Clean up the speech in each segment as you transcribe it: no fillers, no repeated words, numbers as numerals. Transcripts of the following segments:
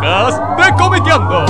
podcast de Comiqueando.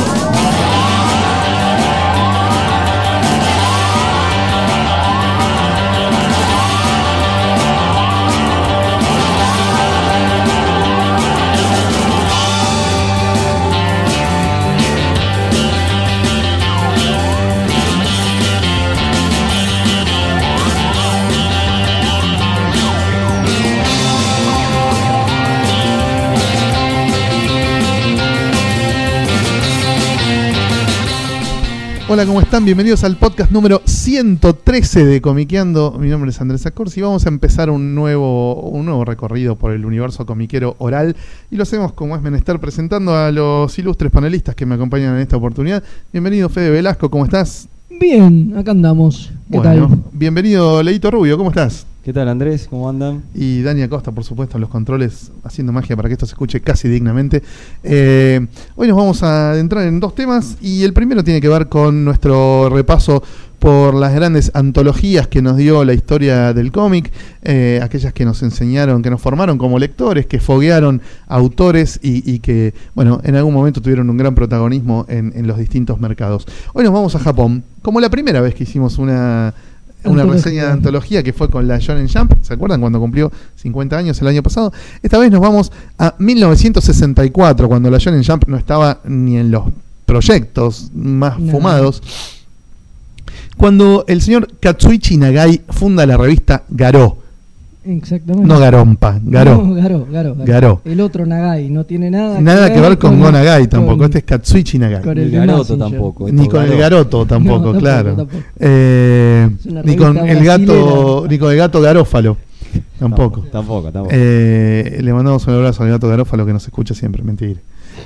Hola, ¿cómo están? Bienvenidos al podcast número 113 de Comiqueando. Mi nombre es Andrés Acors y vamos a empezar un nuevo recorrido por el universo comiquero oral. Y lo hacemos como es menester, presentando a los ilustres panelistas que me acompañan en esta oportunidad. Bienvenido, Fede Velasco, ¿cómo estás? Bien, acá andamos. ¿Qué tal? Bienvenido, Leito Rubio, ¿cómo estás? ¿Qué tal, Andrés? ¿Cómo andan? Y Dani Acosta, por supuesto, en los controles, haciendo magia para que esto se escuche casi dignamente. Hoy nos vamos a adentrar en dos temas y el primero tiene que ver con nuestro repaso por las grandes antologías que nos dio la historia del cómic, aquellas que nos enseñaron, que nos formaron como lectores, que foguearon autores y que, bueno, en algún momento tuvieron un gran protagonismo en los distintos mercados. Hoy nos vamos a Japón, como la primera vez que hicimos una reseña de antología, que fue con la Shonen Jump. ¿Se acuerdan cuando cumplió 50 años el año pasado? Esta vez nos vamos a 1964, cuando la Shonen Jump no estaba ni en los proyectos más fumados. Cuando el señor Katsuichi Nagai funda la revista Garó. Exactamente. No Garompa, Garó. No, Garó. El otro Nagai no tiene nada que ver con Go Nagai tampoco. Este es Katsuichi Nagai. Con el Garoto tampoco. Ni con el Garoto tampoco, no, claro. Tampoco. Ni con el gato Garófalo. Tampoco. Tampoco. Le mandamos un abrazo al gato Garófalo que nos escucha siempre, mentira.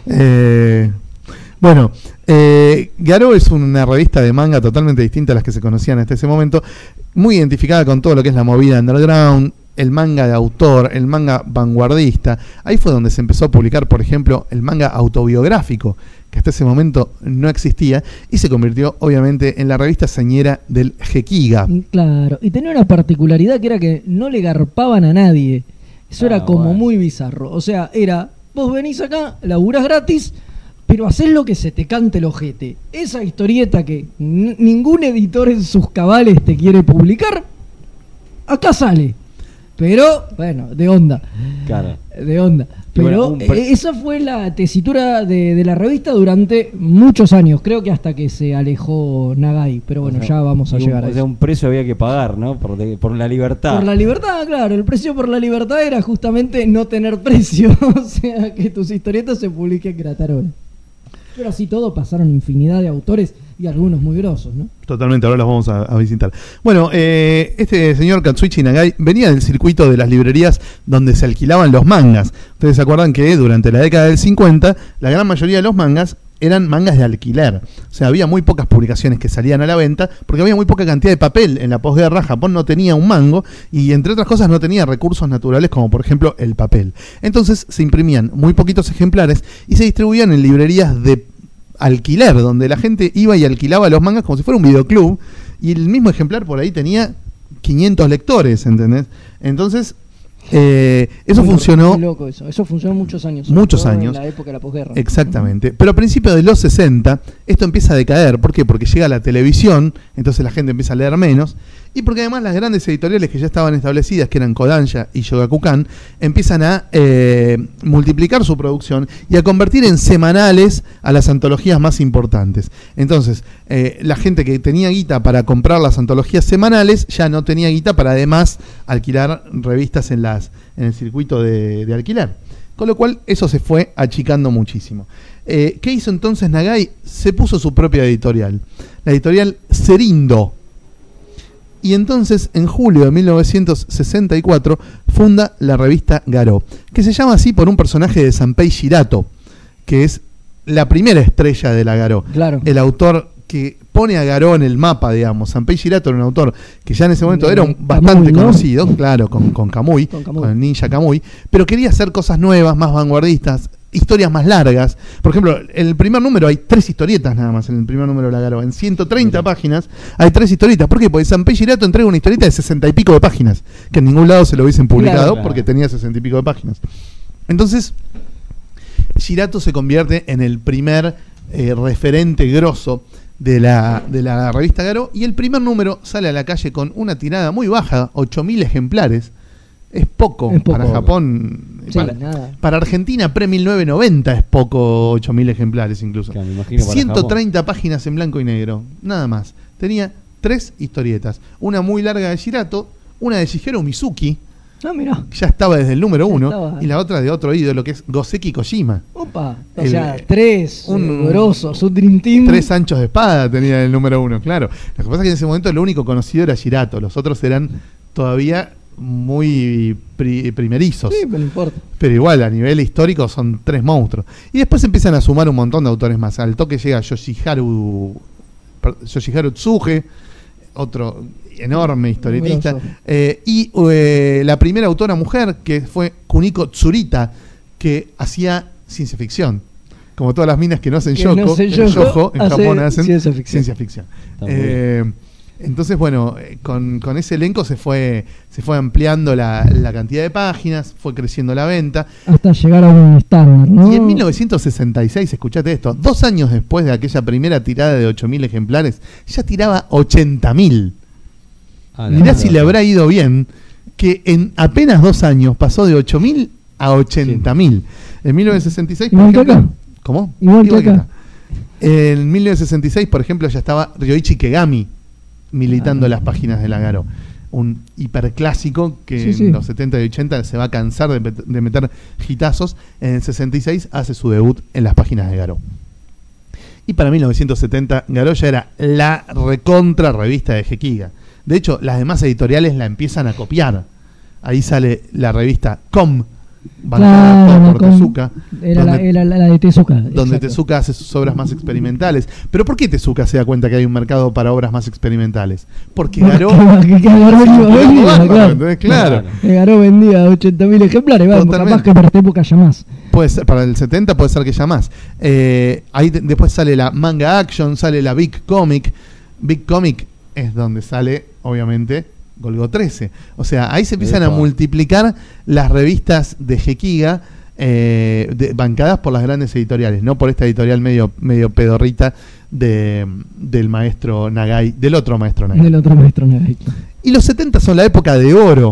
Bueno, Garó es una revista de manga totalmente distinta a las que se conocían hasta ese momento, muy identificada con todo lo que es la movida underground, el manga de autor, el manga vanguardista. Ahí fue donde se empezó a publicar, por ejemplo, el manga autobiográfico, que hasta ese momento no existía, y se convirtió obviamente en la revista señera del Gekiga. Claro, y tenía una particularidad que era que no le garpaban a nadie. Eso era como muy bizarro. O sea, era, vos venís acá, laburás gratis, pero hacés lo que se te cante el ojete. Esa historieta que ningún editor en sus cabales te quiere publicar, acá sale. Pero, bueno, de onda. Claro. De onda. Pero bueno, esa fue la tesitura de la revista durante muchos años. Creo que hasta que se alejó Nagai. Pero bueno, ya vamos a llegar a eso. O sea, un precio había que pagar, ¿no? Por la libertad. Por la libertad, claro. El precio por la libertad era justamente no tener precio. O sea, que tus historietas se publiquen gratarola. Pero así todo pasaron infinidad de autores y algunos muy grosos, ¿no? Totalmente, ahora los vamos a visitar. Bueno, este señor Katsuichi Nagai venía del circuito de las librerías donde se alquilaban los mangas. Ustedes se acuerdan que durante la década del 50 la gran mayoría de los mangas eran mangas de alquiler. O sea, había muy pocas publicaciones que salían a la venta porque había muy poca cantidad de papel. En la posguerra Japón no tenía un mango y, entre otras cosas, no tenía recursos naturales como, por ejemplo, el papel. Entonces se imprimían muy poquitos ejemplares y se distribuían en librerías de alquiler, donde la gente iba y alquilaba los mangas como si fuera un videoclub, y el mismo ejemplar por ahí tenía 500 lectores, ¿entendés? Entonces, eso funcionó. Muy loco eso. Eso funcionó muchos años. Muchos años. En la época de la posguerra. Exactamente. Pero a principios de los 60, esto empieza a decaer. ¿Por qué? Porque llega la televisión, entonces la gente empieza a leer menos. Y porque además las grandes editoriales que ya estaban establecidas, que eran Kodansha y Shogakukan, empiezan a multiplicar su producción y a convertir en semanales a las antologías más importantes. Entonces, la gente que tenía guita para comprar las antologías semanales ya no tenía guita para además alquilar revistas en el circuito de alquiler. Con lo cual, eso se fue achicando muchísimo. ¿Qué hizo entonces Nagai? Se puso su propia editorial, la editorial Serindo. Y entonces, en julio de 1964, funda la revista Garó, que se llama así por un personaje de Sanpei Shirato, que es la primera estrella de la Garó. Claro. El autor que pone a Garó en el mapa, digamos. Sanpei Shirato era un autor que ya en ese momento era bastante conocido, claro, con Kamui, con el ninja Kamui, pero quería hacer cosas nuevas, más vanguardistas, historias más largas. Por ejemplo, en el primer número hay 3 historietas nada más, en el primer número de la Garó. En 130 páginas hay 3 historietas. ¿Por qué? Porque Sanpei Shirato entrega una historieta de 60 y pico de páginas, que en ningún lado se lo hubiesen publicado, claro, porque tenía 60 y pico de páginas. Entonces, Shirato se convierte en el primer referente grosso de la revista Garó, y el primer número sale a la calle con una tirada muy baja, 8.000 ejemplares. Es poco para Japón. Sí, para Argentina, pre-1990 es poco, 8.000 ejemplares incluso. Claro, me imagino para 130 páginas en blanco y negro, nada más. Tenía 3 historietas. Una muy larga de Shirato, una de Shigeru Mizuki, mirá. ya estaba desde el número 1, estaba. y la otra de otro ídolo que es Goseki Kojima. Opa, o sea, 3 grosos, un Dream Team. 3 anchos de espada tenía el número 1, claro. Lo que pasa es que en ese momento lo único conocido era Shirato, los otros eran todavía muy primerizos. Sí, pero no importa. Pero igual, a nivel histórico son 3 monstruos. Y después empiezan a sumar un montón de autores más. Al toque llega Yoshiharu Tsuge, otro enorme historietista. Y la primera autora mujer, que fue Kuniko Tsurita, que hacía ciencia ficción. Como todas las minas que no hacen yojo, en Japón hacen ciencia ficción. Entonces, bueno, con ese elenco se fue ampliando la cantidad de páginas, fue creciendo la venta. Hasta llegar a un estándar, ¿no? Y en 1966, escuchate esto, 2 años después de aquella primera tirada de 8.000 ejemplares, ya tiraba 80.000. Mirá si le habrá ido bien, que en apenas 2 años pasó de 8.000 a 80.000. En 1966, por ejemplo... ¿Cómo? Igual que acá. En 1966, por ejemplo, ya estaba Ryoichi Kegami militando las páginas de la Garó. Un hiperclásico que en los 70 y 80 se va a cansar de meter hitazos. En el 66 hace su debut en las páginas de Garó. Y para 1970 Garó ya era la recontra revista de Gekiga. De hecho, las demás editoriales la empiezan a copiar. Ahí sale la revista Com, bancada por Tezuka. Era la de Tezuka. Donde Tezuka hace sus obras más experimentales. ¿Pero por qué Tezuka se da cuenta que hay un mercado para obras más experimentales? Porque Garó... Claro. Garó vendía 80.000 ejemplares. Capaz que para esta época ya más. Puede ser, para el 70 puede ser que ya más. Ahí después sale la Manga Action, sale la Big Comic. Big Comic es donde sale, obviamente, Golgo 13. O sea, ahí se empiezan a multiplicar las revistas de Gekiga bancadas por las grandes editoriales, no por esta editorial medio pedorrita del maestro Nagai, del otro maestro Nagai. Y los 70 son la época de oro,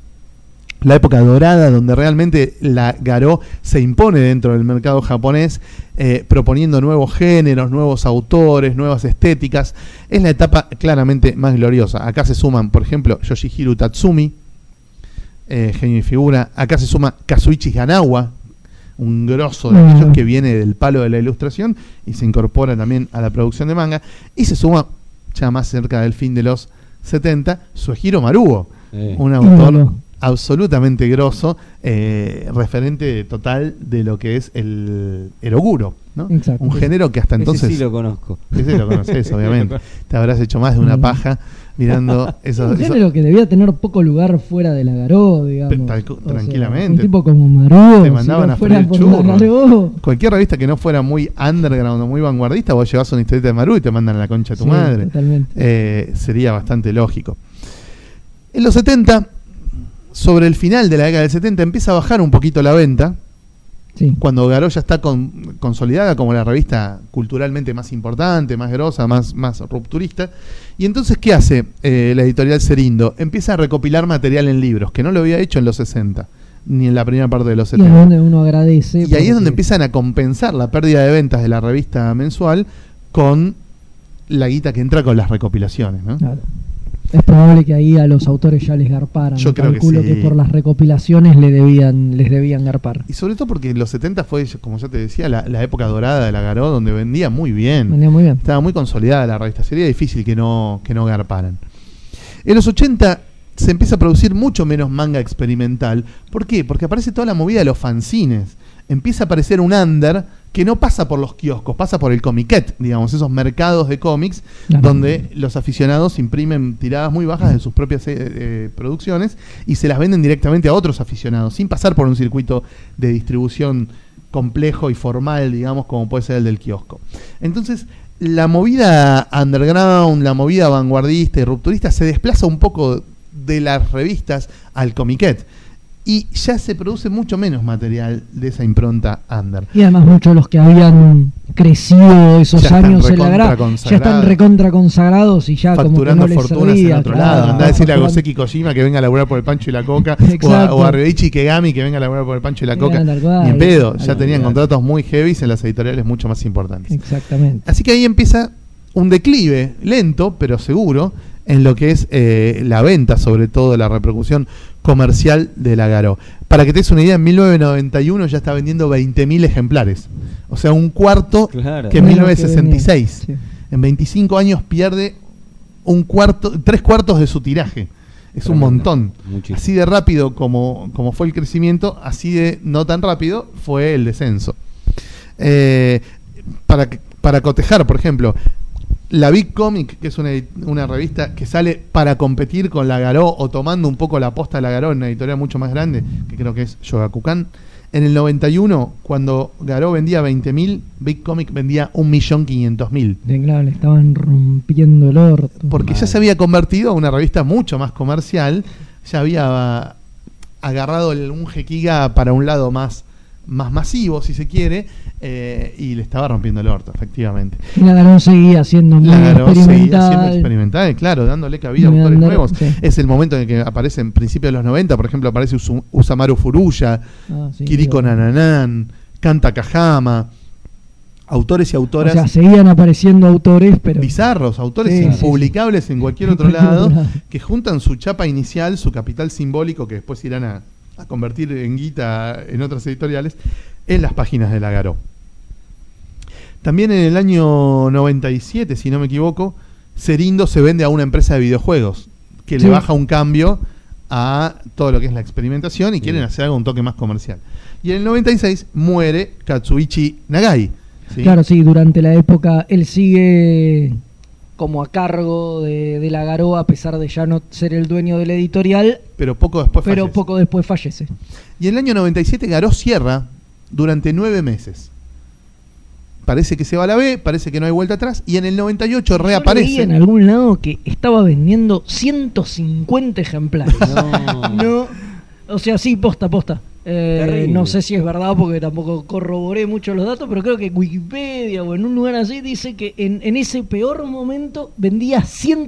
la época dorada, donde realmente la Garó se impone dentro del mercado japonés, proponiendo nuevos géneros, nuevos autores, nuevas estéticas. Es la etapa claramente más gloriosa. Acá se suman, por ejemplo, Yoshihiro Tatsumi, genio y figura. Acá se suma Kazuichi Hanawa, un grosso de ellos que viene del palo de la ilustración y se incorpora también a la producción de manga. Y se suma, ya más cerca del fin de los 70, Suehiro Maruo, un autor absolutamente grosso, referente total de lo que es el eroguro, ¿no? Exacto. Un género que hasta entonces... Ese sí lo conozco. Ese lo conoces, obviamente. Te habrás hecho más de una paja mirando eso. Un género que debía tener poco lugar fuera de la Garó, digamos. Tranquilamente. Un tipo como Maruo, te mandaban a freír churro. Cualquier revista que no fuera muy underground o muy vanguardista, vos llevas una historieta de Maruo y te mandan a la concha de tu madre. Totalmente. Sería bastante lógico. En los 70... sobre el final de la década del 70 empieza a bajar un poquito la venta, cuando Garó ya está consolidada como la revista culturalmente más importante, más grosa, más rupturista. Y entonces, ¿qué hace la editorial Serindo? Empieza a recopilar material en libros, que no lo había hecho en los 60, ni en la primera parte de los 70. Y es donde uno agradece. Y ahí es donde empiezan a compensar la pérdida de ventas de la revista mensual con la guita que entra con las recopilaciones, ¿no? Claro. Es probable que ahí a los autores ya les garparan. Yo creo calculo que por las recopilaciones les debían garpar. Y sobre todo porque los 70 fue, como ya te decía, la época dorada de la Garó, donde vendía muy bien. Estaba muy consolidada la revista. Sería difícil que no garparan. En los 80 se empieza a producir mucho menos manga experimental. ¿Por qué? Porque aparece toda la movida de los fanzines. Empieza a aparecer un under que no pasa por los kioscos, pasa por el comiquet, digamos, esos mercados de cómics donde los aficionados imprimen tiradas muy bajas de sus propias producciones y se las venden directamente a otros aficionados, sin pasar por un circuito de distribución complejo y formal, digamos, como puede ser el del kiosco. Entonces, la movida underground, la movida vanguardista y rupturista se desplaza un poco de las revistas al comiquet. y ya se produce mucho menos material de esa impronta under. Y además muchos de los que habían crecido esos Ya están años en la recontra grada ya están recontra consagrados y ya facturando como que no les fortunas servía, en otro claro, lado. Andá a decirle a facturando. Goseki Kojima que venga a laburar por el Pancho y la Coca, Exacto. o a Ryoichi Kegami que venga a laburar por el Pancho y la Coca. Tal cual. Ni en pedo, ya Tal tenían cual. contratos muy heavy en las editoriales mucho más importantes. Exactamente. Así que ahí empieza un declive lento, pero seguro, en lo que es la venta, sobre todo la repercusión comercial de la Garou. Para que te des una idea, en 1991 ya está vendiendo 20.000 ejemplares. O sea, un cuarto Claro. que en Menos 1966. que venía. En 25 años pierde tres cuartos de su tiraje. Es un Tremendo. montón. Muchísimo. Así de rápido como fue el crecimiento, así de no tan rápido fue el descenso. Para cotejar, por ejemplo, la Big Comic, que es una revista que sale para competir con la Garou o tomando un poco la posta de la Garou en una editorial mucho más grande, que creo que es Shogakukan. En el 91, cuando Garou vendía 20.000, Big Comic vendía 1.500.000. Claro, le estaban rompiendo el orto. Porque ya se había convertido en una revista mucho más comercial, ya había agarrado un Gekiga para un lado más masivo, si se quiere, y le estaba rompiendo el orto, efectivamente. Y la Garou seguía siendo muy La Garou seguía siendo experimental. experimental, claro, dándole cabida a Muy autores under, nuevos. sí. Es el momento en el que aparece en principios de los 90, por ejemplo, aparece Usamaru Furuya, Ah, sí, Kiriko digo. Nananan, Kanta Kahama, autores y O autoras sea, seguían apareciendo autores, pero bizarros, autores Sí, sí, impublicables en cualquier En otro cualquier lado, otro lado. que juntan su chapa inicial, su capital simbólico, que después irán a convertir en guita en otras editoriales, en las páginas de la Garou. También en el año 97, si no me equivoco, Serindo se vende a una empresa de videojuegos, que Sí. le baja un cambio a todo lo que es la experimentación y Sí. quieren hacer algo un toque más comercial. Y en el 96 muere Katsuichi Nagai. ¿sí? claro, sí, durante la época él sigue como a cargo de la Garou a pesar de ya no ser el dueño de la editorial, Pero poco después pero fallece. poco después fallece. Y en el año 97 Garou cierra durante 9 meses. Parece que se va a la B, parece que no hay vuelta atrás, y en el 98 Yo leí reaparece. en algún lado que estaba vendiendo 150 ejemplares. No. No, o sea, sí, posta. Terrible. No sé si es verdad porque tampoco corroboré mucho los datos, pero creo que Wikipedia o en un lugar así dice que en ese peor momento vendía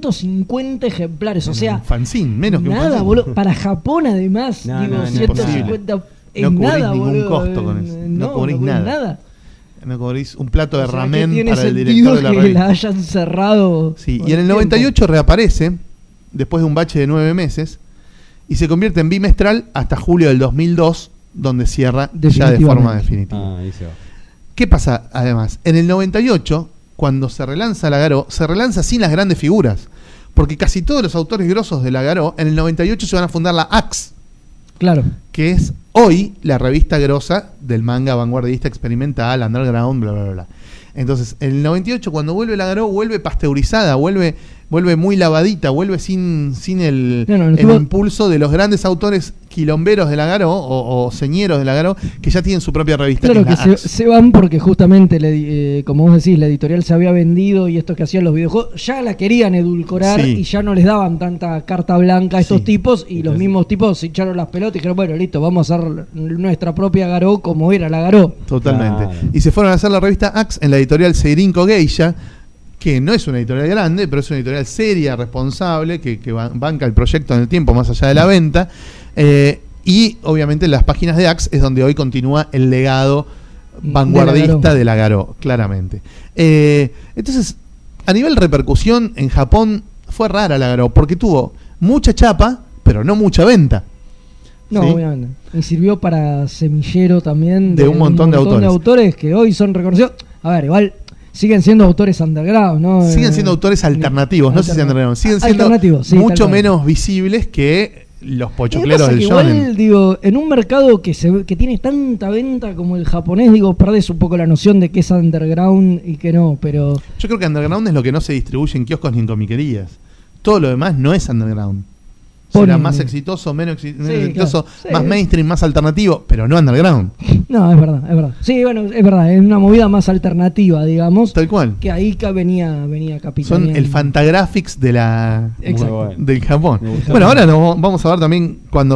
150 ejemplares. O sea, Un fanzine, menos que un nada, fanzine. boludo. Para Japón, además, No, digo, no, no, 150 en No cubrís nada, ningún boludo. costo con eso. No cubrís nada. No cobrís un plato de O sea, que ramen tiene para el sentido director de la que revista. la hayan cerrado. Sí, por y en el tiempo. 98 reaparece, después de un bache de 9 meses, y se convierte en bimestral hasta julio del 2002, donde cierra ya de Definitivamente. forma definitiva. Ah, ahí se va. ¿Qué pasa además? En el 98, cuando se relanza la Garou, se relanza sin las grandes figuras. Porque casi todos los autores grosos de la Garou, en el 98 se van a fundar la Axe, Claro. que es hoy la revista grosa del manga vanguardista, experimental, underground, bla, bla, bla. Entonces, en el 98, cuando vuelve la Garou, vuelve pasteurizada, vuelve muy lavadita, vuelve sin el impulso de los grandes autores quilomberos de la Garou o señeros de la Garou, que ya tienen su propia revista. Claro que que es la se, Axe. se van porque justamente, como vos decís, la editorial se había vendido y estos que hacían los videojuegos ya la querían edulcorar Sí. y ya no les daban tanta carta blanca a estos Sí. tipos y los Entonces- mismos tipos se echaron las pelotas y dijeron, bueno, listo, vamos a hacer nuestra propia Garou como era la Garou. Totalmente. Claro. Y se fueron a hacer la revista Axe en la editorial Seirinko Geisha, que no es una editorial grande, pero es una editorial seria, responsable, que banca el proyecto en el tiempo, más allá de la venta. Y obviamente en las páginas de Axe es donde hoy continúa el legado vanguardista de la Garou, claramente. Entonces, a nivel repercusión, en Japón fue rara la Garou, porque tuvo mucha chapa, pero no mucha venta. No, ¿Sí? obviamente. Y sirvió para semillero también De un montón de autores. que hoy son reconocidos. A ver, igual siguen siendo autores underground, ¿no? Siguen siendo autores alternativos, no sé si underground, siguen siendo Alternativos, sí, tal mucho cual. menos visibles que los Lo que pochocleros pasa del que shonen. igual, digo, en un mercado que tiene tanta venta como el japonés, digo, perdés un poco la noción de que es underground y que no, pero Yo creo que underground es lo que no se distribuye en kioscos ni en comiquerías. Todo lo demás no es underground. Será Ponele. más exitoso, menos Sí, exitoso, claro. Sí. más mainstream, más alternativo, pero no underground. no, es verdad. Sí, bueno, es verdad, es una movida más alternativa, digamos, Tal cual. que ahí venía Son capitaneando. el Fantagraphics de Exacto. Muy bueno. del Japón. Me gustó. Bueno, ahora vamos a ver también cuando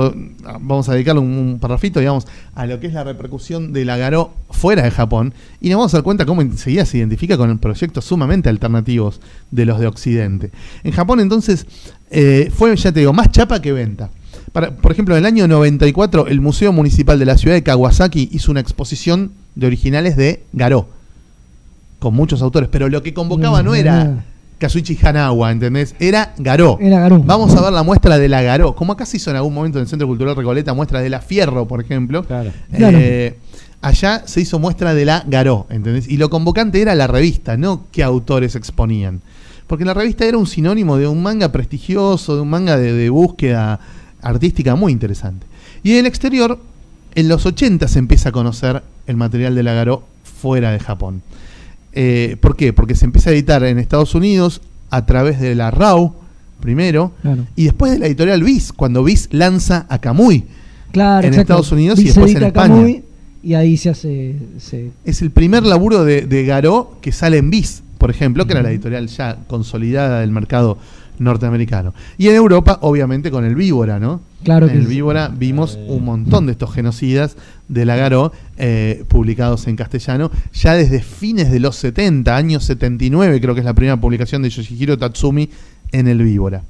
vamos a dedicarle un parrafito, digamos, a lo que es la repercusión de la Garou fuera de Japón, y nos vamos a dar cuenta cómo enseguida se identifica con proyectos sumamente alternativos de los de Occidente. En Japón, entonces, fue, ya te digo, más chapa que venta. Por ejemplo, en el año 94, el Museo Municipal de la ciudad de Kawasaki hizo una exposición de originales de Garou, con muchos autores, pero lo que convocaba no era Kazuichi Hanawa, ¿entendés? Era Garou. Vamos a ver la muestra de la Garou, como acá se hizo en algún momento en el Centro Cultural Recoleta, muestra de la Fierro, por ejemplo. Claro. Allá se hizo muestra de la Garou, ¿entendés? Y lo convocante era la revista, no qué autores exponían. Porque la revista era un sinónimo de un manga prestigioso, de un manga de búsqueda artística muy interesante. Y en el exterior, en los 80 se empieza a conocer el material de la Garou fuera de Japón. ¿Por qué? Porque se empieza a editar en Estados Unidos a través de la RAW primero, y después de la editorial Viz, cuando Viz lanza a Kamui en Estados Unidos y después en España. Kamui, y ahí se hace... Es el primer laburo de Garou que sale en Viz, por ejemplo, que era la editorial ya consolidada del mercado norteamericano. Y en Europa, obviamente, con el Víbora, ¿no? Claro que en el Víbora vimos un montón de estos genocidas de la Garou publicados en castellano ya desde fines de los 70, años 79, creo que es la primera publicación de Yoshihiro Tatsumi en el Víbora.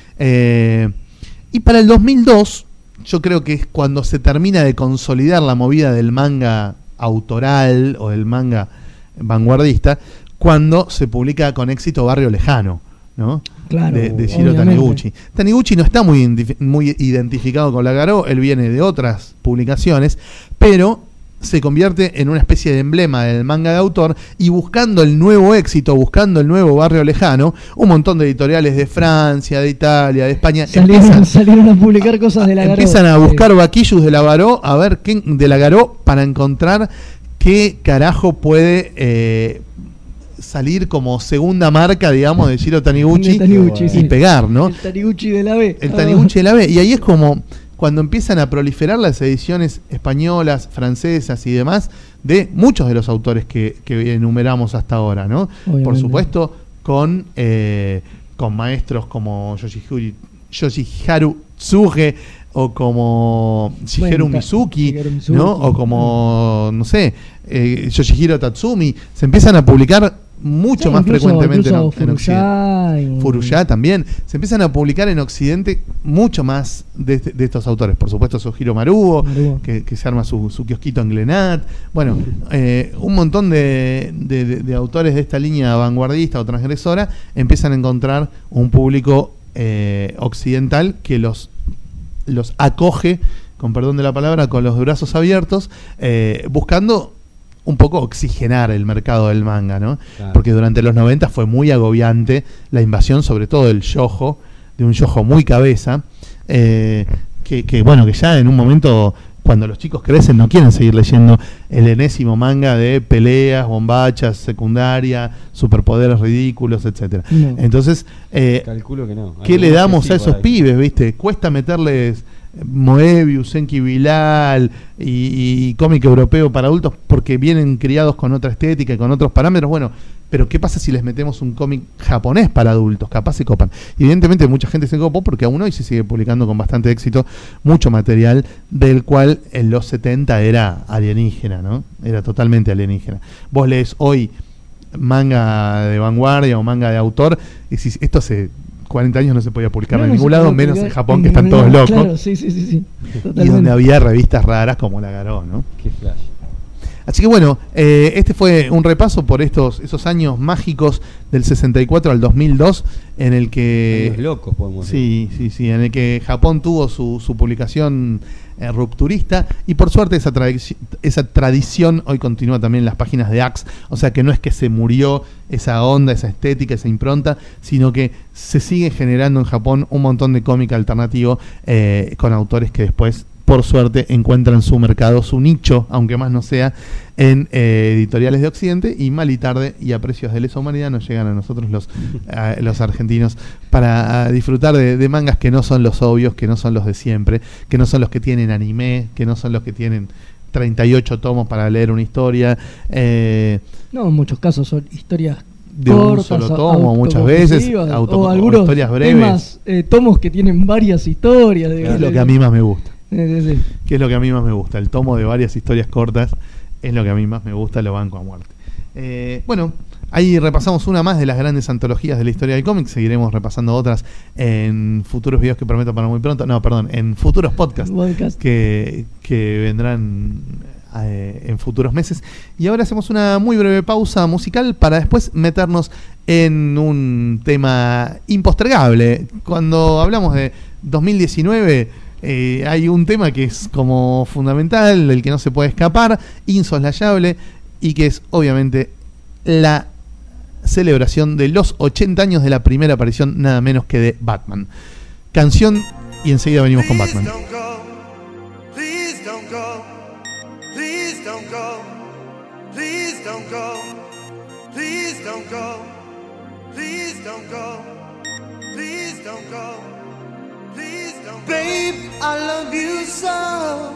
Y para el 2002, yo creo que es cuando se termina de consolidar la movida del manga autoral o del manga vanguardista, cuando se publica con éxito Barrio Lejano, ¿no? Claro, de Shiro Taniguchi. Taniguchi no está muy identificado con la Garou, él viene de otras publicaciones, pero se convierte en una especie de emblema del manga de autor, y buscando el nuevo éxito, buscando el nuevo Barrio Lejano, un montón de editoriales de Francia, de Italia, de España salieron a publicar cosas de la Garou. Empiezan a buscar vaquillos de la Garou, a ver qué de la Garou, para encontrar qué carajo puede salir como segunda marca, digamos, de Shiro Taniguchi, y pegar, ¿no? El Taniguchi de la B. El Taniguchi de la B. Y ahí es como cuando empiezan a proliferar las ediciones españolas, francesas y demás de muchos de los autores que enumeramos hasta ahora, ¿no? Obviamente. Por supuesto, con maestros como Yoshiharu Tsuge, o como Shigeru Mizuki, ¿no? O como, no sé, Yoshihiro Tatsumi. Se empiezan a publicar mucho más frecuentemente en Occidente. Furuya también. Se empiezan a publicar en Occidente mucho más de estos autores. Por supuesto, Sohiro Maruo, que se arma su kiosquito en Glenat. Bueno, un montón de autores de esta línea vanguardista o transgresora empiezan a encontrar un público occidental que los acoge, con perdón de la palabra, con los brazos abiertos, buscando un poco oxigenar el mercado del manga, ¿no? Claro. Porque durante los 90 fue muy agobiante la invasión, sobre todo del shoujo, de un shoujo muy cabeza, que ya en un momento, cuando los chicos crecen, no quieren seguir leyendo el enésimo manga de peleas, bombachas, secundaria, superpoderes ridículos, etcétera. No. Entonces, calculo que no. ¿Qué le damos a esos pibes, viste? Cuesta meterles Moebius, Enki Bilal y cómic europeo para adultos porque vienen criados con otra estética y con otros parámetros. Bueno, pero ¿qué pasa si les metemos un cómic japonés para adultos? Capaz se copan. Y evidentemente mucha gente se copó porque aún hoy se sigue publicando con bastante éxito mucho material del cual en los 70 era alienígena, ¿no? Era totalmente alienígena. Vos lees hoy manga de vanguardia o manga de autor y si esto hace 40 años no se podía publicar en ningún lado, menos en Japón, que están todos locos. Claro, sí. Y donde había revistas raras como la Garou, ¿no? Qué flash. Así que bueno, este fue un repaso por esos años mágicos del 64 al 2002, en el que... Años locos, podemos decir. Sí, en el que Japón tuvo su publicación rupturista, y por suerte esa tradición hoy continúa también en las páginas de Axe, o sea que no es que se murió esa onda, esa estética, esa impronta, sino que se sigue generando en Japón un montón de cómic alternativo con autores que después, por suerte, encuentran su mercado, su nicho, aunque más no sea, en editoriales de Occidente, y mal y tarde y a precios de lesa humanidad nos llegan a nosotros los argentinos para disfrutar de mangas que no son los obvios, que no son los de siempre, que no son los que tienen anime, que no son los que tienen 38 tomos para leer una historia. No, en muchos casos son historias de cortas, un solo tomo, muchas veces, o algunos historias breves. Tomos que tienen varias historias. Es lo que a mí más me gusta. Sí. Que es lo que a mí más me gusta. El tomo de varias historias cortas es lo que a mí más me gusta, lo banco a muerte. Bueno, ahí repasamos una más de las grandes antologías de la historia del cómic. Seguiremos repasando otras en futuros videos que prometo para muy pronto. No, perdón, en futuros podcasts que vendrán en futuros meses. Y ahora hacemos una muy breve pausa musical para después meternos en un tema impostergable. Cuando hablamos de 2019, hay un tema que es como fundamental, del que no se puede escapar, insoslayable, y que es obviamente la celebración de los 80 años de la primera aparición nada menos que de Batman. Canción y enseguida venimos con Batman. Babe, I love you so.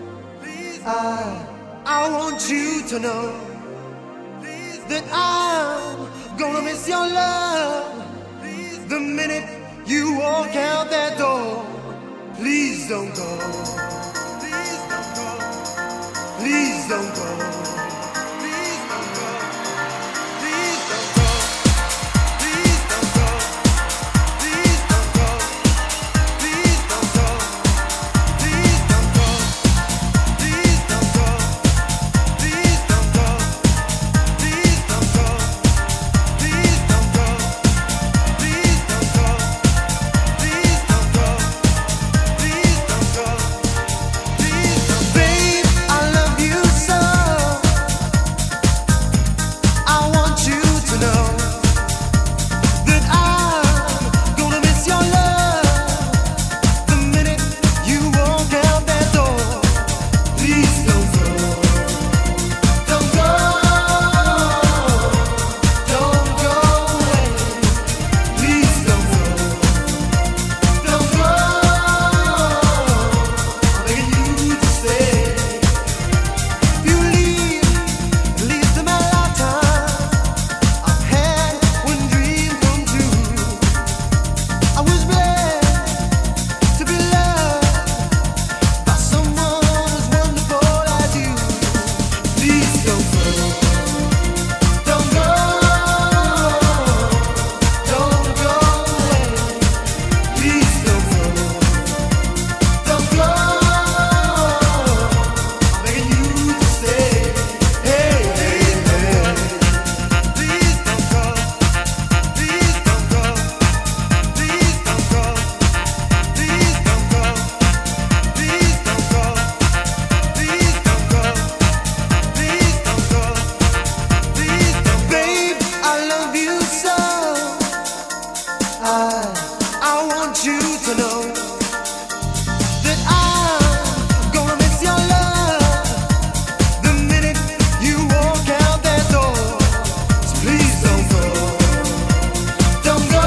I want you to know that I'm gonna miss your love the minute you walk out that door. Please don't go. Please don't go. Please don't go. Please don't go. Please don't go. Please don't go. Please don't go. Please don't go. Please don't go. Please don't go. Please don't go. Please don't go. Please don't go. Please don't go. Please don't go. Please don't go. Please don't. Babe, I love you so. I want you to know that I'm gonna miss your love the minute you walk out that door. Please don't go. Don't go. Don't go away. Please don't go. Don't go. I'm begging you to stay. If you leave, it leads to my lifetime. I've had one dream come true. I was blessed to be loved by someone as wonderful as you. Please don't go. Don't go. Don't go away. Please don't go. Don't go. I'm begging you to stay. Hey, hey, hey. Please don't go. Please don't go. Please don't go. Please don't go. Please don't go. Please don't go. Please don't go. Please don't. Babe, I love you so. I want you to know that I'm gonna miss your love the minute you walk out that door. So please don't go. Don't go.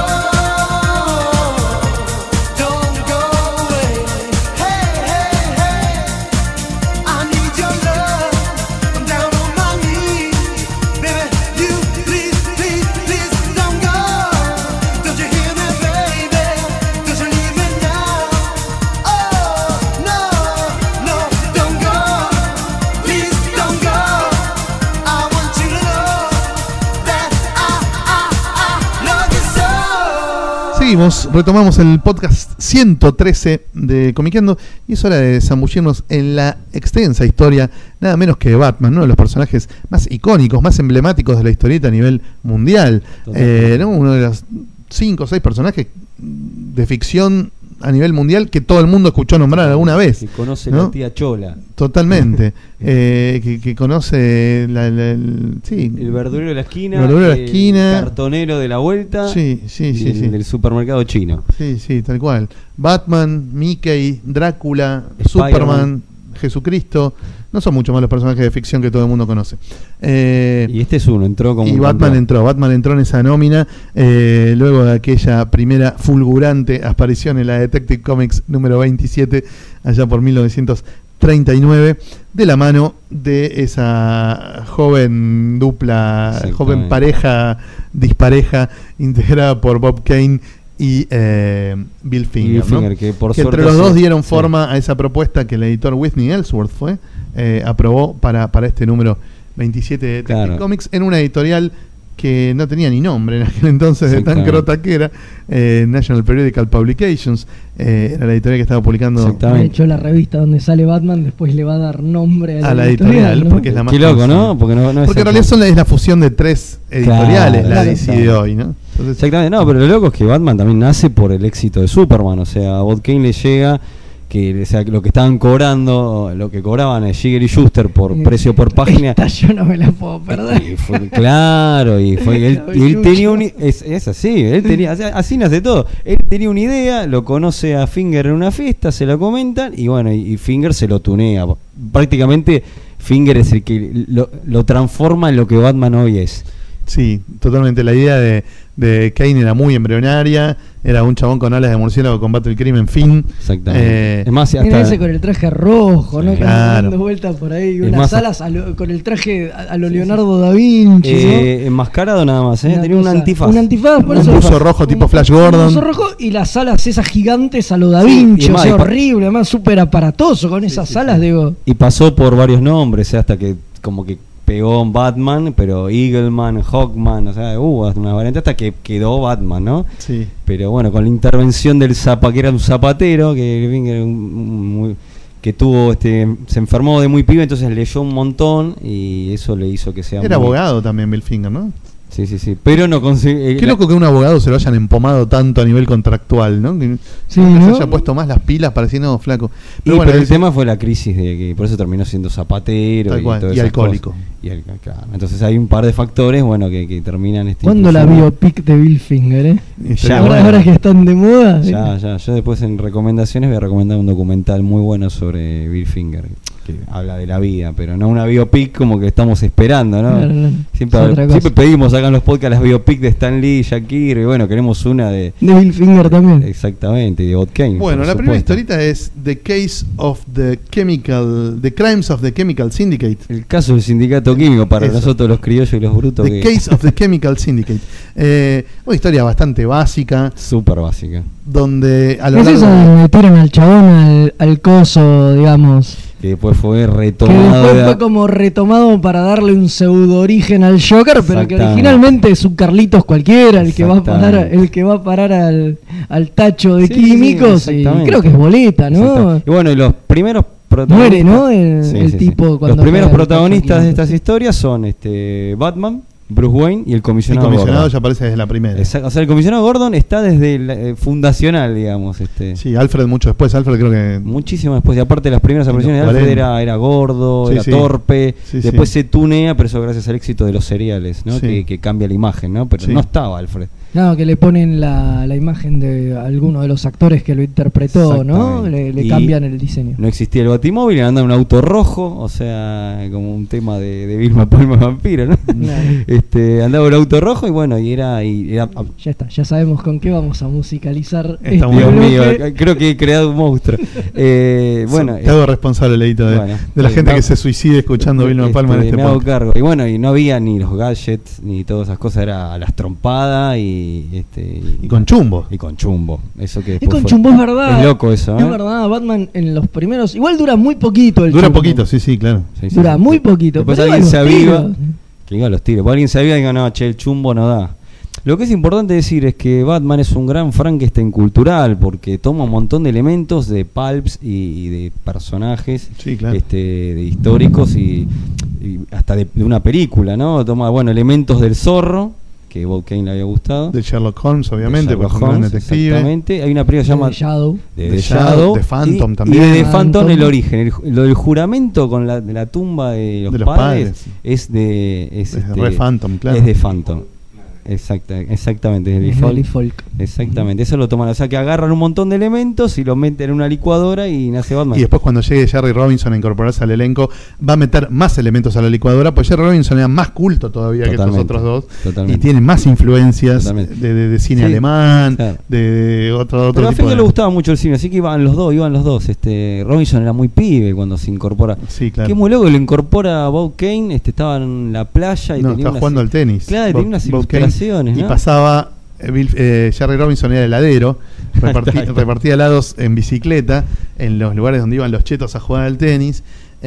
Don't go away. Hey, hey, hey. I need your love. I'm down on my knees. Baby, you please, please, please don't go. Don't you hear me, baby? Don't you leave me now. Oh, no, no, don't go. Please don't go. I want you to know that I love you so. Seguimos, retomamos el podcast 113 de Comiqueando y es hora de zambullirnos en la extensa historia, nada menos que de Batman, uno de los personajes más icónicos, más emblemáticos de la historieta a nivel mundial. ¿No? Uno de los 5 o 6 personajes de ficción a nivel mundial que todo el mundo escuchó nombrar alguna vez. Que conoce ¿no? la tía Chola. Totalmente. Que conoce sí, El verdurero de la esquina. El verdurero de la esquina. Cartonero de la vuelta. Sí, sí, y sí, el sí. del supermercado chino. Sí, sí, tal cual. Batman, Mickey, Drácula, Spider-Man. Superman, Jesucristo. No son mucho más los personajes de ficción que todo el mundo conoce. Y este es uno, entró como Y un Batman campeón. Batman entró en esa nómina luego de aquella primera fulgurante aparición en la Detective Comics número 27 allá por 1939 de la mano de esa joven dupla, joven pareja dispareja integrada por Bob Kane y Bill Finger, ¿no? que por que suerte entre los dos sí, dieron forma a esa propuesta que el editor Whitney Ellsworth aprobó para este número 27 de Detective Claro. Comics en una editorial que no tenía ni nombre en aquel entonces, de tan Exactamente. crota que era, National Periodical Publications, era la editorial que estaba publicando Exactamente. De hecho, la revista donde sale Batman después le va a dar nombre a la editorial, ¿no? porque es la más Qué loco, conocida. ¿no? Porque no es Porque en realidad es la fusión de 3 editoriales, Claro, la claro, DC claro. de hoy, ¿no? Entonces, Exactamente, no, pero lo loco es que Batman también nace por el éxito de Superman, o sea, a Bob Kane le llega que, o sea, lo que estaban cobrando, lo que cobraban Giger y Schuster por precio por página. Esta yo no me la puedo perder. Y fue, claro, y fue él tenía es así, él tenía, o sea, así nace todo. Él tenía una idea, lo conoce a Finger en una fiesta, se lo comentan y bueno, y Finger se lo tunea. Prácticamente Finger es el que lo transforma en lo que Batman hoy es. sí, totalmente. La idea de Kane era muy embrionaria, era un chabón con alas de murciélago, combate el crimen, fin. Exactamente. Es más, Era hasta ese con el traje rojo, ¿no? Sí. Que Claro. dando vueltas por ahí. Es Unas más, alas con el traje a lo Leonardo da Vinci, ¿no? enmascarado nada más, Una tenía un cosa- antifaz. Un antifaz, por Un eso. buzo rojo tipo Flash Gordon. Un buzo rojo y las alas esas gigantes a lo da Sí, Vinci, y o más, sea, y pa- horrible, además súper aparatoso con esas alas, digo. Y pasó por varios nombres, hasta que como que pegó en Batman, pero Eagleman, Hawkman, o sea, una variante hasta que quedó Batman, ¿no? Sí. Pero bueno, con la intervención del que era un zapatero, que tuvo, se enfermó de muy pibe, entonces leyó un montón y eso le hizo que sea Era muy- abogado también Bill Finger, ¿no? Sí, pero no consiguió. Qué loco que un abogado se lo hayan empomado tanto a nivel contractual, ¿no? Que Sí, que se ¿no? haya puesto más las pilas para decir, no, flaco. Pero el eso- tema fue la crisis de que por eso terminó siendo zapatero Tal cual, todas y esas alcohólico. cosas. Claro. Entonces hay un par de factores, bueno, que terminan ¿Cuándo la influyendo. biopic de Bill Finger, Estaría ahora, bueno. ahora que están de moda. Ya. Yo después en recomendaciones voy a recomendar un documental muy bueno sobre Bill Finger, que habla de la vida, pero no una biopic como que estamos esperando, ¿no? Claro, no. Siempre, Es otra siempre cosa. pedimos acá en los podcasts las biopic de Stan Lee, Shakir, y bueno, queremos una de... De Bill Finger también. Exactamente, y de Bob Kane. Bueno, por la primera supuesto. historita es The Crimes of the Chemical Syndicate. El caso del sindicato químico para Eso. nosotros los criollos y los brutos. The Case of the Chemical Syndicate. Una historia bastante básica, Súper básica. donde a lo Es eso largo de metieron al chabón al coso, digamos. Que después fue Que retomado. después de- fue como retomado para darle un pseudo origen al Joker, pero que Exactamente. originalmente es un Carlitos cualquiera, el que va a parar, Exactamente. el que va a parar al tacho de Sí, químicos, sí, y exactamente. creo que es boleta, ¿no? Exacto. Y bueno, y los primeros protagonistas. Muere, ¿no? El tipo cuando Los primeros pega el protagonistas de tacho estas historias son Batman, Bruce Wayne y el el comisionado, comisionado Gordon. ya aparece desde la primera. O sea, el comisionado Gordon está desde el fundacional, digamos. Sí, Alfred mucho después. Alfred creo que... Muchísimo después. Y aparte de las primeras En los apariciones de Alfred 40. era gordo, Sí, era sí. torpe. Sí, Después sí. se tunea, pero eso gracias al éxito de los seriales, ¿no? Sí. Que cambia la imagen, ¿no? Pero Sí. no estaba Alfred. No, que le ponen la imagen de alguno de los actores que lo interpretó, ¿no? Exactamente. Le Y cambian el diseño. No existía el batimóvil, andaba en un auto rojo, o sea, como un tema de Vilma Palma Vampiro, ¿no? Claro. Andaba en un auto rojo y bueno, y era Ya está, ya sabemos con qué vamos a musicalizar. Está muy Dios bien. mío, bloque. creo que he creado un monstruo. Bueno, Te hago responsable, Leito, de, bueno, de la gente me- que se suicide escuchando Vilma Palma en este me hago podcast. cargo. Y bueno, y no había ni los gadgets ni todas esas cosas, era a las trompadas y con chumbo. y con chumbo. Eso que Y después con fue- chumbo es verdad. Es loco eso, ¿eh? Es verdad, Batman en los primeros. Igual dura muy poquito el Dura chumbo. poquito, sí, claro. Sí, sí. Dura muy poquito. Después pero alguien se iba a los aviva. tiros. Que iba a los tiros. Pues alguien se aviva y diga, no, che, el chumbo no da. Lo que es importante decir es que Batman es un gran Frankenstein cultural porque toma un montón de elementos de pulps y de personajes Sí, claro. de históricos y hasta de una película, ¿no? Toma, bueno, elementos del Zorro, que Bob Kane le había gustado. De Sherlock Holmes, obviamente, de Sherlock porque es un gran Holmes, detective. exactamente. Hay una película que se llama The Shadow. de The The Shadow, Shadow, de Phantom y también. de Phantom Phantom. el origen, lo del juramento con de la tumba de los padres, es de Es re Phantom, claro. es de Phantom. Exactamente, es de Es Folk. Nelly Folk. Exactamente, eso lo toman, o sea que agarran un montón de elementos y los meten en una licuadora y nace Batman. Y después cuando llegue Jerry Robinson a incorporarse al elenco, va a meter más elementos a la licuadora, pues Jerry Robinson era más culto todavía que estos Totalmente, otros dos. totalmente. Y tiene más influencias Totalmente. de cine Sí, alemán, claro. de otro Pero a tipo Finger de... le gustaba mucho el cine, así que iban los dos. Robinson era muy pibe cuando se incorpora. Sí, claro. Qué muy loco, lo incorpora Bob Kane, estaba en la playa y No, tenía está unas- jugando al tenis. Claro, y Bob- tenía unas Bob Kane, ilustraciones, y ¿no? pasaba Jerry Robinson era heladero, repartía helados en bicicleta en los lugares donde iban los chetos a jugar al tenis.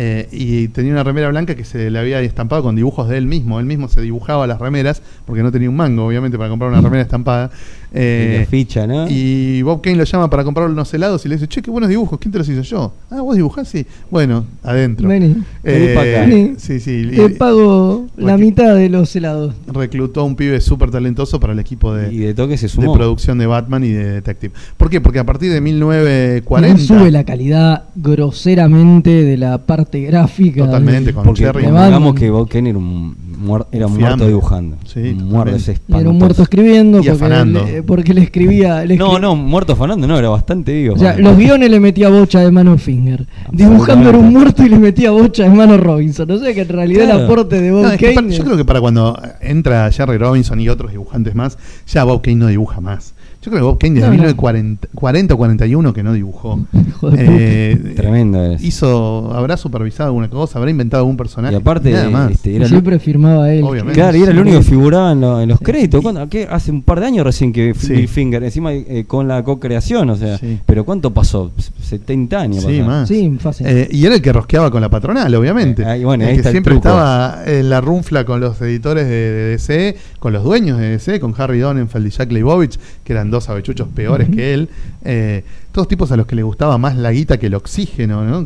Y tenía una remera blanca que se le había estampado con dibujos de él mismo. Él mismo se dibujaba las remeras porque no tenía un mango, obviamente, para comprar una remera estampada. Y la ficha, ¿no? Y Bob Kane lo llama para comprar unos helados y le dice: che, qué buenos dibujos, ¿quién te los hizo? Yo. Ah, ¿vos dibujás? Sí. Bueno, adentro. Vení para acá. Vení. Sí, sí. Te pago la mitad de los helados. Reclutó a un pibe súper talentoso para el equipo Y de toque se de sumó. producción de Batman y de Detective. ¿Por qué? Porque a partir de 1940 No sube la calidad groseramente de la parte gráfica. Totalmente, con Porque Jerry. Batman. digamos que Bob Kane era un muerto Fiambre. dibujando. Sí, un muerto, totalmente. ese Era un muerto escribiendo Y afanando. porque le escribía. No, muerto afanando, no, era bastante vivo. O sea, los guiones le metía bocha de mano Finger. Dibujando era un muerto y le metía bocha de mano Robinson. O sea que en realidad Claro. el aporte de Bob No, es que Kane. yo creo que para cuando entra Jerry Robinson y otros dibujantes más, ya Bob Kane no dibuja más. Yo creo que Bob Kane desde No, 1940 o 41 que no dibujó. Hijo de Tremendo es. Habrá supervisado alguna cosa, habrá inventado algún personaje. Y aparte, nada más. era siempre firmaba él. Obviamente. Claro, y era el único que Sí. figuraba en los créditos. ¿Qué? Hace un par de años recién que Sí. Bill Finger, encima con la co-creación, o sea, Sí. pero ¿cuánto pasó? 70 años. Sí, pasó. más. Sí, fácil. Y era el que rosqueaba con la patronal, obviamente. Bueno, el ahí que está el siempre truco. estaba en la runfla con los editores de DC, con los dueños de DC, con Harry Donenfeld y Jack Leibovitz, que eran dos avechuchos peores que él. Todos tipos a los que les gustaba más la guita que el oxígeno, ¿no?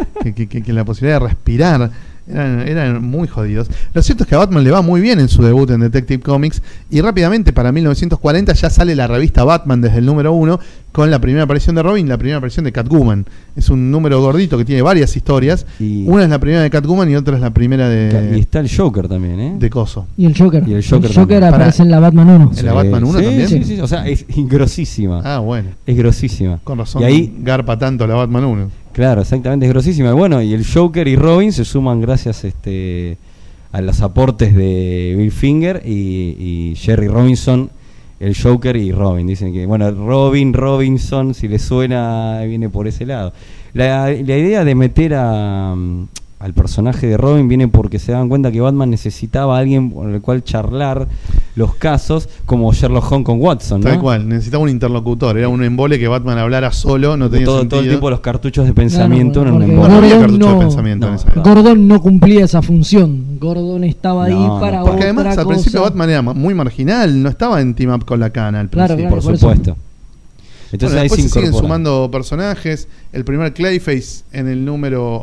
que la posibilidad de respirar. Eran muy jodidos. Lo cierto es que a Batman le va muy bien en su debut en Detective Comics y rápidamente para 1940 ya sale la revista Batman desde el número 1 con la primera aparición de Robin, la primera aparición de Catwoman. Es un número gordito que tiene varias historias. Y- Una es la primera de Catwoman y otra es la primera Y está el Joker también, ¿eh? de Coso. Y el Joker. Y el Joker también. aparece en la Batman 1. ¿En la Batman 1 sí, también? Sí, o sea, es grosísima. Ah, bueno. Es grosísima. Con razón Y ahí, garpa tanto la Batman 1. claro, exactamente, es grosísima. Y bueno, y el Joker y Robin se suman gracias a los aportes de Bill Finger y Jerry Robinson, el Joker y Robin. Dicen que, bueno, Robinson, si le suena, viene por ese lado. La idea de meter al personaje de Robin viene porque se dan cuenta que Batman necesitaba a alguien con el cual charlar los casos, como Sherlock Holmes con Watson, ¿no? Tal cual, necesitaba un interlocutor. Era un embole que Batman hablara solo, no tenía todo sentido. el tiempo los cartuchos de pensamiento Claro, en un porque Bueno, embole. había Gordon cartucho de no- pensamiento en no, esa época. Gordon no cumplía esa función. Gordon estaba ahí No, para no, Porque otra además al cosa. principio Batman era muy marginal, no estaba en team up con la cana al Claro, principio. Por por eso. supuesto. Entonces Bueno, ahí después se siguen incorpora. sumando personajes. El primer Clayface en el número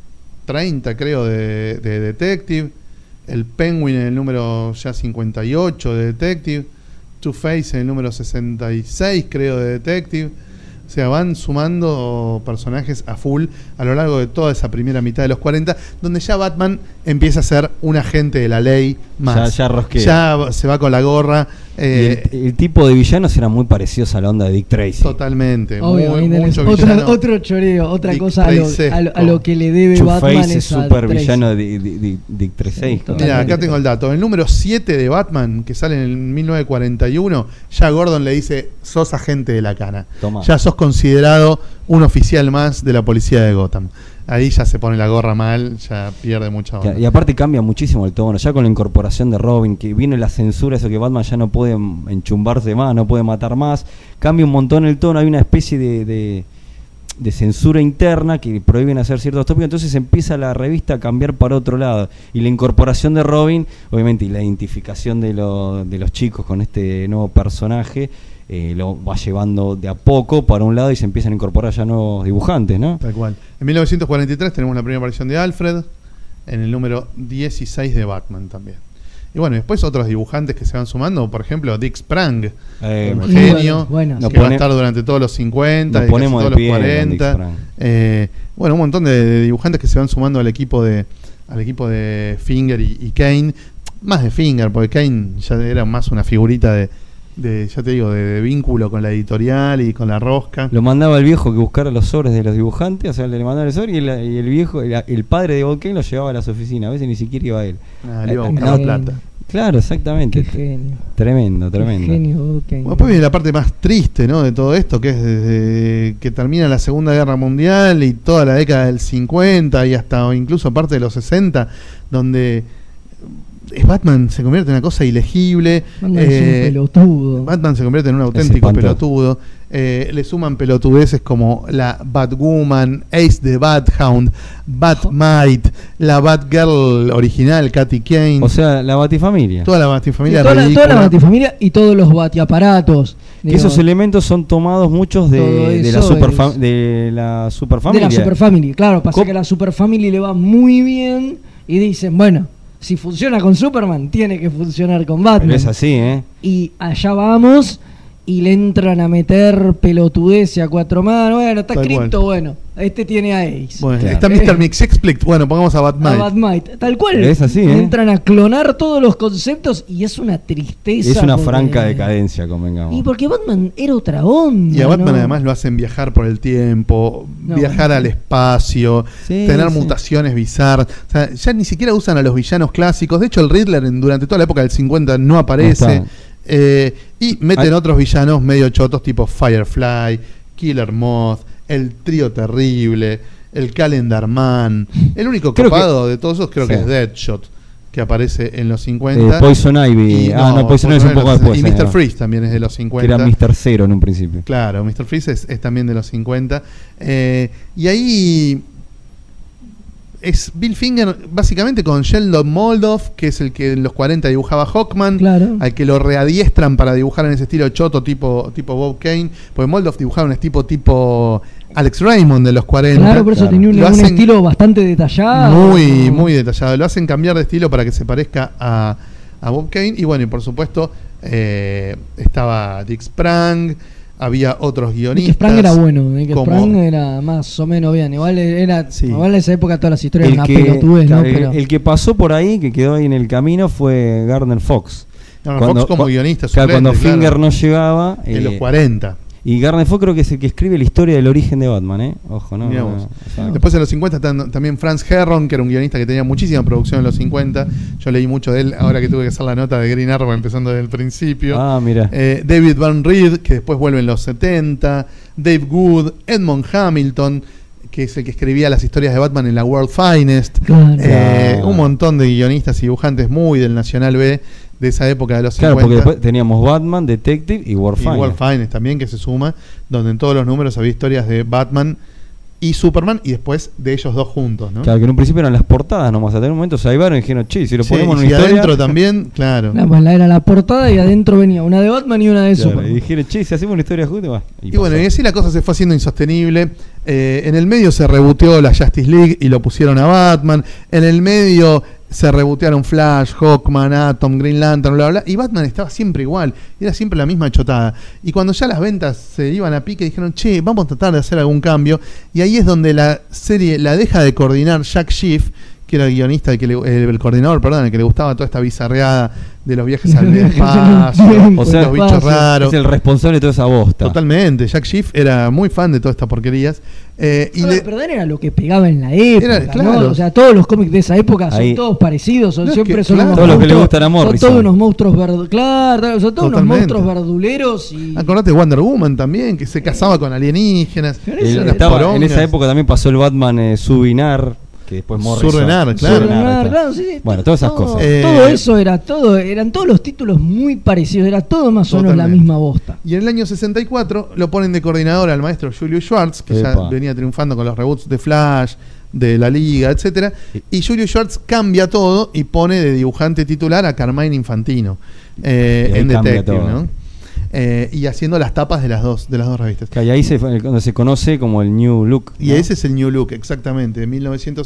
30, creo, de Detective. El Penguin en el número ya 58 de Detective. Two-Face en el número 66, creo, de Detective. O sea, van sumando personajes a full a lo largo de toda esa primera mitad de los 40, donde ya Batman empieza a ser un agente de la ley más. Ya rosquea. Ya se va con la gorra. Y el tipo de villanos era muy parecido a la onda de Dick Tracy. Totalmente. Obvio, ahí tenés mucho villano. otro choreo, otra Dick cosa a lo que le debe Batman. Two-Face es a super Tracy. villano de Dick Tracy. Sí, Mira, acá tengo el dato. El número 7 de Batman, que sale en 1941, ya Gordon le dice: sos agente de la cana. Tomá. Ya sos considerado un oficial más de la policía de Gotham. Ahí ya se pone la gorra mal, ya pierde mucha onda. Y aparte cambia muchísimo el tono, ya con la incorporación de Robin, que viene la censura, eso que Batman ya no puede enchumbarse más, no puede matar más, cambia un montón el tono, hay una especie de censura interna que prohíben hacer ciertos tópicos, entonces empieza la revista a cambiar para otro lado, y la incorporación de Robin, obviamente, y la identificación de los chicos con este nuevo personaje, lo va llevando de a poco para un lado y se empiezan a incorporar ya nuevos dibujantes, ¿no? Tal cual. En 1943 tenemos la primera aparición de Alfred, en el número 16 de Batman también. Y bueno, después otros dibujantes que se van sumando, por ejemplo, Dick Sprang, un Muy genio, bueno, Nos que va a pone- estar durante todos los 50 nos y ponemos casi de todos pie los con Dick 40. Bueno, un montón de dibujantes que se van sumando al equipo de Finger y Kane. Más de Finger, porque Kane ya era más una figurita ya te digo, de vínculo con la editorial y con la rosca. Lo mandaba el viejo que buscara los sobres de los dibujantes, o sea, le mandaba el sobre y el viejo, el padre de Bob Kane lo llevaba a las oficinas, a veces ni siquiera iba a él. Le iba a buscar no, la plata. Claro, exactamente. Qué genio. Tremendo, Qué tremendo. genio, ok. Bueno, después viene la parte más triste, ¿no?, de todo esto, que es desde que termina la Segunda Guerra Mundial y toda la década del 50 y hasta incluso parte de los 60, donde Batman se convierte en una cosa ilegible. Batman es un pelotudo. Batman se convierte en un auténtico pelotudo. Le suman pelotudeces como la Batwoman, Ace the Bathound, Batmite, la Batgirl original, Katy Kane. O sea, la Batifamilia. Toda la Batifamilia toda la Batifamilia y todos los batiaparatos. Esos elementos son tomados muchos de la Superfamily. De la Superfamily, claro. Pasa que a la Superfamily le va muy bien y dicen, bueno, si funciona con Superman, tiene que funcionar con Batman. Pero es así, ¿eh? Y allá vamos y le entran a meter pelotudez a cuatro manos. Bueno, está Crypto, bueno, este tiene a Ace. Bueno, claro. Está Mr. Mixexplict, bueno, pongamos a Batmite. A Batmite, tal cual. Es así, ¿eh? Entran a clonar todos los conceptos y es una tristeza. Es una franca decadencia, convengamos. Y porque Batman era otra onda. Y a Batman además lo hacen viajar por el tiempo, viajar al espacio, tener mutaciones bizarras. O sea, ya ni siquiera usan a los villanos clásicos. De hecho, el Riddler durante toda la época del 50 no aparece. Y meten otros villanos medio chotos tipo Firefly, Killer Moth, el Trío Terrible, el Calendar Man. El único copado de todos esos creo que es Deadshot, que aparece en los 50. Poison Ivy. Poison Ivy es un poco después. Y Mr. Freeze también es de los 50. Que era Mr. Zero en un principio. Claro, Mr. Freeze es también de los 50. Y ahí es Bill Finger básicamente con Sheldon Moldoff, que es el que en los 40 dibujaba Hawkman, al que lo readiestran para dibujar en ese estilo choto tipo Bob Kane, porque Moldoff dibujaba un tipo Alex Raymond de los 40. Claro, por eso tenía un estilo bastante detallado. Muy, muy detallado. Lo hacen cambiar de estilo para que se parezca a Bob Kane. Y bueno, y por supuesto estaba Dick Sprang. Había otros guionistas. Nick Sprang era bueno, Nick Sprang era más o menos bien. Igual en esa época todas las historias eran una pelotudez, ¿no? El que pasó por ahí, que quedó ahí en el camino, fue Gardner Fox. Fox como guionista suplente, cuando Finger no llegaba. En los 40. Y Gardner Fox creo que es el que escribe la historia del origen de Batman, ¿eh? Ojo, ¿no? Después en los 50 también Franz Herron, que era un guionista que tenía muchísima producción en los 50. Yo leí mucho de él ahora que tuve que hacer la nota de Green Arrow empezando desde el principio. Mira. David Van Reed, que después vuelve en los 70. Dave Good, Edmond Hamilton, que es el que escribía las historias de Batman en la World Finest. Un montón de guionistas y dibujantes muy del Nacional B de esa época de los 50. Claro, porque después teníamos Batman, Detective y World Finest. Y World Finest también, que se suma, donde en todos los números había historias de Batman y Superman y después de ellos dos juntos, ¿no? Claro, que en un principio eran las portadas nomás, hasta un momento se ayudaron y dijeron, che, si lo ponemos en una historia... adentro también, claro. Pues era la portada y adentro venía una de Batman y una de Superman. Y dijeron, che, si hacemos una historia juntos, y bueno, y así la cosa se fue haciendo insostenible. En el medio se reboteó la Justice League y lo pusieron a Batman. En el medio se rebotearon Flash, Hawkman, Atom, Green Lantern, bla, bla, y Batman estaba siempre igual, era siempre la misma chotada. Y cuando ya las ventas se iban a pique, dijeron, che, vamos a tratar de hacer algún cambio. Y ahí es donde la serie la deja de coordinar Jack Schiff, que era el guionista, el coordinador, perdón, el que le gustaba toda esta bizarreada de los viajes al espacio, o sea, los bichos raros. Es el responsable de toda esa bosta. Totalmente, Jack Schiff era muy fan de todas estas porquerías. Perdón, era lo que pegaba en la época, claro. ¿no? O sea, todos los cómics de esa época son todos parecidos, siempre son unos todo lo que le gustan a Morrison. Son todos unos monstruos son todos unos monstruos verduleros. Acordate de Wonder Woman también, que se casaba con alienígenas. En esa época también pasó el Batman Subinar, que después Morrison. Surrenar, claro. Sí, bueno, todas esas cosas. Todo eso eran todos los títulos muy parecidos, era todo más o menos la misma bosta. Y en el año 64 lo ponen de coordinador al maestro Julius Schwartz, que ya venía triunfando con los reboots de Flash, de la Liga, etcétera. Y Julius Schwartz cambia todo y pone de dibujante titular a Carmine Infantino en Detective, ¿no? Y haciendo las tapas de las dos revistas. Que ahí donde se conoce como el New Look, ¿no? Y ese es el New Look, exactamente, de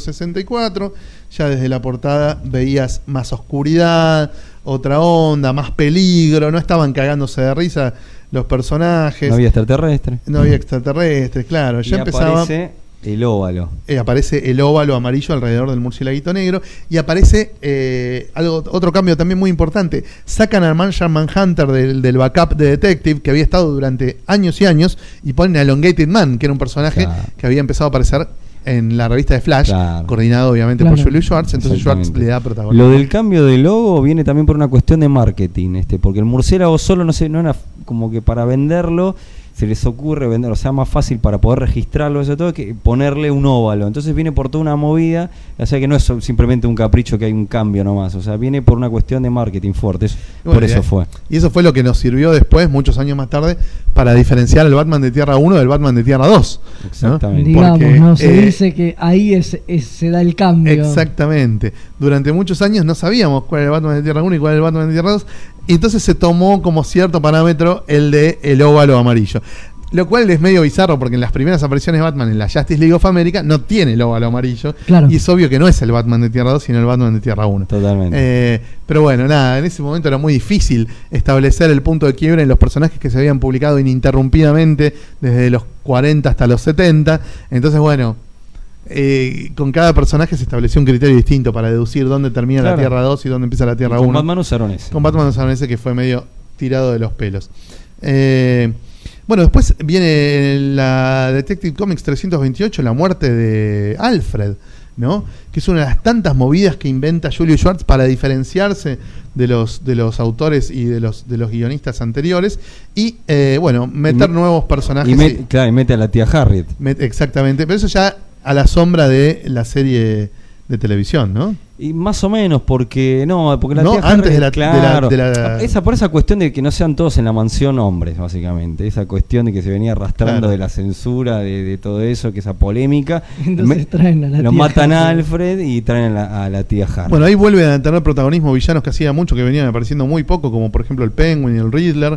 1964. Ya desde la portada veías más oscuridad, otra onda, más peligro. No estaban cagándose de risa los personajes. No había extraterrestres. Claro. Ya empezaba el óvalo. Aparece el óvalo amarillo alrededor del murciélaguito negro. Y aparece otro cambio también muy importante. Sacan a Martian Manhunter del backup de Detective, que había estado durante años y años, y ponen a Elongated Man, que era un personaje que había empezado a aparecer en la revista de Flash, coordinado obviamente por Julius Schwartz. Entonces Schwartz le da protagonismo. Lo del cambio de logo viene también por una cuestión de marketing, porque el murciélago solo no era como que para venderlo, se les ocurre vender, o sea, más fácil para poder registrarlo, eso todo, que ponerle un óvalo. Entonces viene por toda una movida, o sea que no es simplemente un capricho que hay un cambio nomás, o sea, viene por una cuestión de marketing fuerte. Bueno, por eso fue. Y eso fue lo que nos sirvió después, muchos años más tarde, para diferenciar el Batman de Tierra 1 del Batman de Tierra 2. Exactamente. Digamos, Porque, ¿no? Se dice que ahí se da el cambio. Exactamente. Durante muchos años no sabíamos cuál era el Batman de Tierra 1 y cuál era el Batman de Tierra 2, y entonces se tomó como cierto parámetro el de el óvalo amarillo. Lo cual es medio bizarro porque en las primeras apariciones de Batman en la Justice League of America no tiene el óvalo amarillo. Claro. Y es obvio que no es el Batman de Tierra 2, sino el Batman de Tierra 1. Totalmente. Pero bueno, nada, en ese momento era muy difícil establecer el punto de quiebre en los personajes que se habían publicado ininterrumpidamente desde los 40 hasta los 70. Entonces, bueno, con cada personaje se estableció un criterio distinto para deducir dónde termina la Tierra 2 y dónde empieza la Tierra 1. Con Batman usaron ese. Con Batman usaron ese que fue medio tirado de los pelos. Bueno, después viene la Detective Comics 328, la muerte de Alfred, ¿no? Que es una de las tantas movidas que inventa Julio Schwartz para diferenciarse de los autores y de los guionistas anteriores y, bueno, meter nuevos personajes. Y mete a la tía Harriet. Exactamente, pero eso ya a la sombra de la serie de televisión, ¿no? Y más o menos, porque la no, tía antes Harriet, de la por esa cuestión de que no sean todos en la mansión hombres, básicamente. Esa cuestión de que se venía arrastrando de la censura, de todo eso, que esa polémica. Entonces traen a la lo tía matan a Harriet. Alfred y traen a la tía Harriet. Bueno, ahí vuelven a tener protagonismo villanos que hacía mucho, que venían apareciendo muy poco, como por ejemplo el Penguin y el Riddler.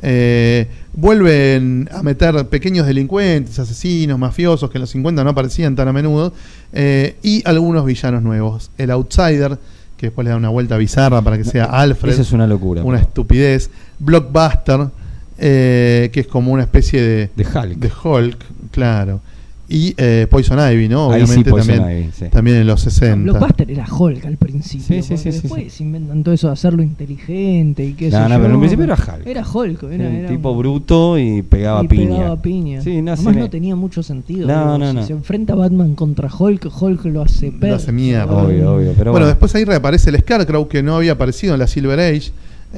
Vuelven a meter pequeños delincuentes, asesinos, mafiosos, que en los 50 no aparecían tan a menudo, y algunos villanos nuevos. El Outsider, que después le da una vuelta bizarra para que sea Alfred. Eso es una locura. Una estupidez. Blockbuster, que es como una especie de Hulk, claro. Y Poison Ivy, ¿no? Obviamente también en los 60. Blockbuster era Hulk al principio. Sí. Después inventan todo eso de hacerlo inteligente y qué sé yo. Pero en principio era Hulk. Era Hulk. Era un tipo bruto y pegaba piña. Sí, además no tenía mucho sentido. Si se enfrenta Batman contra Hulk, Hulk lo hace perder. Lo hace mierda. Obvio. Pero bueno, después ahí reaparece el Scarecrow, que no había aparecido en la Silver Age.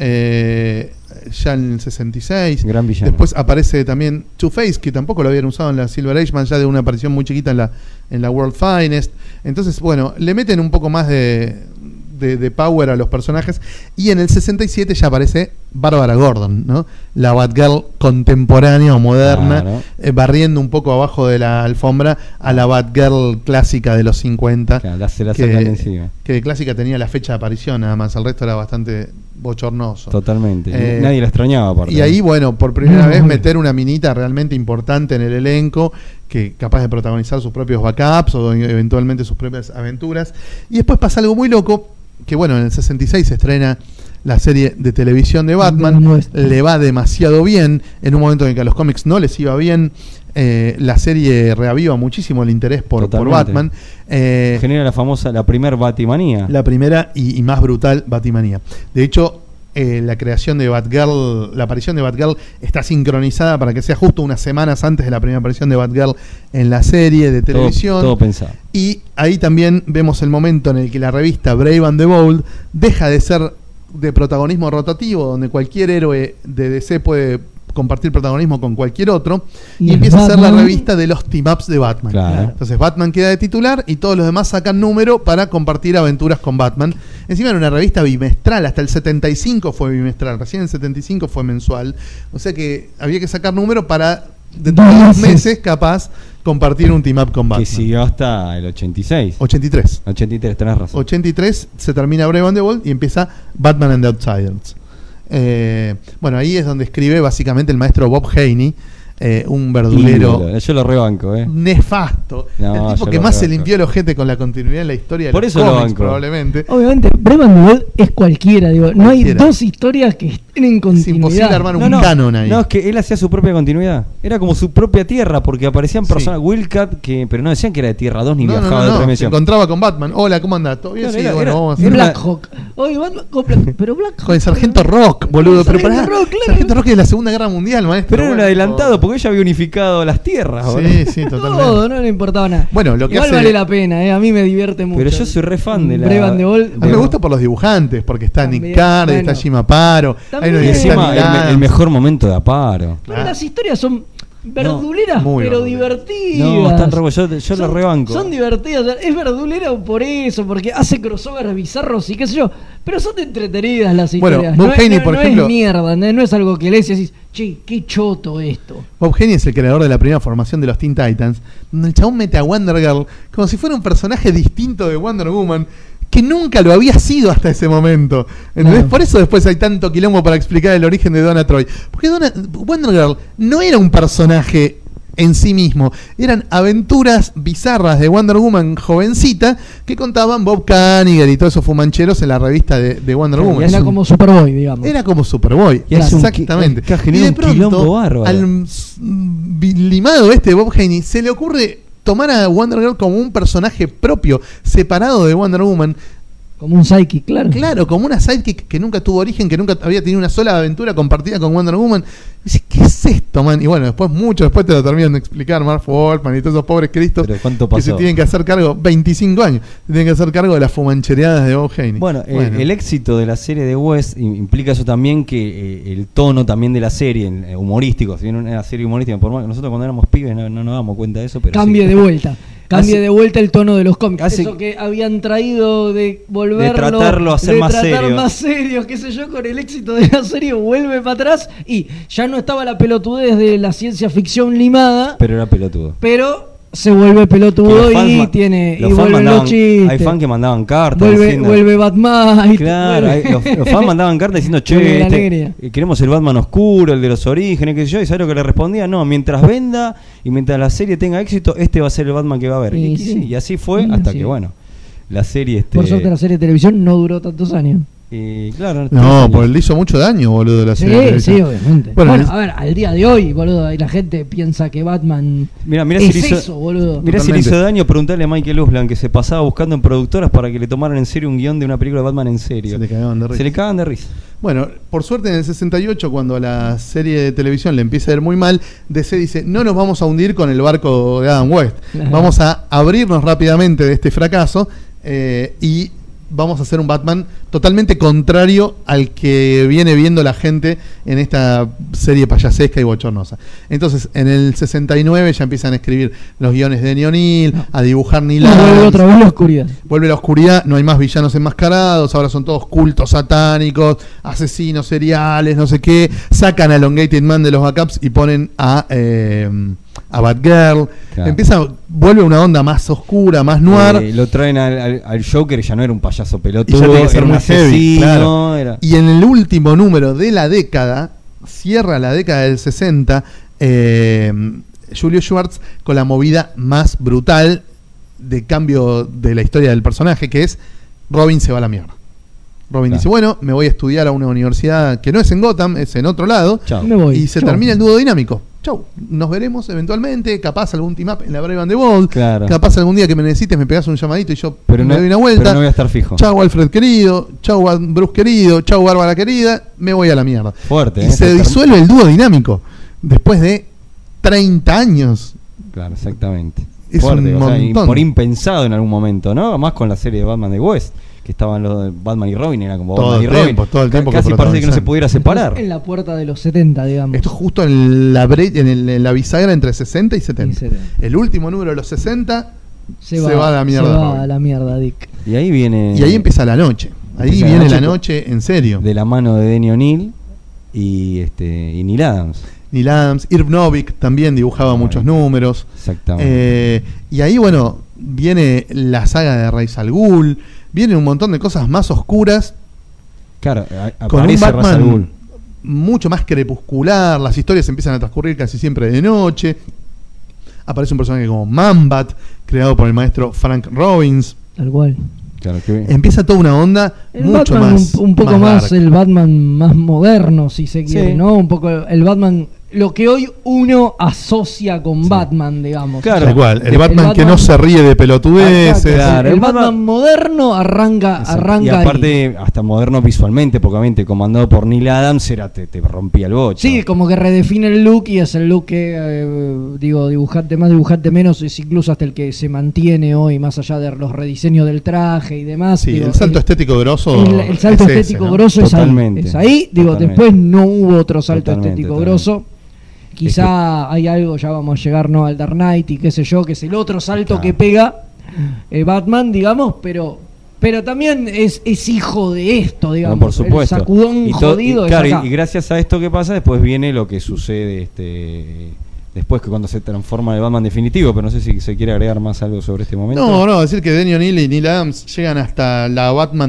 Ya en el 66. Gran villano. Después aparece también Two-Face, que tampoco lo habían usado en la Silver Age, más allá de una aparición muy chiquita en la World Finest. Entonces, bueno, le meten un poco más de power a los personajes. Y en el 67 ya aparece Bárbara Gordon, ¿no? La Batgirl contemporánea o moderna, claro. Barriendo un poco abajo de la alfombra a la Batgirl clásica de los 50. Claro, que de clásica tenía la fecha de aparición, nada más. El resto era bastante bochornoso. Totalmente. Nadie la extrañaba, aparte. Y ahí, bueno, por primera vez meter una minita realmente importante en el elenco, que capaz de protagonizar sus propios backups o eventualmente sus propias aventuras. Y después pasa algo muy loco, que bueno, en el 66 se estrena la serie de televisión de Batman, le va demasiado bien, en un momento en el que a los cómics no les iba bien. La serie reaviva muchísimo el interés por Batman. Genera la primer Batimanía. La primera y más brutal Batimanía. De hecho, la creación de Batgirl, la aparición de Batgirl está sincronizada para que sea justo unas semanas antes de la primera aparición de Batgirl en la serie de televisión. Todo pensado. Y ahí también vemos el momento en el que la revista Brave and the Bold deja de ser de protagonismo rotativo, donde cualquier héroe de DC puede compartir protagonismo con cualquier otro, y empieza a ser la revista de los team-ups de Batman. Claro. Entonces Batman queda de titular y todos los demás sacan número para compartir aventuras con Batman. Encima era una revista bimestral, hasta el 75 fue bimestral, recién en el 75 fue mensual. O sea que había que sacar número para dentro de 2 meses capaz compartir un team-up con Batman. Que siguió hasta el 86. 83. 83, tenés razón. 83 se termina Brave and the Bold y empieza Batman and the Outsiders. Bueno, ahí es donde escribe básicamente el maestro Bob Haney, un verdulero. Yo lo rebanco, nefasto. No, el tipo que más se limpió el ojete con la continuidad en la historia de Por los eso cómics, lo banco. probablemente. Obviamente, Brave and the Bold es cualquiera, digo. No hay dos historias que estén en continuidad. Es imposible armar un canon ahí. No, es que él hacía su propia continuidad. Era como su propia tierra, porque aparecían personas, Wildcat, pero no decían que era de Tierra 2 ni viajaba de otra dimensión. Se encontraba con Batman. Hola, ¿cómo andás? ¿Todo bien? Claro, vamos a Black Hawk. Oye, Batman con Black, pero Black Hawk. Con el Sargento Rock, boludo. Pero pará, Rock, claro. Sargento Rock es de la Segunda Guerra Mundial, maestro. Pero era un adelantado porque ella había unificado las tierras. Sí, totalmente. Todo, no le importaba nada. Bueno, lo que igual hace... vale la pena, a mí me divierte mucho. Pero yo soy re fan de la... Brave and the Bold. A mí me gusta por los dibujantes, porque está También, Nick Cardy, bueno. está Jim Aparo, hay También. uno Y que está encima Neil Adams. el mejor momento de Aparo. Pero las historias son verduleras, muy pero verduleras. divertidas. No, están re yo lo Son- rebanco. Son divertidas, es verdulera por eso, porque hace crossovers bizarros y qué sé yo, pero son entretenidas las Bueno, historias. Bob no Haney, es, por no ejemplo- es mierda, no es algo que lees y decís, che, qué choto esto. Bob Haney es el creador de la primera formación de los Teen Titans, donde el chabón mete a Wonder Girl como si fuera un personaje distinto de Wonder Woman, que nunca lo había sido hasta ese momento. ¿Entendés? Claro. Por eso después hay tanto quilombo para explicar el origen de Donna Troy. Porque Wonder Girl no era un personaje en sí mismo, eran aventuras bizarras de Wonder Woman jovencita que contaban Bob Kaniger y todos esos fumancheros en la revista de Wonder Claro, Woman. Era como Superboy, digamos. Era como Superboy, Y hace exactamente. que ha generado un quilombo bárbaro. al limado este de Bob Haney se le ocurre tomar a Wonder Girl como un personaje propio, separado de Wonder Woman. Como un psychic, claro. Claro, como una sidekick que nunca tuvo origen, que nunca había tenido una sola aventura compartida con Wonder Woman. Y dices, ¿qué es esto, man? Y bueno, mucho después te lo terminan de explicar Mark Wolfman y todos esos pobres cristos Pero ¿cuánto que se pasó? tienen que hacer cargo, 25 años, se tienen que hacer cargo de las fumanchereadas de Bob Haney. Bueno, el éxito de la serie de West implica eso también, que el tono también de la serie, humorístico, si bien una serie humorística, por más que nosotros cuando éramos pibes no nos damos cuenta de eso, pero Cambie sí. de vuelta. Cambie Hace- de vuelta el tono de los cómics. hace- Eso que habían traído de volverlo, De tratarlo a ser de más tratar serio. más serios, qué sé yo, con el éxito de la serie vuelve para atrás y ya no estaba la pelotudez de la ciencia ficción limada, Pero era pelotudo. pero se vuelve pelotudo Que los fans y ma- tiene los y fans vuelven mandaban- los chistes. hay fans que mandaban cartas vuelve, diciendo- vuelve Batman. y Claro, vuelve- los fans mandaban cartas diciendo, Vuelve che, la alegría. queremos el Batman oscuro, el de los orígenes, qué sé yo, y ¿sabes lo que le respondía? No, mientras venda y mientras la serie tenga éxito, este va a ser el Batman que va a ver. Y Y, sí. y así fue Y hasta así. que, bueno, la serie... Por suerte la serie de televisión no duró tantos años. y claro, No, porque le hizo mucho daño, boludo, la Sí, serie. de televisión. sí, obviamente. Bueno, Bueno, a ver, al día de hoy, boludo, y la gente piensa que Batman Mira es si le hizo, eso, boludo. mirá si le Totalmente. hizo daño preguntarle a Michael Uslan, que se pasaba buscando en productoras para que le tomaran en serio un guión de una película de Batman en serio. Se le cagaban de risa. Se le cagaban de risa. Bueno, por suerte en el 68, cuando a la serie de televisión le empieza a ir muy mal, DC dice, no nos vamos a hundir con el barco de Adam West. Claro. Vamos a abrirnos rápidamente de este fracaso y vamos a hacer un Batman totalmente contrario al que viene viendo la gente en esta serie payasesca y bochornosa. Entonces, en el 69 ya empiezan a escribir los guiones de Denny O'Neil, a dibujar Neil Y vuelve Adams. otra vez la oscuridad. Vuelve la oscuridad, no hay más villanos enmascarados, ahora son todos cultos satánicos, asesinos seriales, no sé qué. Sacan a Elongated Man de los backups y ponen a Batgirl. Claro. Vuelve una onda más oscura, más noir. Lo traen al Joker, ya no era un payaso Y pelotudo, ya tiene que ser era un muy heavy, asesino, claro. era... Y en el último número de la década, cierra la década del 60, Julio Schwartz con la movida más brutal de cambio de la historia del personaje, que es Robin se va a la mierda. Robin Claro. dice, bueno, me voy a estudiar a una universidad que no es en Gotham, es en otro lado, Chao. Me voy. y se Chau. termina el dúo dinámico. Chau, nos veremos eventualmente, capaz algún team up en la Brave and the Bold, Claro. capaz algún día que me necesites me pegas un llamadito y yo Pero me no, doy una vuelta. pero no voy a estar fijo. Chau Alfred querido, chau Bruce querido, chau Bárbara querida, me voy a la mierda. Fuerte, Y se disuelve el dúo dinámico después de 30 años. Claro, exactamente. Es Fuerte, un o sea, montón. por impensado en algún momento, ¿no? Más con la serie de Batman de West, que estaban los de Batman y Robin, era como Todo Batman el y Robin. tiempo, todo el tiempo que Casi parece que no protagonizan. se pudiera separar. En la puerta de los 70, digamos. Esto es justo en la en la bisagra entre 60 y 70. Y 70. El último número de los 60 se va a la mierda, Se va Robin. a la mierda, Dick. Y ahí viene... y ahí empieza la noche. Ahí Empieza la viene noche la con- noche en serio. de la mano de Denny O'Neil y Neil Adams. Neil Adams, Irv Novick también dibujaba Novick. muchos números. Exactamente. Y ahí, bueno, viene la saga de Ra's al Ghul, viene un montón de cosas más oscuras, Claro, con un aparece Ra's al Ghul. Batman mucho más crepuscular, las historias empiezan a transcurrir casi siempre de noche. Aparece un personaje como Man-Bat, creado por el maestro Frank Robbins. Tal cual. Claro, que Empieza toda una onda El mucho Batman más un poco más dark. el Batman más moderno, si se quiere, Sí. ¿no? Un poco el Batman lo que hoy uno asocia con Batman, digamos. Claro. Tal cual. El Batman que no se ríe de pelotudeces. Exacto. Claro, el el Batman Batman moderno arranca y ahí. aparte, hasta moderno visualmente, porque obviamente comandado por Neil Adams, te rompía el bocho. Sí, como que redefine el look y es el look que, dibujante más, dibujante menos, es incluso hasta el que se mantiene hoy, más allá de los rediseños del traje y demás. Sí, digo, el salto estético grosso. el salto es ese, estético ¿no? grosso Totalmente. es ahí. Totalmente. Después no hubo otro salto Totalmente, estético totalmente. grosso. Quizá hay algo, ya vamos a llegar, ¿no?, al Dark Knight y qué sé yo, que es el otro salto Claro. que pega Batman, digamos, pero también es hijo de esto, digamos. No, por supuesto. El sacudón jodido claro, es acá. y gracias a esto que pasa, después viene lo que sucede después, que cuando se transforma en el Batman definitivo, pero no sé si se quiere agregar más algo sobre este momento. No, decir que Denny O'Neil y Neil Adams llegan hasta la Batman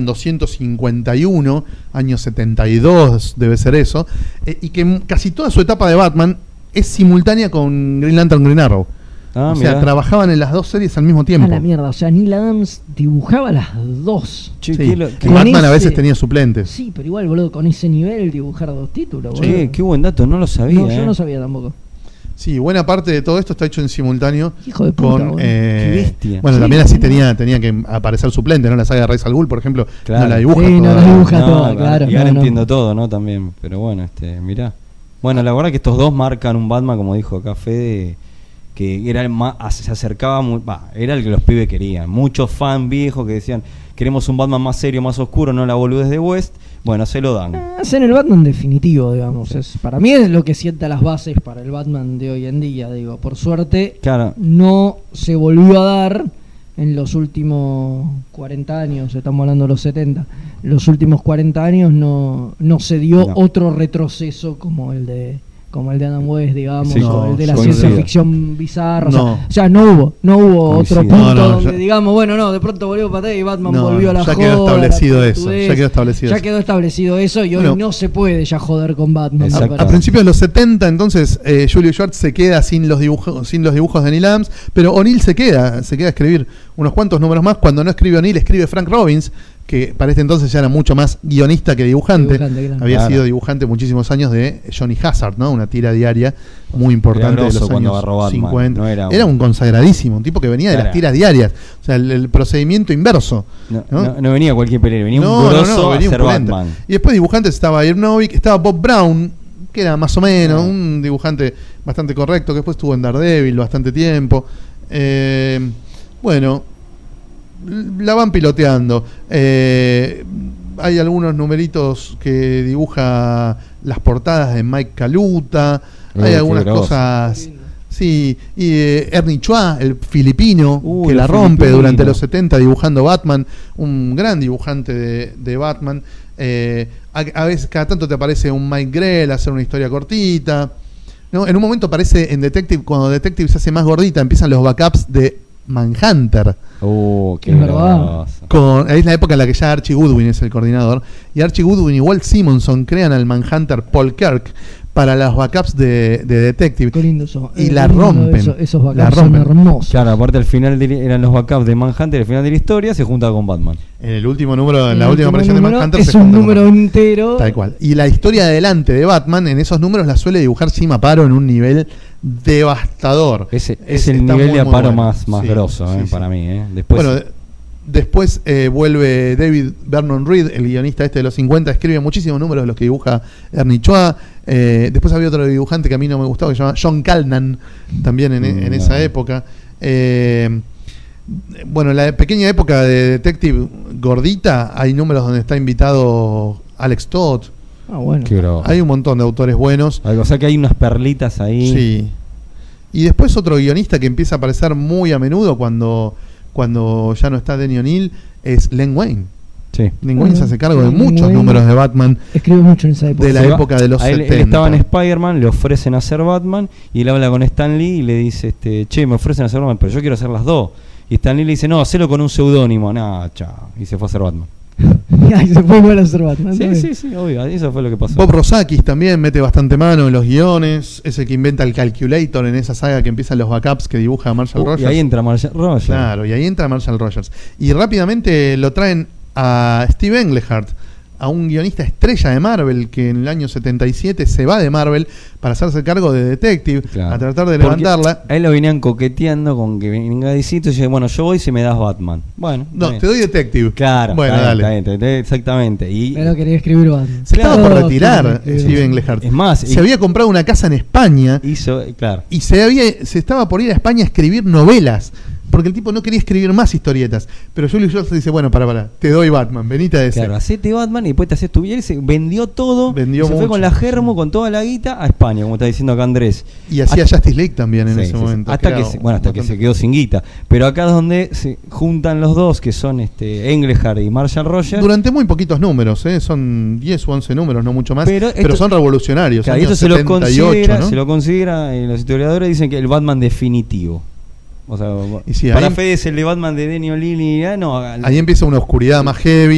251, año 72, debe ser eso, y que casi toda su etapa de Batman es simultánea con Green Lantern, Green Arrow. Ah, o sea, mirá. trabajaban en las dos series al mismo A tiempo. la mierda, o sea, Neil Adams dibujaba las dos. Che, Sí. qué lo- Y qué- Con Batman a ese- veces tenía suplentes. Sí, pero igual, boludo, con ese nivel dibujar dos títulos, boludo. che, qué buen dato, no lo sabía. No, yo no sabía tampoco. Sí, buena parte de todo esto está hecho en simultáneo Hijo de puta, con boludo. Qué bestia. bueno, Sí, también así boludo. tenía que aparecer suplente, ¿no? La saga de Ra's al Ghul, por ejemplo, Claro. no la dibuja Sí, no toda. la dibuja No, toda, claro. Y ahora no. entiendo todo, ¿no? También, pero bueno, mirá. Bueno, la verdad que estos dos marcan un Batman, como dijo acá Fede, que era el más, se acercaba, era el que los pibes querían. Muchos fan viejos que decían, queremos un Batman más serio, más oscuro, no la boludez de West. Bueno, se lo dan. Hacen el Batman definitivo, digamos. Para mí es lo que sienta las bases para el Batman de hoy en día, digo. Por suerte, Claro. no se volvió a dar en los últimos 40 años, estamos hablando de los 70. En los últimos 40 años no se dio No. otro retroceso como el de Adam West, digamos, Sí, o el de la coincido. ciencia ficción bizarra. No. O sea, no hubo Coincido. otro punto No, donde ya- digamos, bueno, no, de pronto volvió para atrás y Batman No, volvió a la ya joda. quedó establecido la eso, pelotudez. ya quedó establecido Ya eso. quedó establecido eso y Bueno. hoy no se puede ya joder con Batman. Exacto. me A parece. principios de los 70, entonces, Julio Schwartz se queda sin los dibujos de Neil Adams, pero O'Neill se queda a escribir unos cuantos números más. Cuando no escribe O'Neill, escribe Frank Robbins, que para este entonces ya era mucho más guionista que dibujante. Dibujante, claro. Había Claro. sido dibujante muchos años de Johnny Hazard, ¿no? Una tira diaria muy importante Era de grosso los cuando años agarró Batman, 50. no era Era un- un consagradísimo, un tipo que venía de Claro. las tiras diarias. O sea, el procedimiento inverso. No venía cualquier pelea, venía un No, grosso a venía un ser pulento. Batman. Y después dibujantes estaba Irv Novick, estaba Bob Brown, que era más o menos un dibujante bastante correcto, que después estuvo en Daredevil bastante tiempo. Bueno, la van piloteando. Hay algunos numeritos que dibuja las portadas de Mike Kaluta. Hay qué algunas groso. cosas. Sí, y Ernie Chua, el filipino, que el la rompe filipino. durante los 70 dibujando Batman, un gran dibujante de Batman. A veces, cada tanto te aparece un Mike Grell a hacer una historia cortita, ¿no? En un momento aparece en Detective, cuando Detective se hace más gordita, empiezan los backups de Manhunter. Qué Es verdad. groso. Es la época en la que ya Archie Goodwin es el coordinador. Y Archie Goodwin y Walt Simonson crean al Manhunter Paul Kirk para las backups de Detective. Qué lindo eso. Y Qué la lindo rompen. Esos La backups son rompen. hermosos. Claro, aparte al final eran los backups de Manhunter, al final de la historia se junta con Batman. En el último número, en la El última último aparición de número Manhunter es se un junta con número Batman. entero. Tal cual. Y la historia de adelante de Batman, en esos números la suele dibujar Jim Aparo en un nivel devastador. Es el Está nivel muy, de muy Aparo bueno. más Sí, grosso, sí, sí. para mí. Después, Bueno, después vuelve David Vernon Reed, el guionista de los 50, escribe muchísimos números de los que dibuja Ernie Chua. Después había otro dibujante que a mí no me gustaba, que se llama John Calnan, también en No. esa época. Bueno, en la pequeña época de Detective gordita, hay números donde está invitado Alex Todd. Ah, bueno. qué grosso. Hay un montón de autores buenos. O sea que hay unas perlitas ahí. Sí. Y después otro guionista que empieza a aparecer muy a menudo cuando ya no está Denny O'Neil es Len Wein. Sí. Len Wein se hace cargo de Len muchos Wein números de Batman Escribe mucho en esa época. de la Se va- época de los a él 70. estaba en Spider-Man, le ofrecen hacer Batman y él habla con Stan Lee y le dice, che, me ofrecen hacer Batman, pero yo quiero hacer las dos. Y Stan Lee le dice, no, hacelo con un seudónimo. Nah, chao. Y se fue a hacer Batman. Y ahí se fue igual a hacer Batman. está bien. Sí, obvio. Eso fue lo que pasó. Bob Rozakis también mete bastante mano en los guiones. Es el que inventa el Calculator en esa saga que empiezan los backups que dibuja Marshall Rogers. Y ahí entra Marshall Rogers. Claro, y ahí entra Marshall Rogers. Y rápidamente lo traen a Steve Englehart a un guionista estrella de Marvel que en el año 77 se va de Marvel para hacerse cargo de Detective, Claro. a tratar de Porque levantarla. a él lo venían coqueteando con que venga Dicito y dice, bueno, yo voy si me das Batman. Bueno, No, está bien. te doy Detective. Claro, Bueno, está bien, dale. está bien, exactamente. Y Pero quería escribir Batman. Se estaba Claro, por retirar quería escribir Steven Batman. Englehart. Es más, se había comprado una casa en España hizo, claro. y se estaba por ir a España a escribir novelas. Porque el tipo no quería escribir más historietas. Pero Julius Jones dice, bueno, para, te doy Batman, venite a ese. Claro, hacete Batman y después te haces tu vida. Y se vendió todo. Vendió y se fue mucho, con la Germo, con toda la guita a España, como está diciendo acá Andrés. Y hacía Hasta- Justice League también en Sí, ese sí, sí. momento. Hasta era que se, bueno, hasta que bastante- se quedó sin guita. Pero acá es donde se juntan los dos, que son Englehart y Marshall Rogers. Durante muy poquitos números, son 10 o 11 números, no mucho más. Pero Pero esto- son revolucionarios. Claro, y años esto se lo 78, considera, ¿no? los historiadores dicen que el Batman definitivo. O sea, Y sí, para ahí- Fede es el de Batman de Denny O'Leary. No, Ahí empieza una oscuridad más heavy.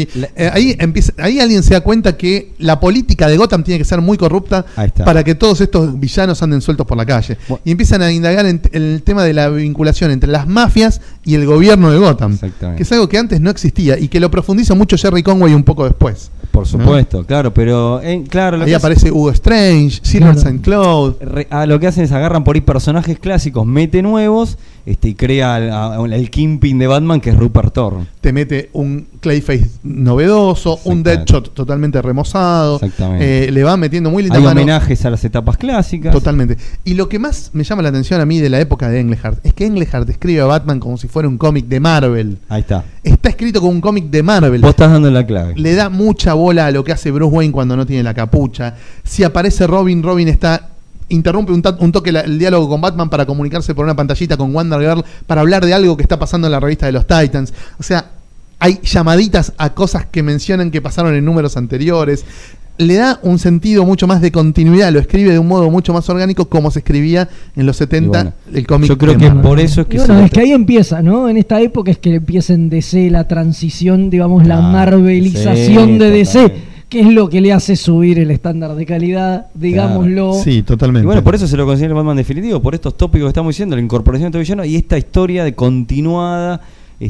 Ahí alguien se da cuenta que la política de Gotham tiene que ser muy corrupta Ahí está. para que todos estos villanos anden sueltos por la calle. Bueno. Y empiezan a indagar en el tema de la vinculación entre las mafias y el gobierno de Gotham. Exactamente. Que es algo que antes no existía y que lo profundiza mucho Jerry Conway un poco después. por supuesto, claro, pero claro, lo Ahí que aparece Hugo Strange, Silver Claro. St. Claude. lo que hacen es agarran por ahí personajes clásicos, mete nuevos, y crea el Kingpin de Batman, que es Rupert Thorne. Te mete un Clayface novedoso, un Exactamente. Deadshot totalmente remozado. Exactamente. Le va metiendo muy linda Hay mano. homenajes a las etapas clásicas. Totalmente. Y lo que más me llama la atención a mí de la época de Englehart es que Englehart escribe a Batman como si fuera un cómic de Marvel. Ahí está. Está escrito como un cómic de Marvel. Vos estás dando la clave. Le da mucha bola a lo que hace Bruce Wayne cuando no tiene la capucha. Si aparece Robin interrumpe un toque el diálogo con Batman para comunicarse por una pantallita con Wonder Girl para hablar de algo que está pasando en la revista de los Titans. O sea, hay llamaditas a cosas que mencionan que pasaron en números anteriores. Le da un sentido mucho más de continuidad, lo escribe de un modo mucho más orgánico como se escribía en los 70 Y bueno, el cómic. yo creo de que Marvel. por eso es que Y bueno, se es que ahí empieza, ¿no? En esta época es que empieza en DC la transición, digamos, la Ah, marvelización sí, de DC, totalmente. que es lo que le hace subir el estándar de calidad, digámoslo. Sí, totalmente. Y bueno, por eso se lo considera el Batman definitivo, por estos tópicos que estamos diciendo, la incorporación de estos villanos y esta historia de continuada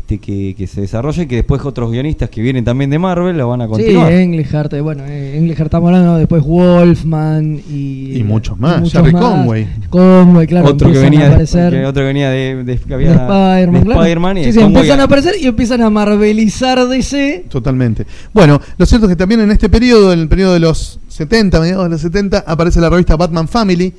que se desarrolla y que después otros guionistas que vienen también de Marvel la van a Sí, continuar. Englehart, Englehart estamos hablando, después Wolfman y muchos más, muchos Jerry más. Conway. Conway, claro, Otro que empiezan venía a aparecer otro que venía de que de había Spider-Man, claro. Spider-Man y Sí, de sí, Conway empiezan a aparecer y empiezan a marvelizar DC. Totalmente. Bueno, lo cierto es que también en este periodo, en el periodo de los 70, mediados de los 70, aparece la revista Batman Family,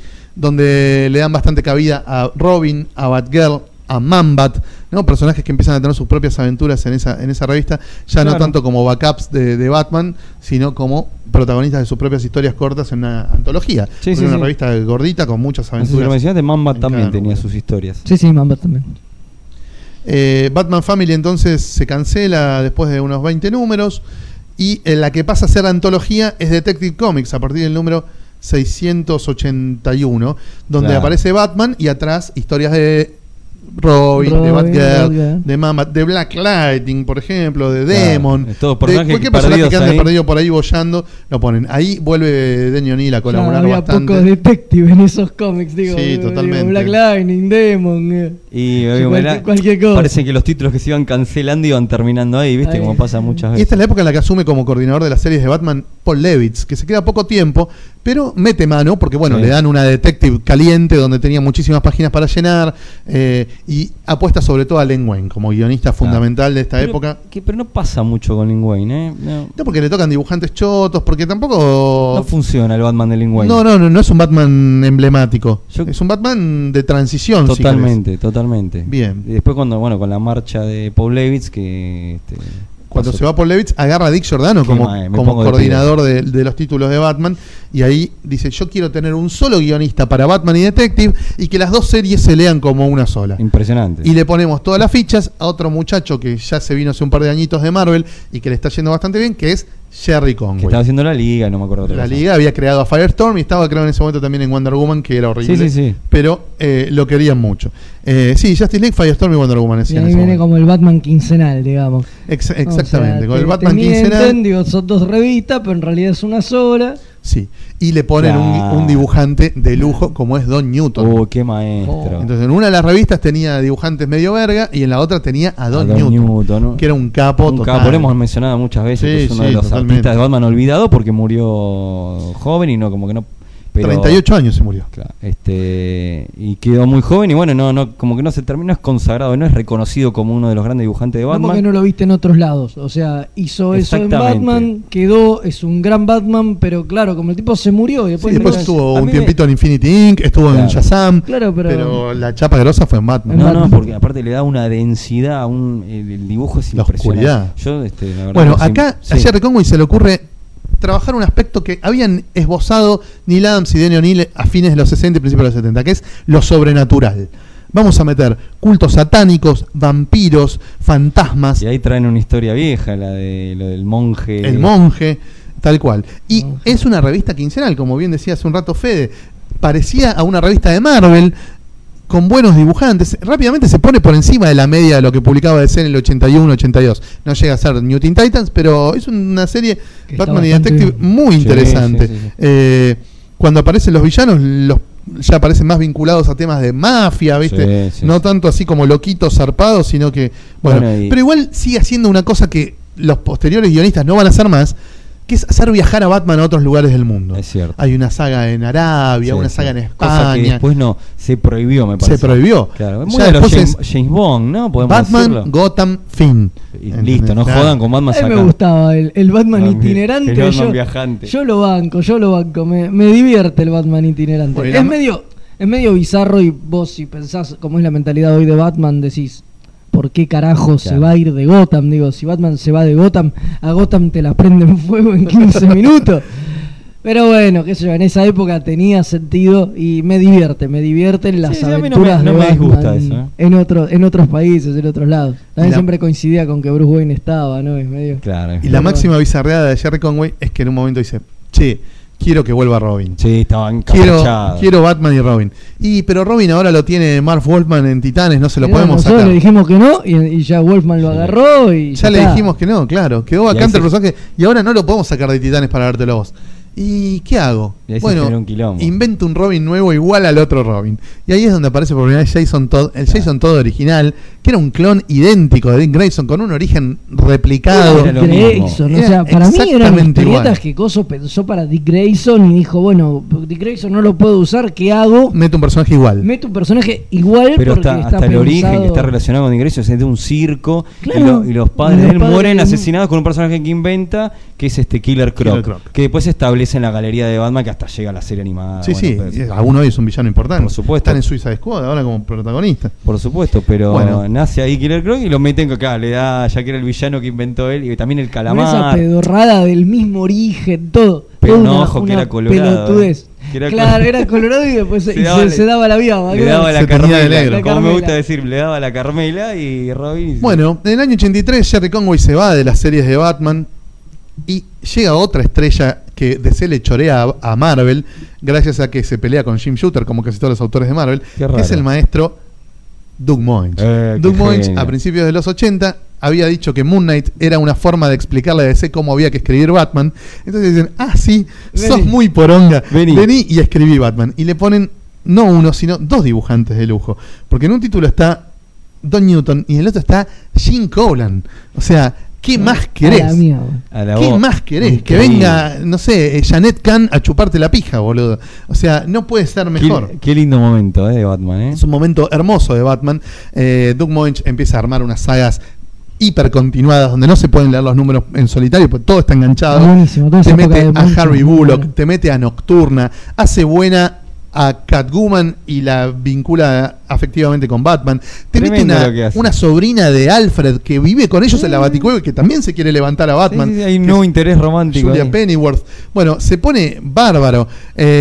donde le dan bastante cabida a Robin, a Batgirl, a Man-Bat, ¿no? Personajes que empiezan a tener sus propias aventuras en esa revista, ya no Claro. tanto como backups de Batman, sino como protagonistas de sus propias historias cortas en una antología. Sí, Porque sí, una sí. revista gordita con muchas No sé si lo aventuras. mencionaste, Man-Bat en también cada tenía número. sus historias. Sí, sí, Mamba también. Batman Family entonces se cancela después de unos 20 números y la que pasa a ser antología es Detective Comics a partir del número 681, donde Claro. aparece Batman y atrás historias de Robin, de Batgirl, de Mamba, de Black Lightning, por ejemplo, de Claro, Demon, de todos de personajes cualquier personaje perdidos que ande ahí. perdido por ahí bollando, lo ponen. Ahí vuelve Denny O'Neil a colaborar Había bastante. pocos detectives en esos cómics, digo. Sí, digo, totalmente. Black Lightning, Demon. Y cualquier cosa. Parece que los títulos que se iban cancelando iban terminando ahí, ¿viste? Ahí. Como pasa muchas Y veces. esta es la época en la que asume como coordinador de las series de Batman Paul Levitz, que se queda poco tiempo, pero mete mano, porque bueno, Sí. le dan una detective caliente donde tenía muchísimas páginas para llenar, y apuesta sobre todo a Len Wein como guionista fundamental de esta Pero, época. pero no pasa mucho con Lin Wayne, ¿eh? No porque le tocan dibujantes chotos, porque tampoco... No funciona el Batman de Lin Wayne. No es un Batman emblemático. Yo- Es un Batman de transición, si Totalmente, totalmente. Bien. Y después con la marcha de Paul Levitz que Cuando pasó- se va Paul Levitz, agarra a Dick Giordano Qué como, mal, me como pongo de coordinador de los títulos de Batman. Y ahí dice, yo quiero tener un solo guionista para Batman y Detective y que las dos series se lean como una sola. impresionante. Y le ponemos todas las fichas a otro muchacho que ya se vino hace un par de añitos de Marvel y que le está yendo bastante bien, que es Jerry que Conway. estaba haciendo la liga, no me acuerdo otra La cosa. Liga había creado a Firestorm y estaba creo en ese momento también en Wonder Woman, que era horrible. Sí, sí, sí. Pero lo querían mucho. Sí, Justice League, Firestorm y Wonder Woman. Y decían en ahí ese viene momento. como el Batman quincenal, digamos. Exactamente, O sea, con el te Batman mienten, quincenal. digo, son dos revistas, pero en realidad es una sola. Sí. Y le ponen un dibujante de lujo como es Don Newton. Qué maestro. Entonces, en una de las revistas tenía dibujantes medio verga y en la otra tenía a Don Newton, ¿no? que era un capo Un total. capo, lo hemos mencionado muchas veces, que es uno de los totalmente. artistas de Batman olvidado porque murió joven y no, como que no. Pero, 38 años se murió. Claro, y quedó muy joven y bueno, no, como que no se terminó, es consagrado, no es reconocido como uno de los grandes dibujantes de No, Batman. porque no lo viste en otros lados. O sea, hizo eso en Exactamente. Batman, es un gran Batman, pero claro, como el tipo se murió y después, Sí, después no- estuvo a un mí tiempito en Infinity Inc., estuvo en Claro. Shazam, Claro, pero la chapa grosa fue en Batman. No, porque aparte le da una densidad, el dibujo es La impresionante. oscuridad. Yo, la verdad, Bueno, no sé- acá sí. a Jerry Conway se le ocurre trabajar un aspecto que habían esbozado Neil Adams y Denny O'Neil a fines de los 60 y principios de los 70, que es lo sobrenatural. Vamos a meter cultos satánicos, vampiros, fantasmas, Y ahí traen una historia vieja, lo del monje. el monje, tal cual. Y es una revista quincenal, como bien decía hace un rato Fede. Parecía a una revista de Marvel, con buenos dibujantes. Rápidamente se pone por encima de la media de lo que publicaba DC en el 81-82. No llega a ser New Teen Titans, pero es una serie, Que está Batman y bastante Detective, bien. muy Sí, interesante. sí, sí. Cuando aparecen los villanos, ya aparecen más vinculados a temas de mafia, ¿viste? Sí, sí, No sí. tanto así como loquitos zarpados, sino que... Bueno, pero igual sigue haciendo una cosa que los posteriores guionistas no van a hacer más, que es hacer viajar a Batman a otros lugares del mundo. Es cierto. Hay una saga en Arabia, Sí, una sí. saga en Cosa que España. después no, se prohibió, me parece. Se prohibió. Claro, es Ya muy de los después James Bond, ¿no? Podemos Batman, decirlo. Gotham, fin. Y listo, no Claro. jodan con Batman a mí me saca- gustaba el Batman Batman- itinerante. el Batman viajante. Yo lo banco, me divierte el Batman itinerante. Bueno, Es medio bizarro y vos si pensás cómo es la mentalidad hoy de Batman decís, ¿por qué carajo se Claro. va a ir de Gotham? Digo, si Batman se va de Gotham, a Gotham te la prenden fuego en 15 minutos. Pero bueno, qué sé yo, en esa época tenía sentido y me divierten las Sí, sí, a mí no aventuras me de Batman disgusta eso, ¿eh? en otros países, en otros lados. También Y la- siempre coincidía con que Bruce Wayne estaba, ¿no? Es medio... Claro. Y la máxima bizarreada de Jerry Conway es que en un momento dice, che, quiero que vuelva Robin. Sí, estaban Quiero Batman y Robin. Pero Robin ahora lo tiene Marv Wolfman en Titanes, no se lo Mirá, podemos nosotros sacar. le dijimos que no y ya Wolfman lo agarró y Ya le está. dijimos que no, claro. Quedó Y vacante ahí el personaje y ahora no lo podemos sacar de Titanes para dártelo vos. ¿Y qué hago? Y ahí se Bueno, genera un quilombo. invento un Robin nuevo igual al otro Robin. Y ahí es donde aparece por primera vez Jason Todd, el Jason Todd original, que era un clon idéntico de Dick Grayson con un origen replicado. Era lo mismo. Grayson, o Era sea, para mí eran exactamente historietas igual. que Coso pensó para Dick Grayson y dijo, bueno, Dick Grayson no lo puedo usar, ¿qué hago? Mete un personaje igual. Meto un personaje igual Pero porque hasta está el origen pensado- que está relacionado con ingresos es de un circo Claro. y los padres Y los de él padres mueren de- asesinados con un personaje que inventa, que es Killer Croc, Killer Croc. que después se establece en la galería de Batman, que hasta llega a la serie animada. Sí, Bueno, sí, pero- aún hoy es un villano importante. Por supuesto. Están en Suicide Squad ahora como protagonista. Por supuesto, pero Bueno. nace ahí Killer Croc y lo meten acá, le da, ya que era el villano que inventó él, y también el Con esa calamar. pedorrada del mismo origen, todo. Pero Toda no, ojo, que era colorado, pelotudez. que era Claro, col- era colorado y después Se y daba se daba la viaba. Le claro. daba la Se tenía de Carmela, negro. como me Carmela. gusta decir, le daba la Carmela y Robin. Bueno, en el año 83 Jerry Conway se va de las series de Batman y llega otra estrella que DC le chorea a Marvel gracias a que se pelea con Jim Shooter, como casi todos los autores de Marvel, Qué que es raro. el maestro Doug Moench. Qué Doug Moench, genio. a principios de los 80, había dicho que Moon Knight era una forma de explicarle a DC cómo había que escribir Batman. Entonces dicen, sí, sos Vení. muy poronga, Vení. vení y escribí Batman. Y le ponen no uno, sino dos dibujantes de lujo. Porque en un título está Don Newton y en el otro está Gene Colan. O sea, ¿qué más A la querés? mierda. A la ¿Qué voz. más querés? Que Increíble. venga, no sé, Janet Kahn a chuparte la pija, boludo. O sea, no puede ser mejor. Qué lindo momento de Batman, ¿eh? Es un momento hermoso de Batman. Doug Moench empieza a armar unas sagas hiper continuadas donde no se pueden leer los números en solitario, porque todo está enganchado. Buenísimo, toda esa Te época mete de a Moench Harry es muy Bullock, buena. te mete a Nocturna, hace buena a Catwoman y la vincula afectivamente con Batman. Te mete Tremendo lo que hace. una sobrina de Alfred que vive con ellos en la Baticueva y que también se quiere levantar a Batman. Sí, sí, hay un que nuevo es interés romántico. Julia ahí. Pennyworth. Bueno, se pone bárbaro.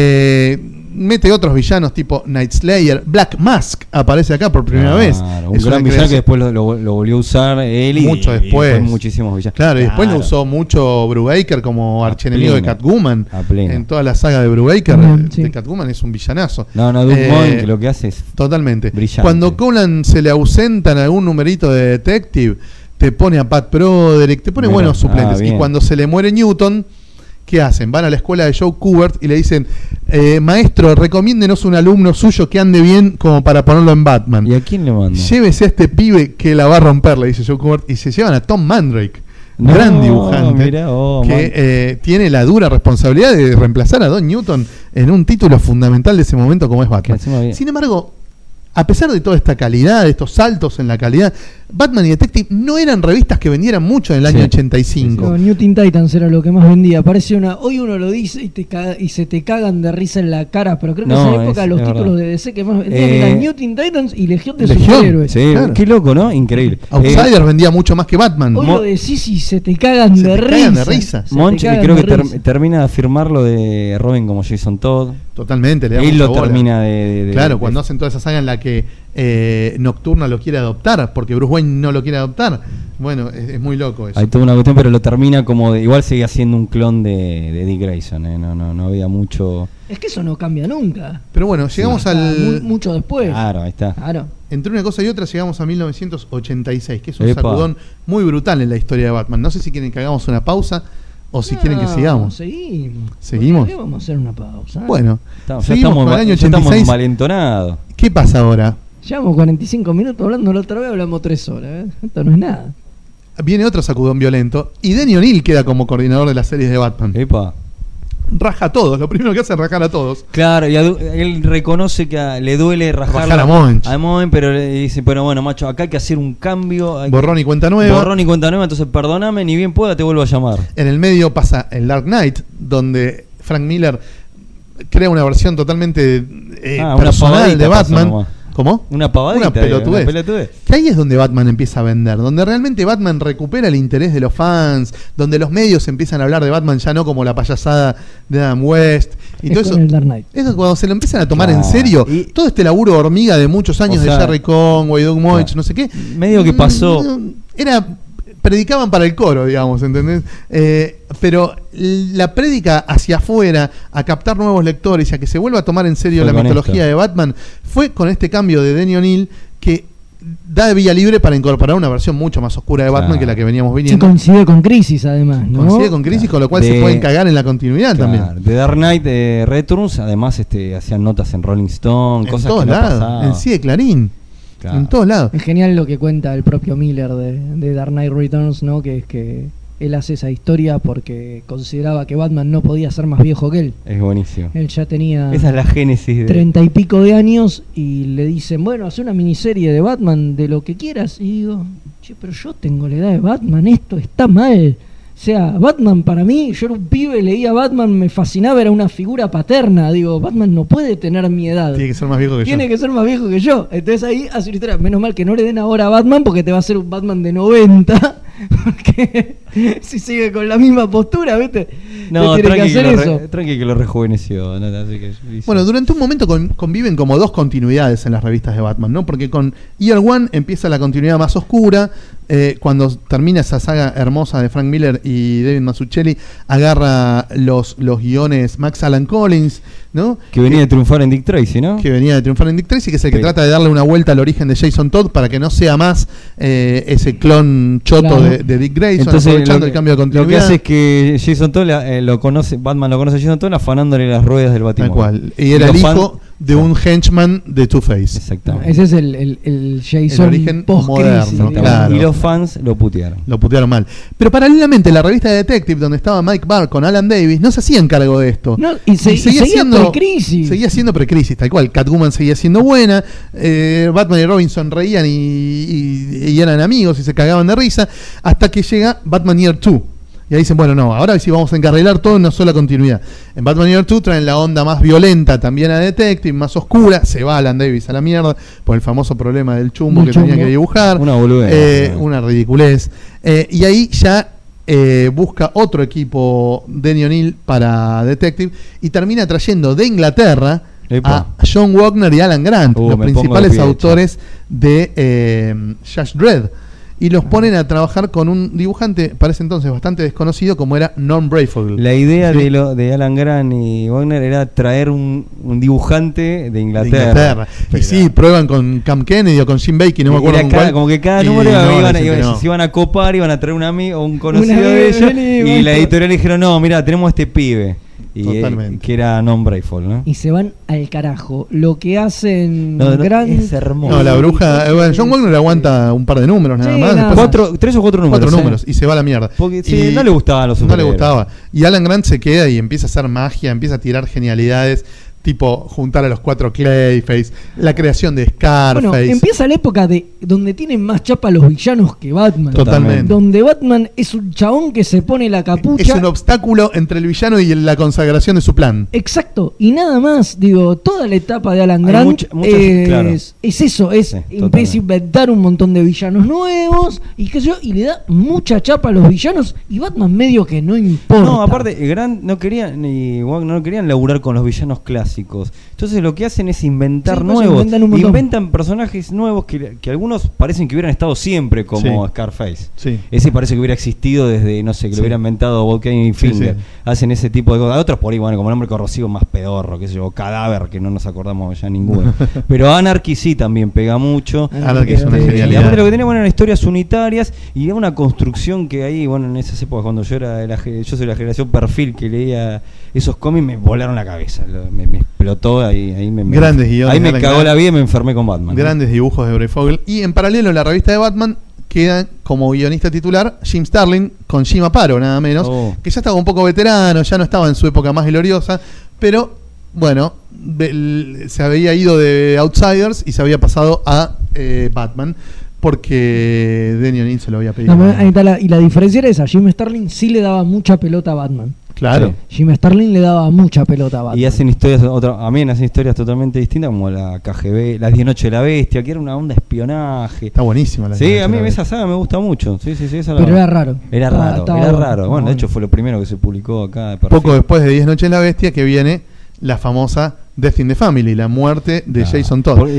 Mete otros villanos tipo Night Slayer. Black Mask aparece acá por primera vez. Claro, un Es una gran villano que creación. después lo volvió a usar él y Mucho y después. fue muchísimos villanos. Claro, y después lo Claro. usó mucho Brubaker como A archienemigo de pleno. Catwoman. A pleno. En toda la saga de Brubaker, También, sí. de Catwoman es un villanazo. No, Doug Moench lo que hace es Totalmente. brillante. Cuando Colan se le ausenta en algún numerito de Detective, te pone a Pat Broderick, te pone Mira, buenos suplentes. Y bien. cuando se le muere Newton, ¿qué hacen? Van a la escuela de Joe Kubert y le dicen, maestro, recomiéndenos un alumno suyo que ande bien como para ponerlo en Batman. ¿Y a quién le manda? Llévese a este pibe que la va a romper, le dice Joe Kubert, y se llevan a Tom Mandrake, No, gran dibujante, mirá, que tiene la dura responsabilidad de reemplazar a Don Newton en un título fundamental de ese momento como es Batman. Sin embargo, a pesar de toda esta calidad, de estos saltos en la calidad, Batman y Detective no eran revistas que vendieran mucho en el año 85. No, New Teen Titans era lo que más vendía. Parece hoy uno lo dice y se te cagan de risa en la cara, pero creo que en esa época los títulos verdad. de DC que más vendían eran New Teen Titans y Legión de Legión, Superhéroes. Sí, Claro. qué loco, ¿no? Increíble. Outsider vendía mucho más que Batman. Hoy lo decís y se te cagan Se de te risa. cagan de risa. Se te Monchi, que cagan creo de que risa. termina de afirmar lo de Robin como Jason Todd. Totalmente, le da Él mucha lo bola. termina de Claro, cuando hacen toda esa saga en la que Nocturna lo quiere adoptar, porque Bruce Wayne no lo quiere adoptar. Bueno, es muy loco eso. hay toda una cuestión, pero lo termina como igual sigue siendo un clon de Dick Grayson, no había mucho. Es que eso no cambia nunca. Pero bueno, llegamos Mucho después. Claro, ahí está. Claro. Entre una cosa y otra llegamos a 1986, que es un Epa. sacudón muy brutal en la historia de Batman. No sé si quieren que hagamos una pausa o si quieren que sigamos. Seguimos. ¿Seguimos? ¿Por qué vamos a hacer una pausa? Bueno, Ya seguimos con el año 86. malentonados. ¿Qué pasa ahora? Llevamos 45 minutos hablando, la otra vez hablamos 3 horas. Esto no es nada. Viene otro sacudón violento y Denny O'Neil queda como coordinador de las series de Batman. Epa. Raja a todos, lo primero que hace es rajar a todos. Claro, y él reconoce que le duele Rajar a Monch. a Monch, pero le dice, pero bueno, macho, acá hay que hacer un cambio. Borrón y cuenta nueva. Borrón y cuenta nueva, entonces perdóname, ni bien pueda te vuelvo a llamar. En el medio pasa el Dark Knight, donde Frank Miller crea una versión totalmente Una personal pavadita de pasa Batman. nomás. ¿Cómo? Una pavadita. Una pelotudez. Que ahí es donde Batman empieza a vender, donde realmente Batman recupera el interés de los fans, donde los medios empiezan a hablar de Batman ya no como la payasada de Adam West y Es todo con eso. el Dark Knight. Eso cuando se lo empiezan a tomar en Claro. serio, Y- todo este laburo hormiga de muchos años O sea, de Jerry Conway, Doug Moich, claro. no sé qué. Medio que pasó. Predicaban para el coro, digamos, ¿entendés? Pero la prédica hacia afuera, a captar nuevos lectores y a que se vuelva a tomar en serio Fue la con mitología esto. de Batman, fue con este cambio de Denny O'Neil que da vía libre para incorporar una versión mucho más oscura de Batman Claro. que la que veníamos Sí, viniendo. coincide con Crisis además, ¿no? Coincide con Crisis, con lo cual se De- pueden cagar en la continuidad Claro, también. de Dark Knight Returns, además hacían notas en Rolling Stone, En cosas todos que no lados, pasaban. en Sí de Clarín, Claro. en todos lados. Es genial lo que cuenta el propio Miller de Dark Knight Returns, ¿no? Que es que él hace esa historia porque consideraba que Batman no podía ser más viejo que él. Es buenísimo. Él ya tenía Esa es la génesis de 30 y pico de años y le dicen, bueno, hace una miniserie de Batman de lo que quieras. Y digo, che, pero yo tengo la edad de Batman, esto está mal. O sea, Batman para mí, yo era un pibe, leía Batman, me fascinaba, era una figura paterna. Digo, Batman no puede tener mi edad. Tiene que ser más viejo que Tiene yo. que ser más viejo que yo. Entonces ahí hace una historia. Menos mal que no le den ahora a Batman porque te va a hacer un Batman de 90. Porque si sigue con la misma postura, ¿viste? No, Te tiene que hacer eso. tranqui que lo rejuveneció. ¿no? Así que, Bueno, durante un momento conviven como dos continuidades en las revistas de Batman, ¿no? Porque con Year One empieza la continuidad más oscura, cuando termina esa saga hermosa de Frank Miller y David Mazzucchelli, agarra los guiones Max Alan Collins, ¿no? que venía de triunfar en Dick Tracy, ¿no? Que venía de triunfar en Dick Tracy, que es el que Sí. trata de darle una vuelta al origen de Jason Todd para que no sea más ese clon choto Claro. de Dick Grayson, Entonces aprovechando el cambio de lo que continuidad. hace es que Jason Todd Batman lo conoce a Jason Todd afanándole las ruedas del Tal Batimóvil. cual. Y era los el fans- hijo de un henchman de Two-Face. Exactamente. Ese es el Jason El origen post-crisis. moderno, digamos. claro. Y los fans lo putearon. Lo putearon mal. Pero paralelamente, la revista de Detective, donde estaba Mike Barr con Alan Davis, no se hacían cargo de esto. No, y seguía pre-crisis. Seguía siendo precrisis, tal cual. Catwoman seguía siendo buena. Batman y Robin sonreían y eran amigos y se cagaban de risa. Hasta que llega Batman Year 2. Y ahí dicen, bueno, no, ahora sí vamos a encarrilar todo en una sola continuidad. En Batman Year 2 traen la onda más violenta también a Detective, más oscura. Se va Alan Davis a la mierda por el famoso problema del chumbo Del que tenía chumbo. que dibujar. Una boludez. Una ridiculez. Y ahí ya busca otro equipo Denny O'Neil para Detective y termina trayendo de Inglaterra Epa. a John Wagner y Alan Grant, los Me pongo de principales pie, autores de Judge Dredd. y los ponen a trabajar con un dibujante para ese entonces bastante desconocido como era Norm Breyfogle. La idea de Alan Grant y Wagner era traer un dibujante de Inglaterra. Y sí, prueban con Cam Kennedy o con Jim Bakey, no me acuerdo con cuál. Como que cada número se iban a copar, iban a traer un amigo o un conocido de ellos, y la editorial dijeron, no, mira, tenemos este pibe. Que era Norm Breyfogle, ¿no? Y se van al carajo. Lo que hacen es hermoso. No, la bruja. John Wagner aguanta un par de números nada más. Después 3 o 4 números. 4 números y se va a la mierda. Porque no le gustaban los superhéroes. No le gustaba. Y Alan Grant se queda y empieza a hacer magia, empieza a tirar genialidades. Tipo, juntar a los 4 Clayface, la creación de Scarface. Bueno, empieza la época donde tienen más chapa los villanos que Batman. Totalmente. Donde Batman es un chabón que se pone la capucha. Es un obstáculo entre el villano y la consagración de su plan. Exacto. Y nada más, digo, toda la etapa de Alan Grant es eso. Empieza a inventar un montón de villanos nuevos y qué sé yo, y le da mucha chapa a los villanos y Batman medio que no importa. No, aparte, Grant no quería, ni Wagner no querían laburar con los villanos clásicos. Entonces lo que hacen es inventar nuevos. Inventan personajes nuevos que algunos parecen que hubieran estado siempre, como Scarface. Sí. Ese parece que hubiera existido desde, no sé, que lo hubiera inventado Bob Kane y Finger. Sí. Hacen ese tipo de cosas. Otros por ahí, bueno, como el hombre corrosivo más pedorro, qué sé yo, Cadáver, que no nos acordamos ya ninguno. Pero Anarchy sí también pega mucho. Anarchy es una genialidad. Y aparte lo que tenía, bueno, eran historias unitarias y era una construcción que ahí, bueno, en esas épocas, cuando yo soy la generación perfil que leía esos cómics, me volaron la cabeza. Me explotó ahí grandes guiones, ahí me cagó la vida y me enfermé con Batman. Grandes dibujos de Breyfogle. Y en paralelo, en la revista de Batman queda como guionista titular Jim Starlin, con Jim Aparo nada menos, que ya estaba un poco veterano, ya no estaba en su época más gloriosa, pero bueno, se había ido de Outsiders y se había pasado a Batman, porque Denny O'Neil se lo había pedido. Ahí está y la diferencia era esa: Jim Starlin sí le daba mucha pelota a Batman. Claro. Sí. Jim Starlin le daba mucha pelota a Batman. Y hacen historias, hacen historias totalmente distintas, como la KGB, Las 10 Noches de la Bestia, que era una onda de espionaje. Está buenísima la Sí, a mí esa saga me gusta mucho. Sí, pero era raro. Era raro. Bueno, de hecho fue lo primero que se publicó acá. Poco después de 10 Noches de la Bestia, que viene la famosa Death in the Family, la muerte de Jason Todd.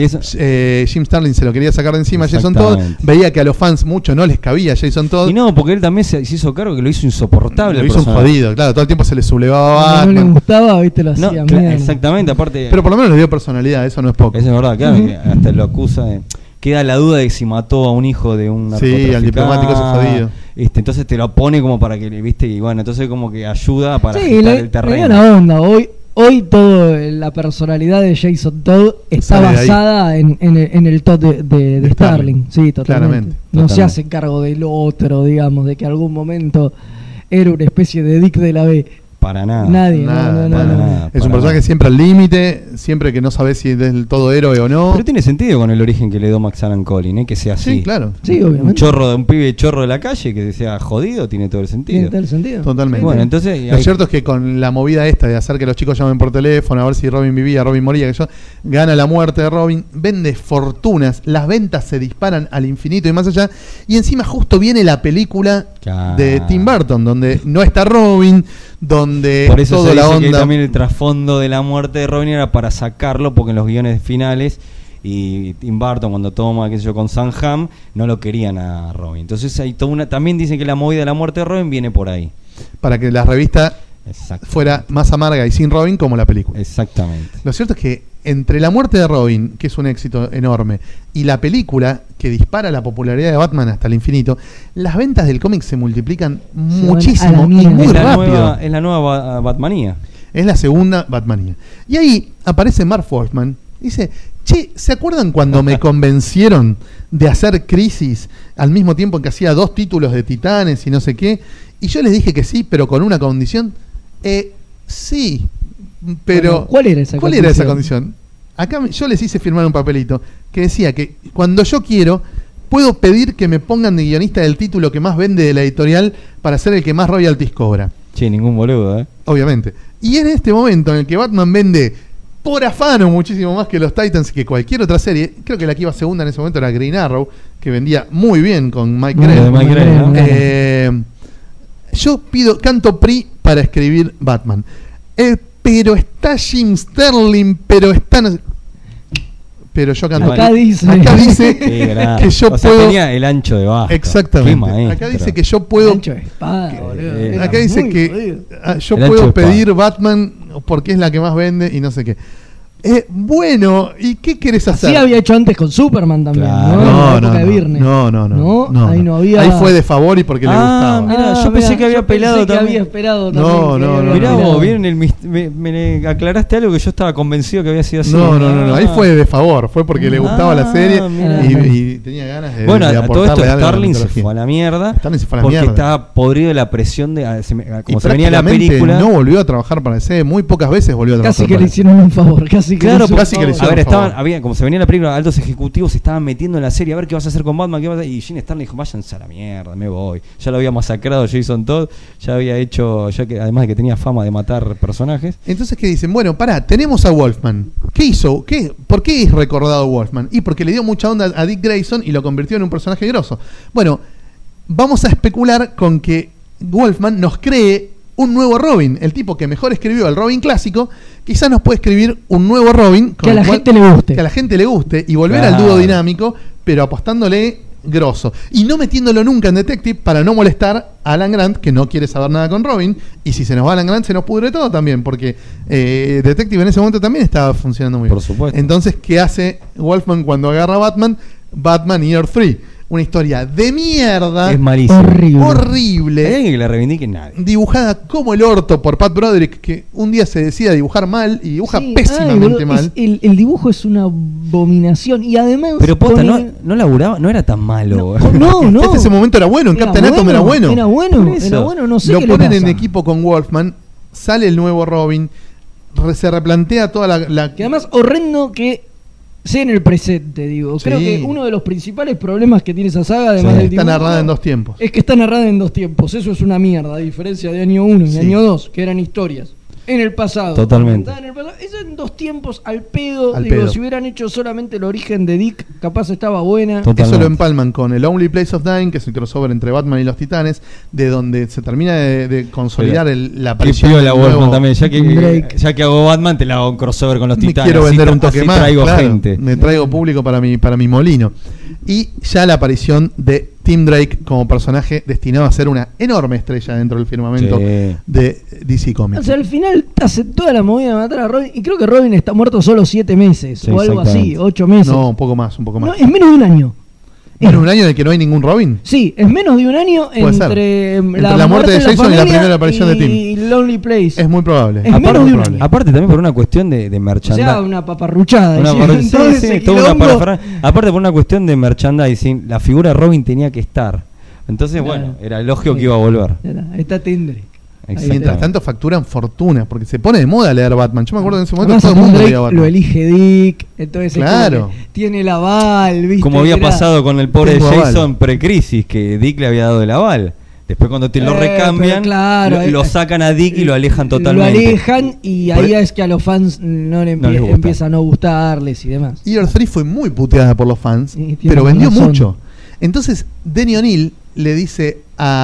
Jim Starlin se lo quería sacar de encima a Jason Todd, veía que a los fans mucho no les cabía Jason Todd. Y no, porque él también se hizo cargo que lo hizo insoportable. Lo hizo un jodido, claro, todo el tiempo se le sublevaba. No le gustaba, viste, lo hacía mierda. Exactamente, aparte. Pero por lo menos le dio personalidad, eso no es poco. Eso es verdad, claro, que hasta lo acusa de... Queda la duda de si mató a un hijo de un narcotraficante. Sí, al diplomático ese jodido. Entonces te lo pone como para que, viste, y bueno, entonces como que ayuda para agitar el terreno. Le dio una onda. Hoy toda la personalidad de Jason Todd está basada en el Todd de Starling. Sí, totalmente. Claramente. No se hace cargo del otro, digamos, de que algún momento era una especie de Dick de la B. Para nada. Nadie. Nada. Es un personaje siempre al límite, siempre que no sabes si es del todo héroe o no. Pero tiene sentido con el origen que le dio Max Alan Collin, que sea así. Sí, claro. Sí, obviamente. Un pibe chorro de la calle que sea jodido, tiene todo el sentido. Tiene todo el sentido. Totalmente. Bueno, entonces, lo cierto es que con la movida esta de hacer que los chicos llamen por teléfono a ver si Robin vivía, Robin moría, que yo, gana la muerte de Robin, vende fortunas, las ventas se disparan al infinito y más allá, y encima justo viene la película de Tim Burton, donde no está Robin, donde por eso toda se la dice onda... que también el trasfondo de la muerte de Robin era para sacarlo, porque en los guiones finales y Tim Burton cuando toma, qué sé yo, con Sam Hamm, no lo querían a Robin. Entonces hay toda también dicen que la movida de la muerte de Robin viene por ahí. Para que la revista fuera más amarga y sin Robin como la película. Exactamente. Lo cierto es que entre la muerte de Robin, que es un éxito enorme, y la película, que dispara la popularidad de Batman hasta el infinito, las ventas del cómic se multiplican muchísimo y muy rápido. Es la nueva Batmanía. Es la segunda Batmanía. Y ahí aparece Mark Wolfman y dice: che, ¿se acuerdan cuando me convencieron de hacer Crisis al mismo tiempo que hacía 2 títulos de Titanes y no sé qué? Y yo les dije que sí, pero con una condición. Sí, pero... Bueno, ¿cuál era esa condición? Acá yo les hice firmar un papelito que decía que cuando yo quiero, puedo pedir que me pongan de guionista del título que más vende de la editorial para ser el que más royalties cobra. Che, ningún boludo, Obviamente. Y en este momento en el que Batman vende por afano muchísimo más que los Titans y que cualquier otra serie, creo que la que iba segunda en ese momento era Green Arrow, que vendía muy bien con Mike Grell. Yo canto PRI para escribir Batman. Pero está Jim Starlin, pero está... pero yo canto. Acá dice Qué grande. que yo o sea, puedo. tenía el ancho de basto. Exactamente. Qué maestro. Acá dice que yo puedo. Ancho de espada, boludo. Era Acá dice muy que jodido. yo El ancho puedo de espada. pedir Batman porque es la que más vende y no sé qué. Bueno, ¿y qué querés hacer? Así había hecho antes con Superman también, Claro. ¿no? En la No, época no, de no, Byrne. no, Ahí no había. Ahí fue de favor y porque le gustaba. Mira, yo pensé que había pelado pensé que también. había esperado No, también. que no, había no. Mirá esperado. vos, bien me aclaraste algo que yo estaba convencido que había sido así. No, ahí fue de favor, fue porque le gustaba la serie mirá. y tenía ganas de, Bueno, de a todo esto aportarle algo a la Starling se mitología. fue a la mierda. Starling se fue a la porque mierda. estaba podrido de la presión de como Y se venía la prácticamente película. no volvió a trabajar para DC, muy pocas veces volvió a trabajar Casi que para le DC. hicieron un favor, casi que Claro, le casi que le hicieron a ver, por favor. como se venía la película, altos ejecutivos se estaban metiendo en la serie a ver qué vas a hacer con Batman, qué vas a hacer. Y Gene Starling dijo, váyanse a la mierda, me voy. Ya lo había masacrado Jason Todd, ya había hecho, ya que además de que tenía fama de matar personajes. Entonces, ¿qué dicen? Bueno, pará, tenemos a Wolfman. ¿Qué hizo? ¿Por qué es recordado Wolfman? Y porque le dio mucha onda a Dick Grayson y lo convirtió en un personaje grosso. Bueno, vamos a especular con que Wolfman nos cree un nuevo Robin. El tipo que mejor escribió el Robin clásico, quizás nos puede escribir un nuevo Robin con Que a la el cual- gente le guste. que a la gente le guste y volver Claro. al dúo dinámico, pero apostándole grosso y no metiéndolo nunca en Detective para no molestar a Alan Grant, que no quiere saber nada con Robin. Y si se nos va Alan Grant se nos pudre todo también, porque Detective en ese momento también estaba funcionando muy bien. Por supuesto. Entonces, ¿qué hace Wolfman cuando agarra a Batman? Batman Year 3, una historia de mierda, Es malísimo. Horrible. ¿Hay horrible, alguien que la reivindique? Nadie. dibujada como el orto por Pat Broderick, que un día se decide a dibujar mal y dibuja Sí, pésimamente boludo, mal. el dibujo es una abominación y además. Pero posta, pone- no laburaba, no era tan malo. no. Hasta ese momento era bueno, en Captain Atom era bueno. Era bueno, Por eso. era bueno, no sé Lo qué le ponen en pasa. equipo con Wolfman, sale el nuevo Robin, se replantea toda la Que además horrendo que sea en el presente, digo. Creo Sí. que uno de los principales problemas que tiene esa saga, además Sí. del está dibujo, narrada en dos tiempos. es que está narrada en dos tiempos. Eso es una mierda, a diferencia de año 1 y Sí. año 2, que eran historias. En el pasado. Totalmente. En el pasado. Eso en dos tiempos al pedo. Al digo, pedo. si hubieran hecho solamente el origen de Dick, capaz estaba buena. Total. Eso lo Totalmente. empalman con el Only Place of Dying, que es el crossover entre Batman y los Titanes, de donde se termina de consolidar la Qué aparición piola del Wolfman nuevo- también, Drake. ya que hago Batman te la hago un crossover con los Me Titanes. quiero así vender un así toque más, traigo claro, gente. me traigo público para mi molino. Y ya la aparición de Tim Drake como personaje destinado a ser una enorme estrella dentro del firmamento Sí. de DC Comics. O sea, al final hace toda la movida de matar a Robin. Y creo que Robin está muerto solo 7 meses. Sí, o algo así, exactamente. 8 meses. No, un poco más. No, es menos de un año. ¿En un año en el que no hay ningún Robin? Sí, es menos de un año Puede ser. entre Entre la muerte de en Jason y la familia primera aparición de Tim. y Lonely Place. Es muy probable. Es menos de un año. Aparte también por una cuestión de O merchandising. sea, una paparruchada. Una hicieron sí, todo sí, ese toda una quilombo. parafernalia. Aparte por una cuestión de merchandising, la figura de Robin tenía que estar. Entonces, Claro. bueno, era lógico que iba a volver. Está Tindre. Exactamente. Mientras tanto facturan fortunas, porque se pone de moda leer Batman. Yo me acuerdo en ese momento Además, todo el a Tim mundo Drake leía Batman. lo elige Dick. Entonces es Claro. como que tiene el aval, ¿viste? Como había Era- pasado con el pobre de Tengo aval. Jason pre-crisis, que Dick le había dado el aval. Después cuando te lo recambian, pero claro, lo sacan a Dick y lo alejan totalmente. Lo alejan y Por ahí e- es que a los fans no le No les gusta. empieza a no gustarles y demás. Year 3 fue muy puteada por los fans, Sí, tiene pero vendió razón. mucho. Entonces, Denny O'Neil le dice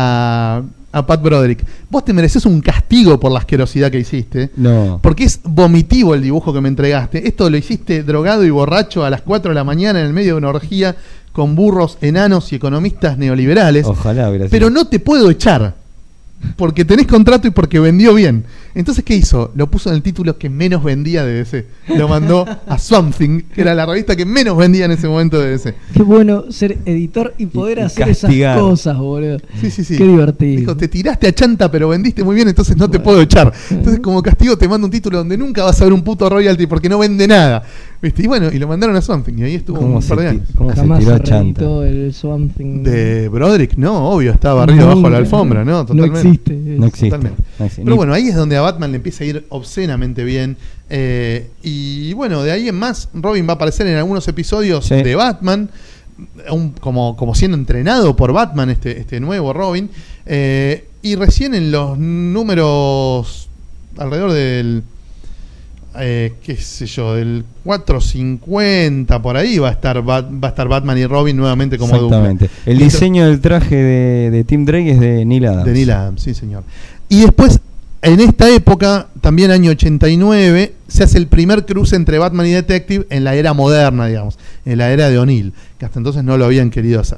a Pat Broderick, vos te mereces un castigo por la asquerosidad que hiciste, No. porque es vomitivo el dibujo que me entregaste. Esto lo hiciste drogado y borracho a las 4 de la mañana en el medio de una orgía con burros, enanos y economistas neoliberales. Ojalá hubiera sido. Pero no te puedo echar, porque tenés contrato y porque vendió bien. Entonces, ¿qué hizo? Lo puso en el título que menos vendía de DC. Lo mandó a Something, que era la revista que menos vendía en ese momento de DC. Qué bueno ser editor y poder Y hacer castigar. esas cosas, boludo. Sí, sí, sí. Qué divertido. Dijo, te tiraste a chanta, pero vendiste muy bien, entonces no te Bueno. puedo echar. Entonces, como castigo, te mando un título donde nunca vas a ver un puto royalty porque no vende nada. ¿Viste? Y bueno, y lo mandaron a Something, y ahí estuvo ¿Cómo un se par de ti- años. cómo se Jamás tiró se a chanta? reeditó el Something. De Broderick, no, obvio, estaba barrido bajo la alfombra, ¿no? Totalmente. No existe. No existe. Totalmente. No existe. Pero bueno, ahí es donde a Batman le empieza a ir obscenamente bien. Y bueno, de ahí en más, Robin va a aparecer en algunos episodios Sí. de Batman, como siendo entrenado por Batman, este nuevo Robin. Y recién en los números alrededor del, qué sé yo, del 450 por ahí va a estar Batman y Robin nuevamente como dupla. Exactamente. El diseño del traje de Tim Drake es de Neil Adams. De Neil Adams, sí señor. Y después En esta época, también año 89, se hace el primer cruce entre Batman y Detective en la era moderna, digamos, en la era de O'Neill, que hasta entonces no lo habían querido hacer.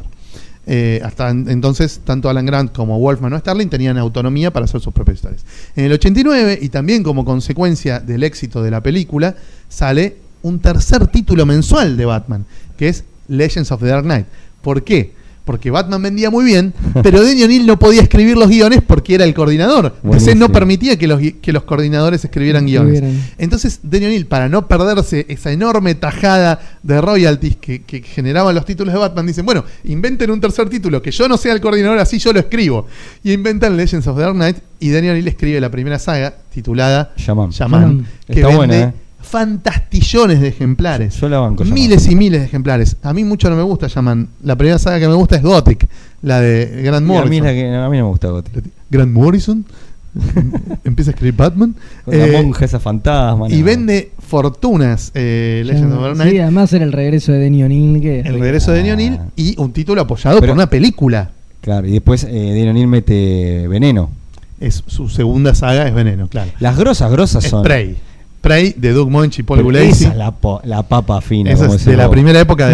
Hasta entonces, tanto Alan Grant como Wolfman o Starlin tenían autonomía para hacer sus propias historias. En el 89, y también como consecuencia del éxito de la película, sale un tercer título mensual de Batman, que es Legends of the Dark Knight. ¿Por qué? Porque Batman vendía muy bien, pero Denny O'Neil no podía escribir los guiones porque era el coordinador. DC no permitía que los coordinadores escribieran guiones. Entonces Denny O'Neil, para no perderse esa enorme tajada de royalties que generaban los títulos de Batman, dicen, bueno, inventen un tercer título, que yo no sea el coordinador, así yo lo escribo. Y inventan Legends of the Dark Knight, y Denny O'Neil escribe la primera saga, titulada Shaman, que está vende buena, fantastillones de ejemplares. Yo la banco. Miles y miles de ejemplares. A mí mucho no me gusta Shaman. La primera saga que me gusta es Gothic, la de Grant Morrison. A mí no me gusta Gothic. Grant Morrison empieza a escribir Batman. Con la monja esa fantasma. Y vende fortunas Legends of the Dark Knight. Sí, además era el regreso de Denny O'Neil. El regreso de Denny O'Neil y un título apoyado por una película. Claro, y después Denny O'Neil mete Veneno. Es su segunda saga, es Veneno, claro. Las grosas son Prey de Doug Moench y Paul Gulacy. Esa es la papa fina. Esa es de la primera época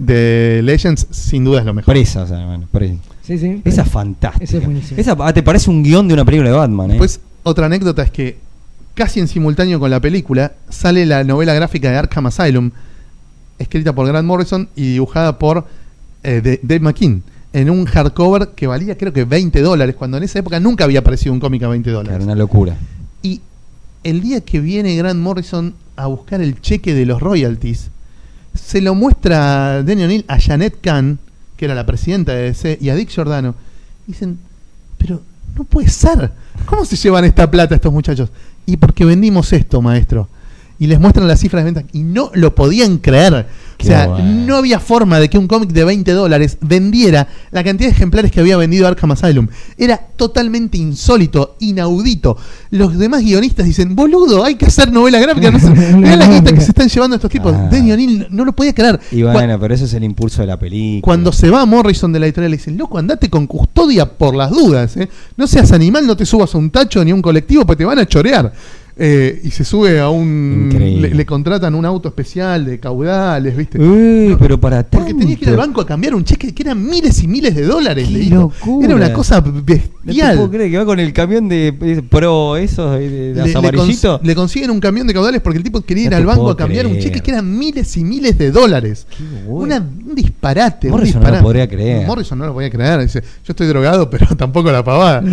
de Legends, sin duda es lo mejor. Presa, o sea, bueno, Sí. Esa es fantástica. Esa es buenísima. Esa te parece un guión de una película de Batman, Pues otra anécdota es que casi en simultáneo con la película sale la novela gráfica de Arkham Asylum, escrita por Grant Morrison y dibujada por Dave McKean, en un hardcover que valía creo que $20, cuando en esa época nunca había aparecido un cómic a $20. Era una locura. Y el día que viene Grant Morrison a buscar el cheque de los royalties, se lo muestra Denny O'Neil a Janet Kahn, que era la presidenta de DC, y a Dick Giordano. Dicen, pero no puede ser. ¿Cómo se llevan esta plata estos muchachos? Y porque vendimos esto, maestro. Y les muestran las cifras de ventas y no lo podían creer. O sea, no había forma de que un cómic de $20 vendiera la cantidad de ejemplares que había vendido Arkham Asylum. Era totalmente insólito, inaudito. Los demás guionistas dicen, boludo, hay que hacer novela gráfica. Vean la guita que se están llevando estos tipos. Denny O'Neil no lo podía creer. Y bueno, pero eso es el impulso de la película. Cuando se va Morrison de la editorial le dicen, loco, andate con custodia por las dudas. No seas animal, no te subas a un tacho ni a un colectivo, pues te van a chorear. Y se sube a un... Le contratan un auto especial de caudales, ¿viste? Pero para tanto. Porque tenía que ir al banco a cambiar un cheque que eran miles y miles de dólares. ¡Qué locura! Era una cosa bestial. No te puedo creer que va con el camión de Pro, esos de los amarillitos. Le consiguen un camión de caudales porque el tipo quería ir al banco a cambiar un cheque que eran miles y miles de dólares. Un disparate. Morrison no lo podría creer. Morrison no lo podía creer. Dice, yo estoy drogado, pero tampoco la pavada.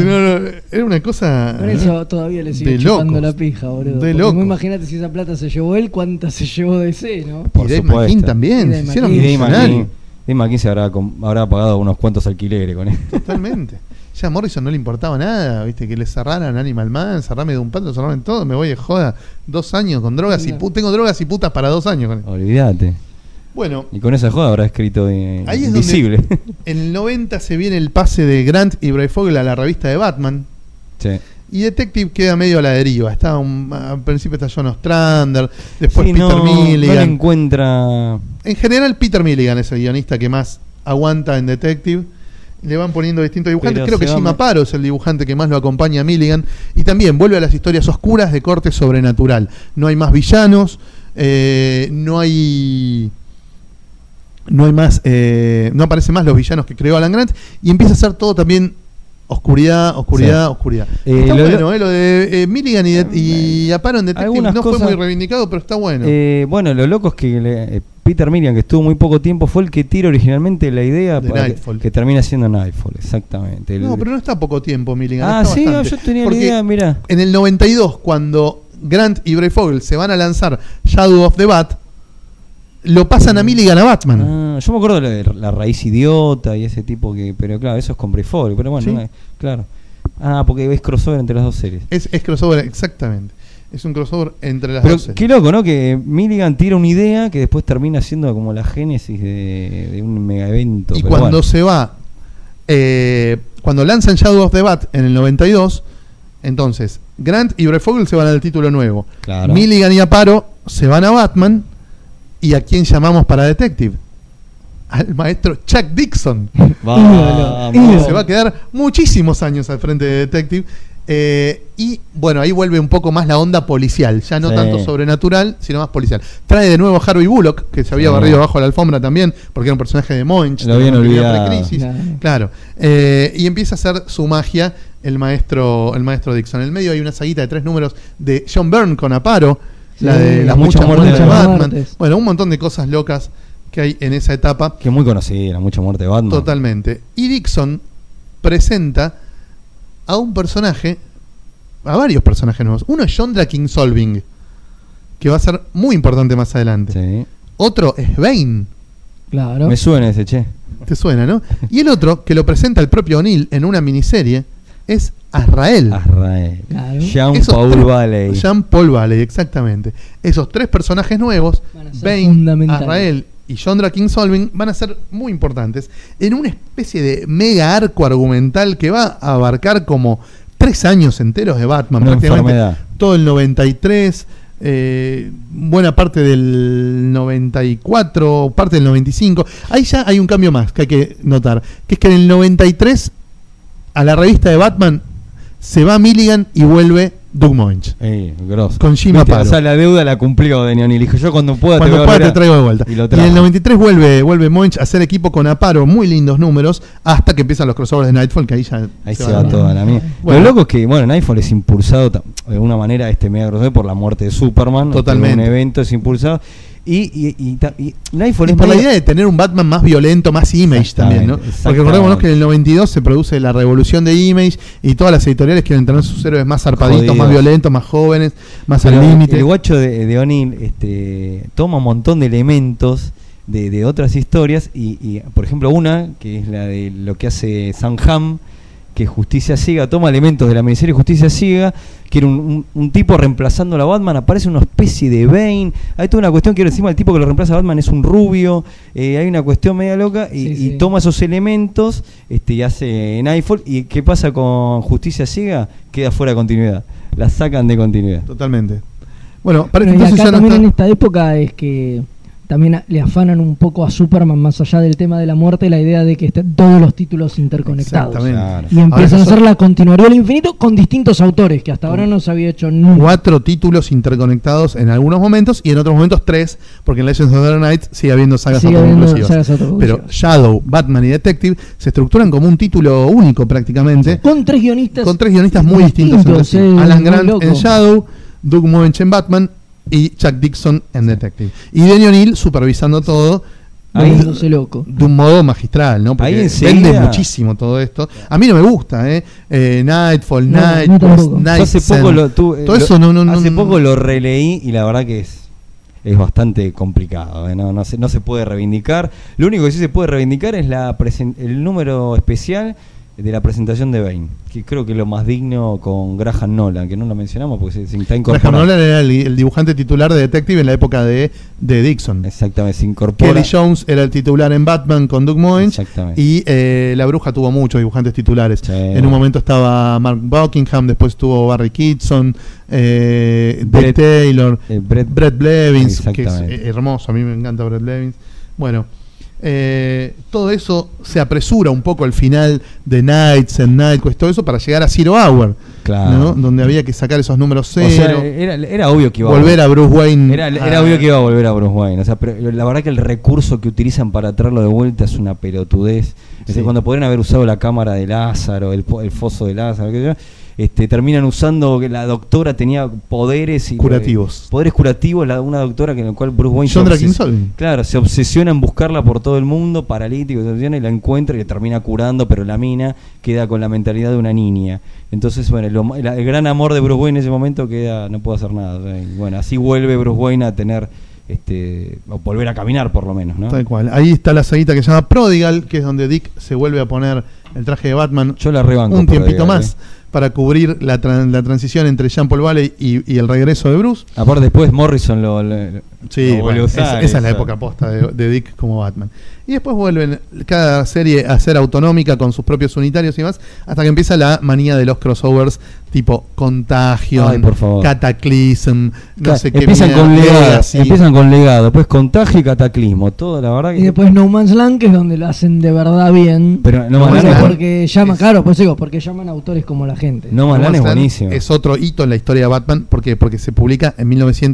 Era una cosa... Por eso todavía le sigue chupando la pija, boludo. De loco. Imagínate si esa plata se llevó él, cuánta se llevó DC, ¿no? Y Dave McKean también. Y Dave McKean se habrá pagado unos cuantos alquileres con él. Totalmente. Ya a Morrison no le importaba nada, viste, que le cerraran Animal Man, cerrarme de un pato, cerrarme en todo, me voy de joda 2 años con drogas y tengo drogas y putas para 2 años con él. Olvídate. Bueno. Y con esa joda habrá escrito ahí es Invisible. Donde, en el 90 se viene el pase de Grant y Breyfogle a la revista de Batman. Sí. Y Detective queda medio a la deriva. Al principio está John Ostrander, después Peter Milligan. No le encuentra... En general Peter Milligan es el guionista que más aguanta en Detective. Le van poniendo distintos dibujantes. Creo que Jim Aparo es el dibujante que más lo acompaña a Milligan. Y también vuelve a las historias oscuras de corte sobrenatural. No hay más villanos, no aparecen más los villanos que creó Alan Grant. Y empieza a ser todo también oscuridad. Está bueno, lo de Milligan y Aparo en Detective no fue muy reivindicado, pero está bueno. Bueno, lo loco es que Peter Milligan, que estuvo muy poco tiempo, fue el que tira originalmente la idea de para que termina siendo Nightfall, exactamente. No, pero no está poco tiempo Milligan. Sí, no, yo tenía la idea, mirá. En el 92, cuando Grant y Breyfogle se van a lanzar Shadow of the Bat, lo pasan a Milligan a Batman. Yo me acuerdo de la raíz idiota y ese tipo pero claro, eso es con Breyfogle, pero bueno, ¿sí? Claro. Porque es crossover entre las dos series. Es crossover, exactamente. Es un crossover entre las dos series. Qué loco, ¿no? Que Milligan tira una idea que después termina siendo como la génesis de un mega evento. Y cuando se va, cuando lanzan Shadow of the Bat en el 92, entonces Grant y Breyfogle se van al título nuevo. Claro. Milligan y Aparo se van a Batman. ¿Y a quién llamamos para Detective? Al maestro Chuck Dixon. Vamos. Se va a quedar muchísimos años al frente de Detective. Y bueno, ahí vuelve un poco más la onda policial, ya no Sí. tanto sobrenatural, sino más policial. Trae de nuevo a Harvey Bullock, que se había Sí. barrido bajo la alfombra también, porque era un personaje de Moench. Lo habían de la olvidado. Precrisis. Claro. Y empieza a hacer su magia el maestro Dixon. En el medio hay una saguita de 3 números de John Byrne con Aparo, la de las muchas muertes de Batman. muertes. Bueno, un montón de cosas locas que hay en esa etapa. Que es muy conocida, mucha muerte de Batman. Totalmente. Y Dixon presenta a un personaje, a varios personajes nuevos. Uno es John Solving, que va a ser muy importante más adelante. Sí. Otro es Bane, Claro. Me suena ese, che. te suena, ¿no? Y el otro, que lo presenta el propio O'Neill en una miniserie, es Azrael. Azrael. Claro. Jean-Paul Valley. Jean-Paul Valley, exactamente. Esos 3 personajes nuevos, Van a ser Bane, fundamentales. Azrael y John Solving, van a ser muy importantes en una especie de mega arco argumental que va a abarcar como 3 años enteros de Batman, Una prácticamente enfermedad. todo el 93, buena parte del 94, parte del 95. Ahí ya hay un cambio más que hay que notar, que es que en el 93 a la revista de Batman se va Milligan y vuelve Doug Moench. Grosso. Con Jimmy Viste, Aparo. o sea, la deuda la cumplió de Neon. Dijo, yo cuando pueda Cuando voy a pueda volver te a- traigo de vuelta. Y lo Y en trajo. el 93 vuelve Moench a hacer equipo con Aparo, muy lindos números, hasta que empiezan los crossovers de Nightfall, que ahí ya Ahí se va va toda la mía. Bueno. Lo loco es que, bueno, Nightfall es impulsado de alguna manera, este mega crossover por la muerte de Superman. Totalmente. Un evento es impulsado. Y Nightfall Y es por la medio- idea de tener un Batman más violento, más Image también, ¿no? Exactamente, Porque acordémonos que en el 92 se produce la revolución de Image y todas las editoriales quieren tener sus héroes más zarpaditos, Jodidos. más violentos, más jóvenes, más Pero al límite. el guacho de O'Neill toma un montón de elementos de otras historias y, por ejemplo, una que es la de lo que hace Sam Hamm, que es Justicia Ciega, toma elementos de la miniserie Justicia Ciega, que era un tipo reemplazando a la Batman, aparece una especie de Bane, hay toda una cuestión que encima el tipo que lo reemplaza a Batman es un rubio, hay una cuestión media loca y, Sí, y sí. toma esos elementos y hace Nightfall. ¿Y qué pasa con Justicia Ciega? Queda fuera de continuidad, la sacan de continuidad. Totalmente. Bueno, para Bueno, y entonces acá ya no también en está... esta época es que también le afanan un poco a Superman, más allá del tema de la muerte, la idea de que estén todos los títulos interconectados. Exactamente. Claro. Y empiezan a Ahora hacer la continuaría al infinito con distintos autores, que hasta ahora no se había hecho nunca. 4 títulos interconectados en algunos momentos y en otros momentos 3, porque en Legends of the Dark Knight sigue habiendo sagas Sigue habiendo autoconclusivas. sagas autoconclusivas. Pero Shadow, Batman y Detective se estructuran como un título único prácticamente, Con 3 guionistas. con 3 guionistas muy distintos entre sí. Alan muy Grant loco. en Shadow, Doug Moench en Batman y Chuck Dixon en Detective. Y Denny O'Neill supervisando todo Ahí- Volviéndose loco. de un modo magistral, ¿no? Porque Ahí enseguida- vende muchísimo todo esto. A mí no me gusta, Nightfall, No, Night, no tampoco. Night Yo hace poco Sun. lo Todo eso no- hace poco lo releí y la verdad que es bastante complicado, no se puede reivindicar. Lo único que sí se puede reivindicar es el número especial de la presentación de Bane, que creo que es lo más digno con Graham Nolan, que no lo mencionamos porque se está Graham incorporando. Nolan era el dibujante titular de Detective en la época de Dixon. Exactamente, se incorpora. Kelly Jones era el titular en Batman con Doug Moench. Exactamente. Y La Bruja tuvo muchos dibujantes titulares. Sí. En un momento estaba Mark Buckingham, después estuvo Barry Kitson, Dave Brett- Taylor, Brett- Brett Blevins, que es Exactamente. hermoso, a mí me encanta Brett Blevins. Bueno, todo eso se apresura un poco al final de Nights and Nightquest, todo eso para llegar a Zero Hour, Claro. ¿no? Donde había que sacar esos números O sea, cero, era obvio que iba volver a Bruce Wayne. Era obvio que iba a volver a Bruce Wayne. O sea, pero la verdad que el recurso que utilizan para traerlo de vuelta es una pelotudez. Es decir, Sí. cuando podrían haber usado la cámara de Lázaro, el foso de Lázaro, qué sé yo, terminan usando que la doctora tenía poderes Curativos. Poderes curativos, una doctora que en la cual Bruce Wayne John se Solving. claro, se obsesiona en buscarla por todo el mundo, paralítico, se obsesiona y la encuentra y le termina curando, pero la mina queda con la mentalidad de una niña. Entonces, bueno, el gran amor de Bruce Wayne en ese momento queda, no puede hacer nada. O sea, y bueno, así vuelve Bruce Wayne a tener, o volver a caminar por lo menos, ¿no? Tal cual. Ahí está la saguita que se llama Prodigal, que es donde Dick se vuelve a poner el traje de Batman Yo la rebanco. un tiempito Prodigal, más para cubrir la transición entre Jean-Paul Valley y el regreso de Bruce. Aparte después Morrison lo Sí, vuelve bueno, a usar. esa es la época posta de Dick como Batman. Y después vuelven cada serie a ser autonómica con sus propios unitarios y más, hasta que empieza la manía de los crossovers, tipo Contagion, Ay, por favor. Cataclysm, no sé qué empiezan con mierda, legado, así. empiezan con legado, después Contagio y Cataclismo, todo la verdad que Y después No Man's Land, que es donde lo hacen de verdad bien. pero No No Man's Man's Land Land porque llaman, claro, pues digo, porque llaman autores como la gente. No Man's Land es Land buenísimo. es otro hito en la historia de Batman. ¿Por qué? Porque se publica en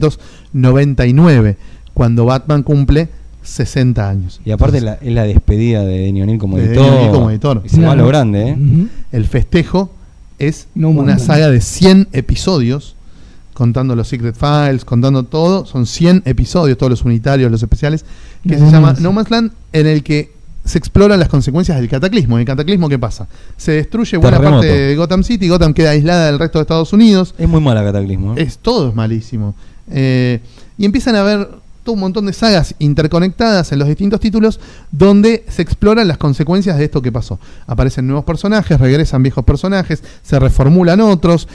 1999, cuando Batman cumple 60 años. Y aparte Entonces, es la despedida de Denny O'Neil como De editor. Denny O'Neil como editor. Y se va a Claro. lo grande, ¿eh? Ujú. el festejo es No Man's una Land. saga de 100 episodios, contando los Secret Files, contando todo. Son 100 episodios, todos los unitarios, los especiales, que se llama No Man's Land, en el que se exploran las consecuencias del cataclismo. ¿En el cataclismo qué pasa? Se destruye buena Terremoto. parte de Gotham City, Gotham queda aislada del resto de Estados Unidos. Es muy mala Cataclismo, ¿eh? Todo es malísimo. Y empiezan a haber todo un montón de sagas interconectadas en los distintos títulos donde se exploran las consecuencias de esto que pasó. Aparecen nuevos personajes, regresan viejos personajes, se reformulan otros,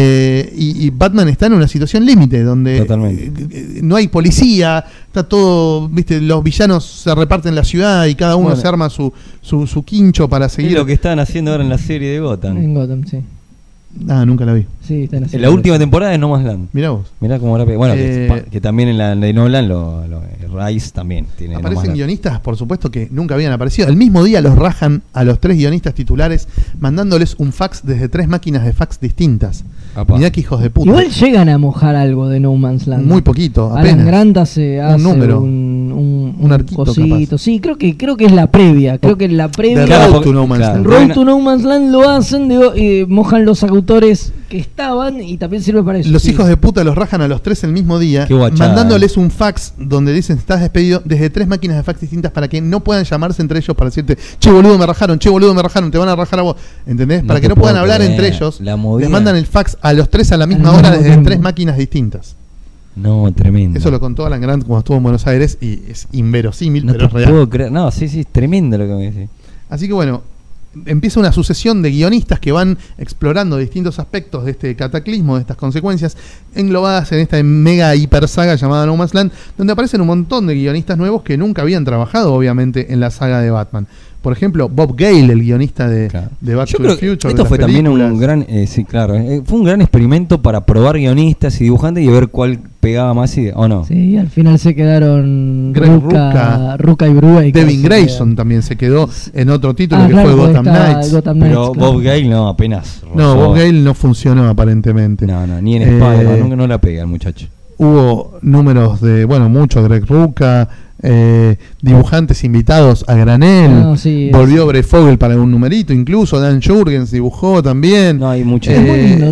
y Batman está en una situación límite donde Totalmente. no hay policía, está todo, viste, los villanos se reparten la ciudad y cada uno Bueno. se arma su quincho para Es seguir. lo que están haciendo ahora en la serie de Gotham. En Gotham, sí. Ah, nunca la vi. Sí, están En haciendo la última eso. temporada de No Man's Land. Mirá vos. Mirá cómo bueno, Eh, que también en la de Nolan Rice también tiene No Man's Aparecen Land. guionistas, por supuesto, que nunca habían aparecido. El mismo día los rajan a los 3 guionistas titulares, mandándoles un fax desde 3 máquinas de fax distintas. Apá. Mirá que hijos de puta. Igual llegan a mojar algo de No Man's Land. Muy poquito, Alan apenas. Grant hace número. un arquito, cosito. capaz. Sí, creo que es la previa. Creo que en la previa. The Claro, Road porque- to No Man's claro. Land. Road to No Man's Land lo hacen, digo, mojan los autores que estaban y también sirve para eso. Los sí. hijos de puta los rajan a los 3 el mismo día, Qué guachada. mandándoles un fax donde dicen estás despedido desde 3 máquinas de fax distintas para que no puedan llamarse entre ellos para decirte, che boludo me rajaron, te van a rajar a vos. ¿Entendés? No para que te no puedan puedo hablar creer. entre ellos. La movida. Les mandan el fax a los 3 a la misma Al hora mismo desde tiempo. 3 máquinas distintas. No, tremendo. Eso lo contó Alan Grant cuando estuvo en Buenos Aires y es inverosímil, no pero te es real. puedo creer. No, sí, es tremendo lo que me decís. Así que bueno, empieza una sucesión de guionistas que van explorando distintos aspectos de este cataclismo, de estas consecuencias, englobadas en esta mega hiper saga llamada No Man's Land, donde aparecen un montón de guionistas nuevos que nunca habían trabajado, obviamente, en la saga de Batman. Por ejemplo, Bob Gale, el guionista de Back Yo to creo the que Future. de esto las fue también películas. un gran, sí, claro, fue un gran experimento para probar guionistas y dibujantes y ver cuál pegaba más o no. Sí, al final se quedaron Greg Rucka y Brubaker. Devin se Grayson quedaron. también se quedó en otro título que claro, fue porque Gotham está Knights. Gotham Pero Knights, claro. Bob Gale no, apenas. No, rozó. Bob Gale no funcionó aparentemente. No, ni en Eh, Spider-Man, nunca no la pega el muchacho. Hubo números de, mucho Greg Rucka, dibujantes invitados a granel, No, sí, volvió Brett Fogel para un numerito, incluso Dan Jurgens dibujó también. No, hay mucho. Es muy lindo.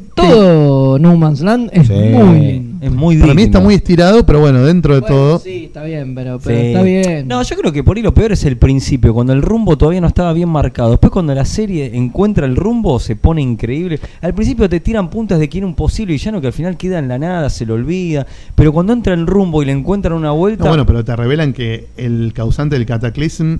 Todo No Man's Land es Sí, muy lindo. es muy Para mí digno. está muy estirado, pero bueno, dentro de Bueno, todo. sí, está bien, pero Sí. está bien. No, yo creo que por ahí lo peor es el principio, cuando el rumbo todavía no estaba bien marcado. Después cuando la serie encuentra el rumbo se pone increíble. Al principio te tiran puntas de que era un posible villano que al final queda en la nada, se lo olvida. Pero cuando entra el rumbo y le encuentran una vuelta... No, bueno, pero te revelan que el causante del cataclismo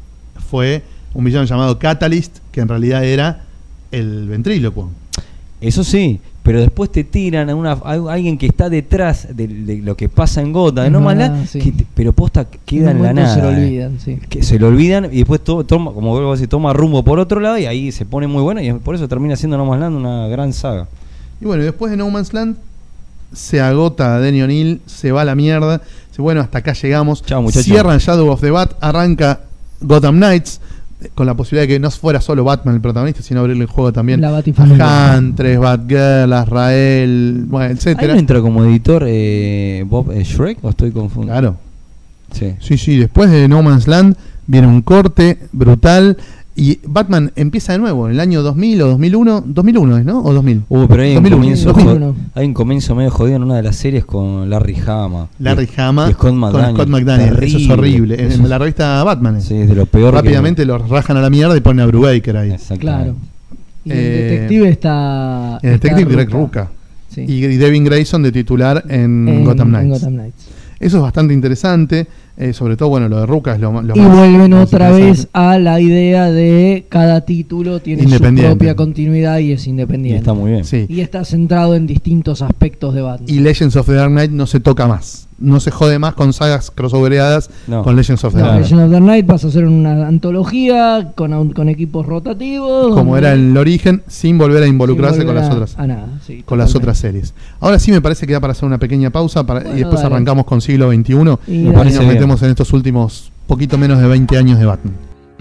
fue un villano llamado Catalyst, que en realidad era el ventrílocuo. Eso sí, pero después te tiran a alguien que está detrás de lo que pasa en Gotham, Es ¿no? verdad, Mala, sí. pero posta queda en un la momento nada. se lo olvidan, sí. Que se lo olvidan y después toma, como vuelvo a decir, toma rumbo por otro lado y ahí se pone muy buena y por eso termina siendo No Man's Land una gran saga. Y bueno, y después de No Man's Land se agota a Denny O'Neil, se va a la mierda. Dice, bueno, hasta acá llegamos. Chao, muchachos. Cierran Shadow of the Bat, arranca Gotham Knights, con la posibilidad de que no fuera solo Batman el protagonista, sino abrirle el juego también La Batifamilia. a Huntress, Batgirl, Azrael, bueno, ¿Ahí etcétera. no entra como editor Bob Shrek o estoy confundido? Claro. Sí. Sí, después de No Man's Land viene un corte brutal y Batman empieza de nuevo en el año 2000 o 2001, 2001 es, ¿no? ¿O 2000? Pero hay un 2001, comienzo 2001. hay un comienzo medio jodido en una de las series con Larry Hama. Larry Hama y Scott McDaniel. con Scott McDaniel. Eso es horrible. En la revista Batman. Sí, es de lo peor. Rápidamente los rajan a la mierda y ponen a Brubaker ahí. Claro. Y el Eh, detective está. El detective está Greg Rucka. Sí. Y Devin Grayson de titular en Gotham Knights. En Gotham Knights. Eso es bastante interesante. Sobre todo, bueno, lo de Rucka es lo Y más vuelven más otra vez interesante. a la idea de cada título tiene su Independiente. propia continuidad y es Y independiente. está muy bien. Sí. Y está centrado en distintos aspectos de Batman. Y Legends of the Dark Knight no se toca más. no se jode más con sagas crossovereadas con Legends of the Night. Legends of the Night pasa a ser una antología con equipos rotativos. Como era el origen, sin volver a involucrarse sin con volver las otras. a nada, sí, con las otras series. Ahora sí me parece que da para hacer una pequeña pausa y después dale. arrancamos con siglo XXI y Me parece nos bien. metemos en estos últimos poquito menos de 20 años de Batman.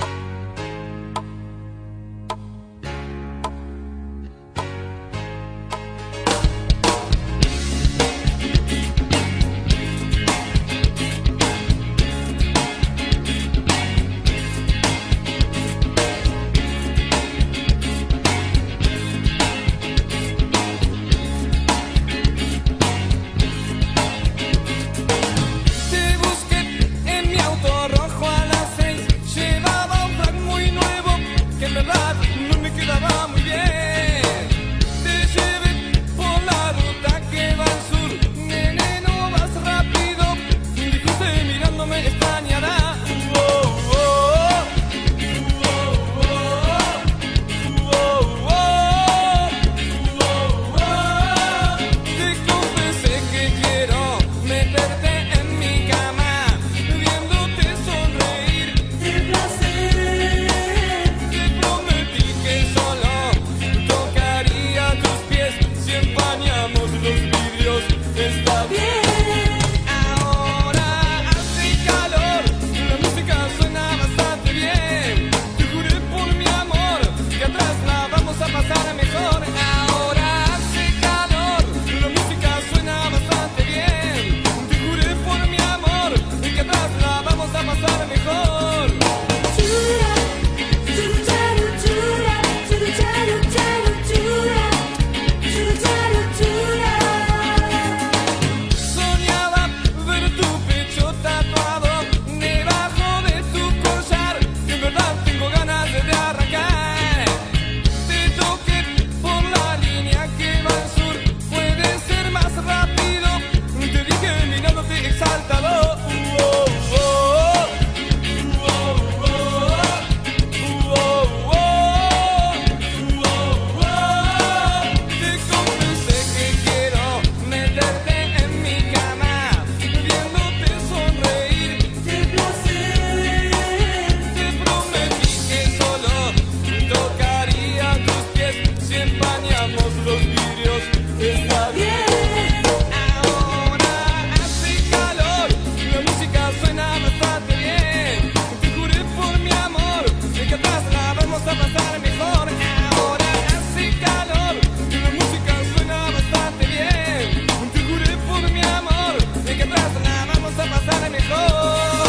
Te busqué en mi auto rojo a las 6. Llevaba un frac muy nuevo que en verdad no me quedaba muy bien. Te llevé por la ruta que va al sur. Nene, no vas rápido. Dijiste mirándome extrañará. Te confesé que quiero meterte en mi cama, viéndote sonreír de placer. Te prometí que solo tocaría tus pies si empañamos los vidrios. Está bien. Ahora hace calor, la música suena bastante bien. Te juré por mi amor que atrás la vamos a pasar mejor. Ahora hace calor, la música suena bastante bien. Te juré por mi amor que atrás la vamos a pasar mejor. Soñaba ver tu pecho tatuado debajo de tu collar, que en verdad tengo ganas de arrancar. Te toqué por la línea que va al sur, puede ser más rápido. Te dije mirándote exaltado. Te confesé que quiero meterte en mi cama, viéndote sonreír de placer. Te prometí que solo tocaría tus pies si empañamos los vidrios. Está bien. Ahora hace calor, la música suena bastante bien. Te juré por mi amor que atrás la vamos a pasar mejor. Ahora hace calor, la música suena bastante bien. Te juré por mi amor que atrás la vamos a pasar mejor.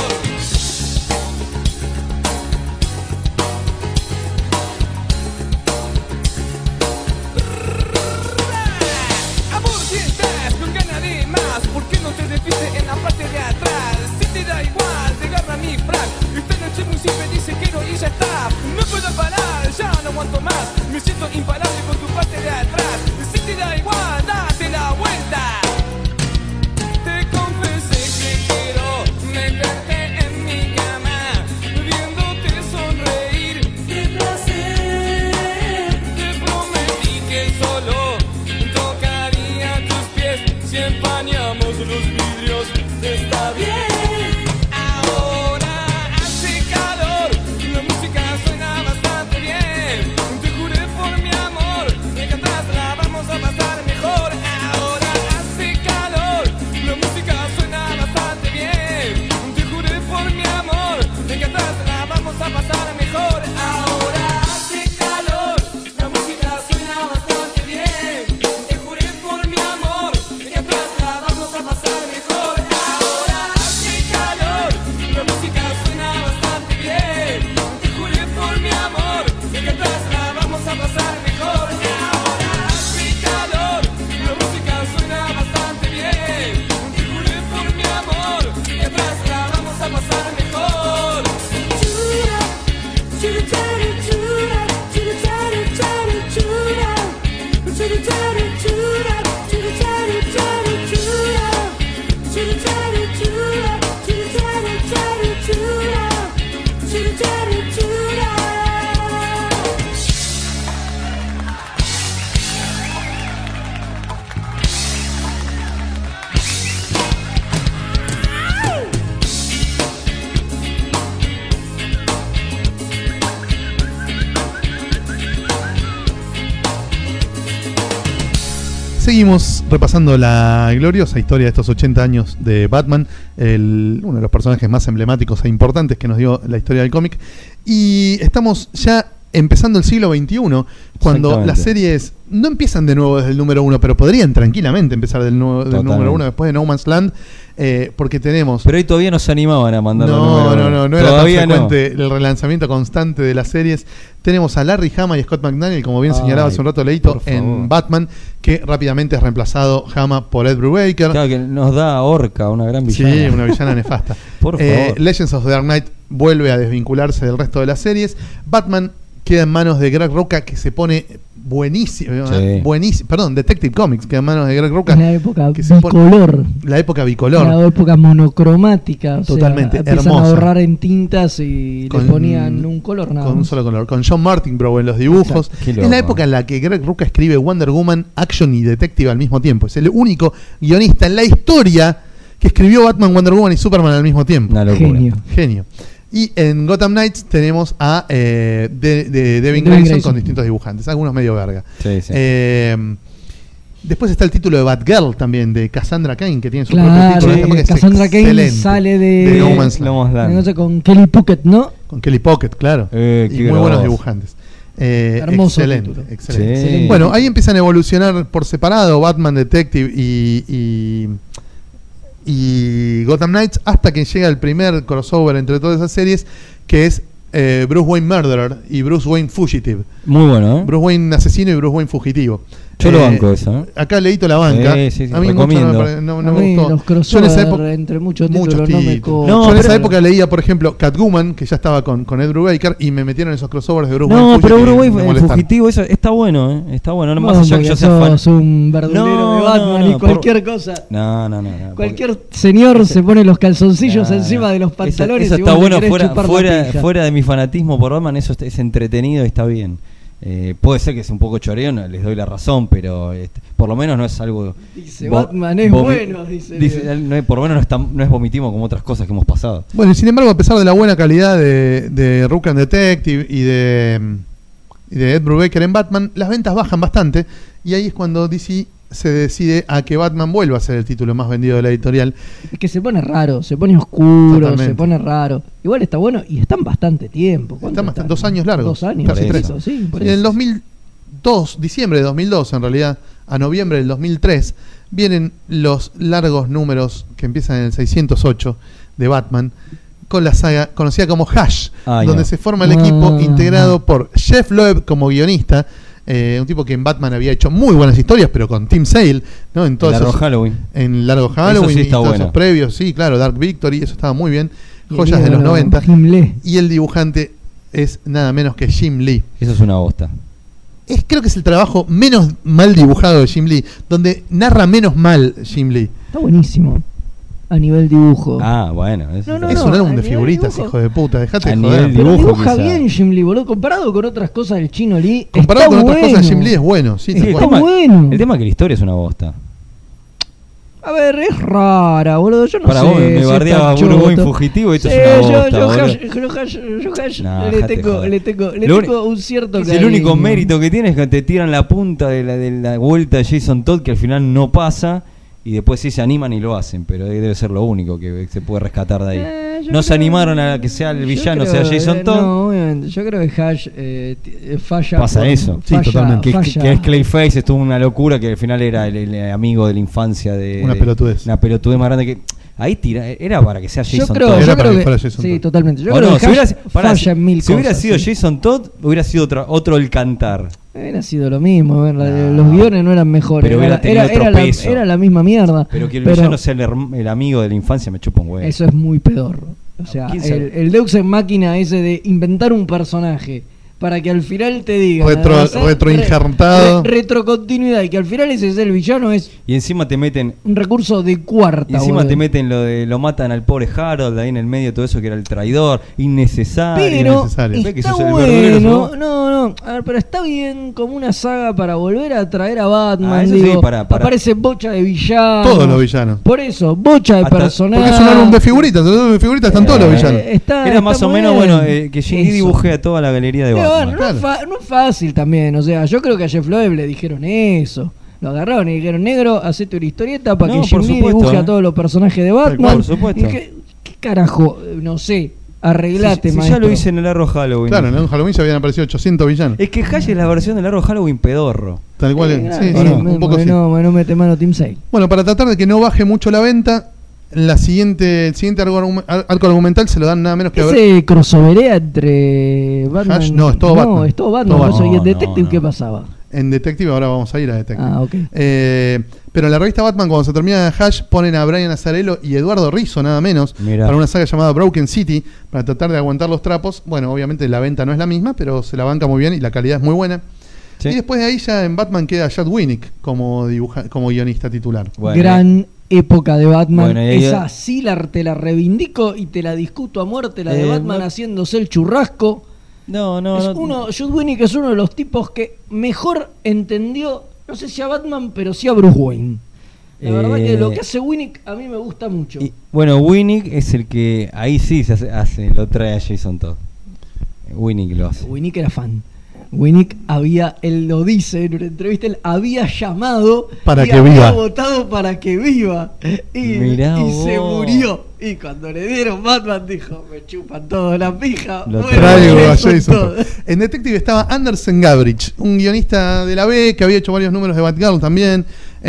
Amor, si estás con ganas de más, ¿por qué no te despiste en la parte de atrás? Si te da igual, te agarra mi frac. Esta noche muy simple dice quiero y ya está. No puedo parar, ya no aguanto más. Me siento imparable con tu parte de atrás. Si te da igual, date la vuelta. Te confesé que quiero meterte en mi cama, viéndote sonreír de placer. Te prometí que solo tocaría tus pies si empañamos los vidrios. Está bien. Ahora hace calor, la música suena bastante bien. Te juré por mi amor que atrás la vamos a pasar mejor. Ahora hace calor, la música suena bastante bien. Te juré por mi amor que atrás la vamos a pasar mejor. Ahora hace calor, la música suena bastante bien. Te juré por mi amor que atrás la vamos a pasar mejor. Ahora hace calor, la música suena bastante bien. Te juré por mi amor que atrás la vamos a pasar mejor. Ahora hace calor, la música suena bastante bien. Te juré por mi amor que atrás la vamos a pasar mejor. Seguimos repasando la gloriosa historia de estos 80 años de Batman, uno de los personajes más emblemáticos e importantes que nos dio la historia del cómic. Y estamos ya empezando el siglo XXI, cuando las series no empiezan de nuevo desde el número 1, pero podrían tranquilamente empezar del número 1 después de No Man's Land, porque tenemos... Pero ahí todavía no se animaban a mandar no era tan frecuente el relanzamiento constante de las series. Tenemos a Larry Hama y Scott McDaniel, como bien señalaba hace un rato Leito, en Batman, que rápidamente es reemplazado Hama por Ed Brubaker. Claro, que nos da Orca, una gran villana. Sí, una villana nefasta. Por favor. Legends of the Dark Knight vuelve a desvincularse del resto de las series. Batman queda en manos de Greg Rucka, que se pone buenísimo. Perdón, Detective Comics queda en manos de Greg Rucka. La época bicolor. La época bicolor. La época monocromática. Totalmente, empiezan hermosa. a ahorrar en tintas y le ponían un color nada con más. un solo color. Con John Martinbrough en los dibujos. Es la época en la que Greg Rucka escribe Wonder Woman, Action y Detective al mismo tiempo. Es el único guionista en la historia que escribió Batman, Wonder Woman y Superman al mismo tiempo. Una locura. Genio. Y en Gotham Knights tenemos a Devin Grayson con distintos dibujantes, algunos medio verga. Sí, sí. Después está el título de Batgirl también, de Cassandra Cain, que tiene su propio título. Sí, Cassandra Cain sale de No Man's Land. No sé, con Kelly Puckett, ¿no? Con Kelly Puckett, claro. Y muy buenos dibujantes. Hermoso excelente, título. excelente. Sí. Bueno, ahí empiezan a evolucionar por separado Batman, Detective y Gotham Knights, hasta que llega el primer crossover entre todas esas series, que es Bruce Wayne Murderer y Bruce Wayne Fugitive. Muy bueno, ¿eh? Bruce Wayne asesino y Bruce Wayne fugitivo. Yo lo banco eso, ¿eh? Acá Leito la banca. Sí, a mí recomiendo. no me gustó. Los crossover entre muchos títulos no me yo en esa época leía, por ejemplo, Catwoman, que ya estaba con Ed Brubaker, y me metieron esos crossovers de Bruce Wayne. No, pero Bruce Wayne fugitivo, eso está bueno, ¿eh? Está bueno. No más allá que yo sea fan. Sos un verdulero de Batman y cualquier cosa. No. Cualquier señor se pone los calzoncillos encima de los pantalones. Eso está bueno, fuera de mi fanatismo por Batman, eso es entretenido y está bien. Puede ser que sea un poco choreo, no les doy la razón, pero por lo menos no es algo. Dice Batman es bueno, dice por lo menos no es vomitivo como otras cosas que hemos pasado. Bueno, y sin embargo, a pesar de la buena calidad de Rucka and Detective y de Ed Brubaker en Batman, las ventas bajan bastante, y ahí es cuando DC se decide a que Batman vuelva a ser el título más vendido de la editorial. Es que se pone raro, se pone oscuro, Totalmente. Se pone raro. Igual está bueno y están bastante tiempo. Están 2 años largos. 2 años. Casi 3. Sí, en el 2002, diciembre de 2002, en realidad, a noviembre del 2003, vienen los largos números que empiezan en el 608 de Batman, con la saga conocida como Hush, donde se forma el equipo integrado por Jeff Loeb como guionista, un tipo que en Batman había hecho muy buenas historias, pero con Tim Sale, ¿no? En Largo Halloween. En Largo Halloween eso sí y todos bueno. esos previos, sí, claro, Dark Victory, eso estaba muy bien. Joyas de los 90. Y el dibujante es nada menos que Jim Lee. Eso es una bosta. Creo que es el trabajo menos mal dibujado de Jim Lee, donde narra menos mal Jim Lee. Está buenísimo. A nivel dibujo. Bueno. Es un álbum de figuritas, hijo de puta. Dejate de joder. Pero dibuja bien Jim Lee, boludo. Comparado con otras cosas del Chino Lee. Comparado con otras cosas, Jim Lee es bueno. Sí, está bueno. El tema es que la historia es una bosta. A ver, es rara, boludo. Yo no para sé. Vos me bardeaba Bruce Wayne fugitivo y esto es una bosta. Le tengo un cierto cariño. El único mérito que tiene es que te tiran la punta de la vuelta de Jason Todd, que al final no pasa. Y después sí se animan y lo hacen, pero debe ser lo único que se puede rescatar de ahí. No se animaron a que sea el villano, sea Jason Todd. No, obviamente. Yo creo que Hush falla. Pasa eso. Sí, totalmente. Que es Clayface, estuvo una locura, que al final era el amigo de la infancia de... Una pelotudez. Una pelotudez más grande que... Ahí era para que sea Jason Todd. Yo creo que fuera Jason sí, Todd. totalmente. Yo creo que falla en mil cosas. Si hubiera sido Jason Todd, hubiera sido otro el cantar. Hubiera sido lo mismo. Los guiones no eran mejores. Pero era la misma mierda. Pero que el villano sea el amigo de la infancia me chupa un huevo. Eso es muy pedorro. O sea, el Deus Ex Machina ese de inventar un personaje para que al final te diga retroinjertado, retrocontinuidad, y que al final ese es el villano, es y encima te meten un recurso de cuarta. Y encima te meten lo matan al pobre Harold ahí en el medio, todo eso que era el traidor, innecesario. Pero está bueno, no, a ver, pero está bien como una saga para volver a traer a Batman. Digo, sí, aparece bocha de villanos. Todos los villanos. Por eso, bocha de personajes. Porque es un álbum de figuritas, están todos los villanos. Era más o menos que Jim Lee dibujé a toda la galería de Batman. No es fácil también, o sea, yo creo que a Jeff Loeb le dijeron eso. Lo agarraron y dijeron, negro, hacete una historieta para No, que Jim por Lee supuesto, dibuje a todos los personajes de Batman. Por supuesto. Y dije, ¿qué carajo? No sé, arreglate, Si maestro. ya lo hice en el Arrow Halloween. Claro, ¿no? En Halloween ya habían aparecido 800 villanos. Es que Hash es la versión del Arrow Halloween pedorro. Tal cual. Sí, sí, no, un poco sí. no mete mano Team Sale. Bueno, para tratar de que no baje mucho la venta, el siguiente arco argumental se lo dan nada menos que a ver. Ese crossoverea entre Batman. Hash, no, es todo Batman. No, es todo Batman. Todo por eso, Batman. ¿y el Detective No, no. qué pasaba? En Detective, ahora vamos a ir a Detective. Ah, ok. Pero en la revista Batman, cuando se termina Hash, ponen a Brian Azzarello y Eduardo Rizzo, nada menos, Mirá. para una saga llamada Broken City, para tratar de aguantar los trapos. Bueno, obviamente la venta no es la misma, pero se la banca muy bien y la calidad es muy buena. Sí. Y después de ahí ya en Batman queda Chad Winnick como guionista titular. Bueno, Gran época de Batman. Bueno, y ahí- Esa sí te la reivindico y te la discuto a muerte, la de Batman no- haciéndose el churrasco. No, Judd Winnick es uno de los tipos que mejor entendió, no sé si a Batman, pero sí a Bruce Wayne. La verdad que lo que hace Winnick a mí me gusta mucho. Bueno, Winnick es el que ahí sí se lo trae a Jason Todd. Winnick lo hace. Winnick era fan. Winnick él lo dice en una entrevista, él había llamado Para y que había viva. votado para que viva. Y Mirá se vos. murió. Y cuando le dieron Batman dijo, me chupan todos la pija. Lo Bueno, Traigo a Jason Jason Todd. Todd. En Detective estaba Anderson Gavrich, un guionista de la B que había hecho varios números de Batgirl también,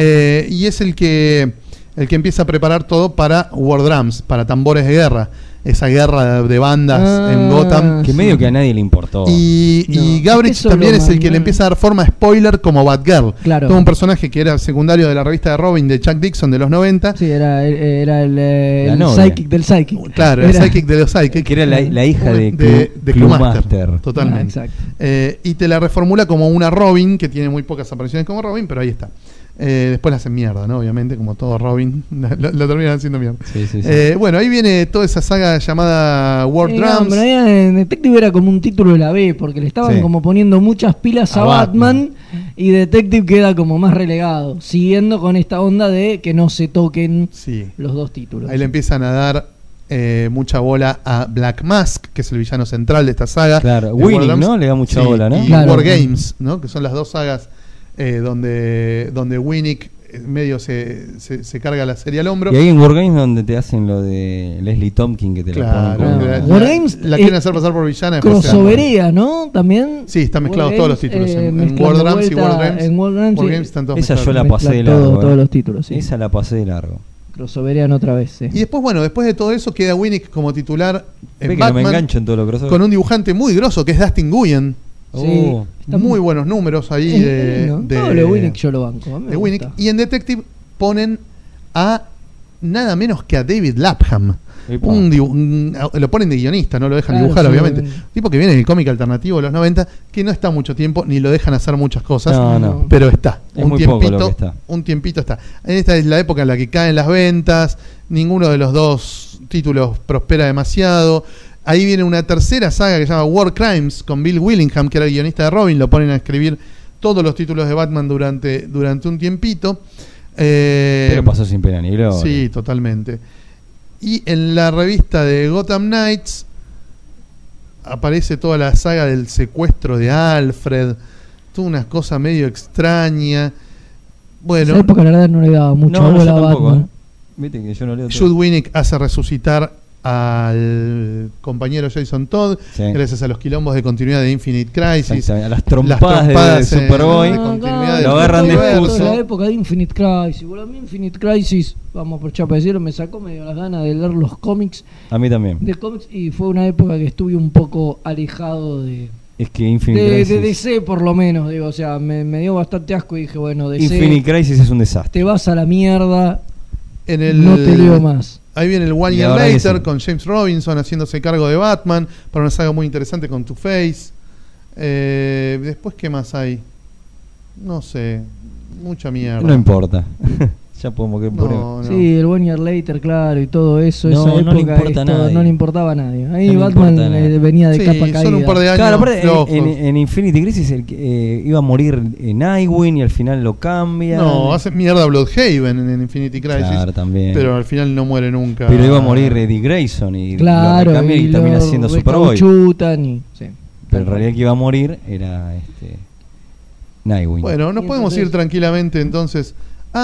y es el que empieza a preparar todo para War Drums, para tambores de guerra, esa guerra de bandas en Gotham. Que medio que a nadie le importó. Y No, Gavrich es que también solo es el que le mañana. empieza a dar forma a spoiler como Batgirl. Claro. Todo un personaje que era secundario de la revista de Robin de Chuck Dixon de los 90. Sí, era el novia. Psychic del Psychic. Claro, el Psychic de los Psychic. que era la hija de Cluemaster. Cluemaster. Totalmente. Ah, exacto. Y te la reformula como una Robin, que tiene muy pocas apariciones como Robin, pero ahí está. Después la hacen mierda, ¿no? Obviamente, como todo Robin, la terminan haciendo mierda. Sí, sí, sí. Bueno, ahí viene toda esa saga llamada War No, Drums. pero ahí en Detective era como un título de la B, porque le estaban Sí. como poniendo muchas pilas a A Batman, y Detective queda como más relegado, siguiendo con esta onda de que no se toquen Sí. los dos títulos. Ahí le empiezan a dar mucha bola a Black Mask, que es el villano central de esta saga. Claro, de Winning, War Drums. ¿no? Le da mucha Sí, bola, ¿no? Y Claro. War Games, ¿no? Que son las dos sagas donde Winnick medio se carga la serie al hombro. Y ahí en Wargames donde te hacen lo de Leslie Tompkin que te Claro, la ponen que como... la- War Games, la quieren hacer pasar por villana. después se Crossovería, ¿no? También. Sí, están mezclados War todos los Games, títulos. En mezclan War de Drums y vuelta War Games. En War Drums, War sí, Games están todos Esa mezclados. yo la mezclan pasé de todo- largo. todos los títulos, sí. Esa la pasé de largo. Crossoverean otra vez, sí. Y después, bueno, después de todo eso queda Winnick como titular Ve en que no me Batman engancho en todo lo crossover. con un dibujante muy grosso que es Dustin Nguyen. Sí, está Muy buenos números ahí es de, lindo. de, Todo lo de Winnick yo lo banco. A mí me de Winnick. gusta. Y en Detective ponen a nada menos que a David Lapham. Epa. Lo ponen de guionista, no lo dejan Claro, dibujar, sí, obviamente. obviamente. Tipo que viene del cómic alternativo de los 90, que no está mucho tiempo, ni lo dejan hacer muchas cosas, No. pero está. Es muy poco lo que está. Un tiempito está. Esta es la época en la que caen las ventas, ninguno de los dos títulos prospera demasiado. Ahí viene una tercera saga que se llama War Crimes con Bill Willingham, que era el guionista de Robin, lo ponen a escribir todos los títulos de Batman durante un tiempito. Pero pasó sin pena ni gloria. Sí, totalmente. Y en la revista de Gotham Knights aparece toda la saga del secuestro de Alfred, toda una cosa medio extraña. Esa Bueno, época la verdad no le daba mucha No, bola yo a tampoco, Batman. ¿eh? Viste que yo no leo Jude todo. Winnick hace resucitar al compañero Jason Todd Sí. gracias a los quilombos de continuidad de Infinite Crisis. Exactamente, a las trompadas de en- Superboy. de continuidad Lo del agarran de universo. excusa. La época de Infinite Crisis. Bueno, a mí Infinite Crisis, vamos por chapa decirlo, me sacó medio las ganas de leer los cómics A mí también. de cómics y fue una época que estuve un poco alejado de Es que Infinite Crisis. DC por lo menos, digo, o sea, me dio bastante asco y dije, bueno, DC, Infinite Crisis es un desastre. te vas a la mierda, En el, no te leo más. Ahí viene el One Y Year la verdad que Later sí. con James Robinson haciéndose cargo de Batman para una saga muy interesante con Two-Face. Después, ¿qué más hay? No sé, mucha mierda. No importa. Ya podemos que No, no. Sí, el One Year Later, claro, y todo eso, No, esa no época le importa a esto nadie. no le importaba a nadie. Ahí No le Batman importa a nadie. venía de Sí, capa caída. son un par de años Claro, aparte, flojos. en Infinity Crisis iba a morir Nightwing y al final lo cambian. No, hace mierda Bloodhaven en Infinity Crisis. Claro, también. Pero al final no muere nunca. Pero iba a morir Eddie Grayson y Claro, lo recambian y termina lo siendo Superboy. recauchutan y sí. Pero en realidad el que iba a morir era Nightwing. Bueno, nos Y podemos entonces- ir tranquilamente entonces.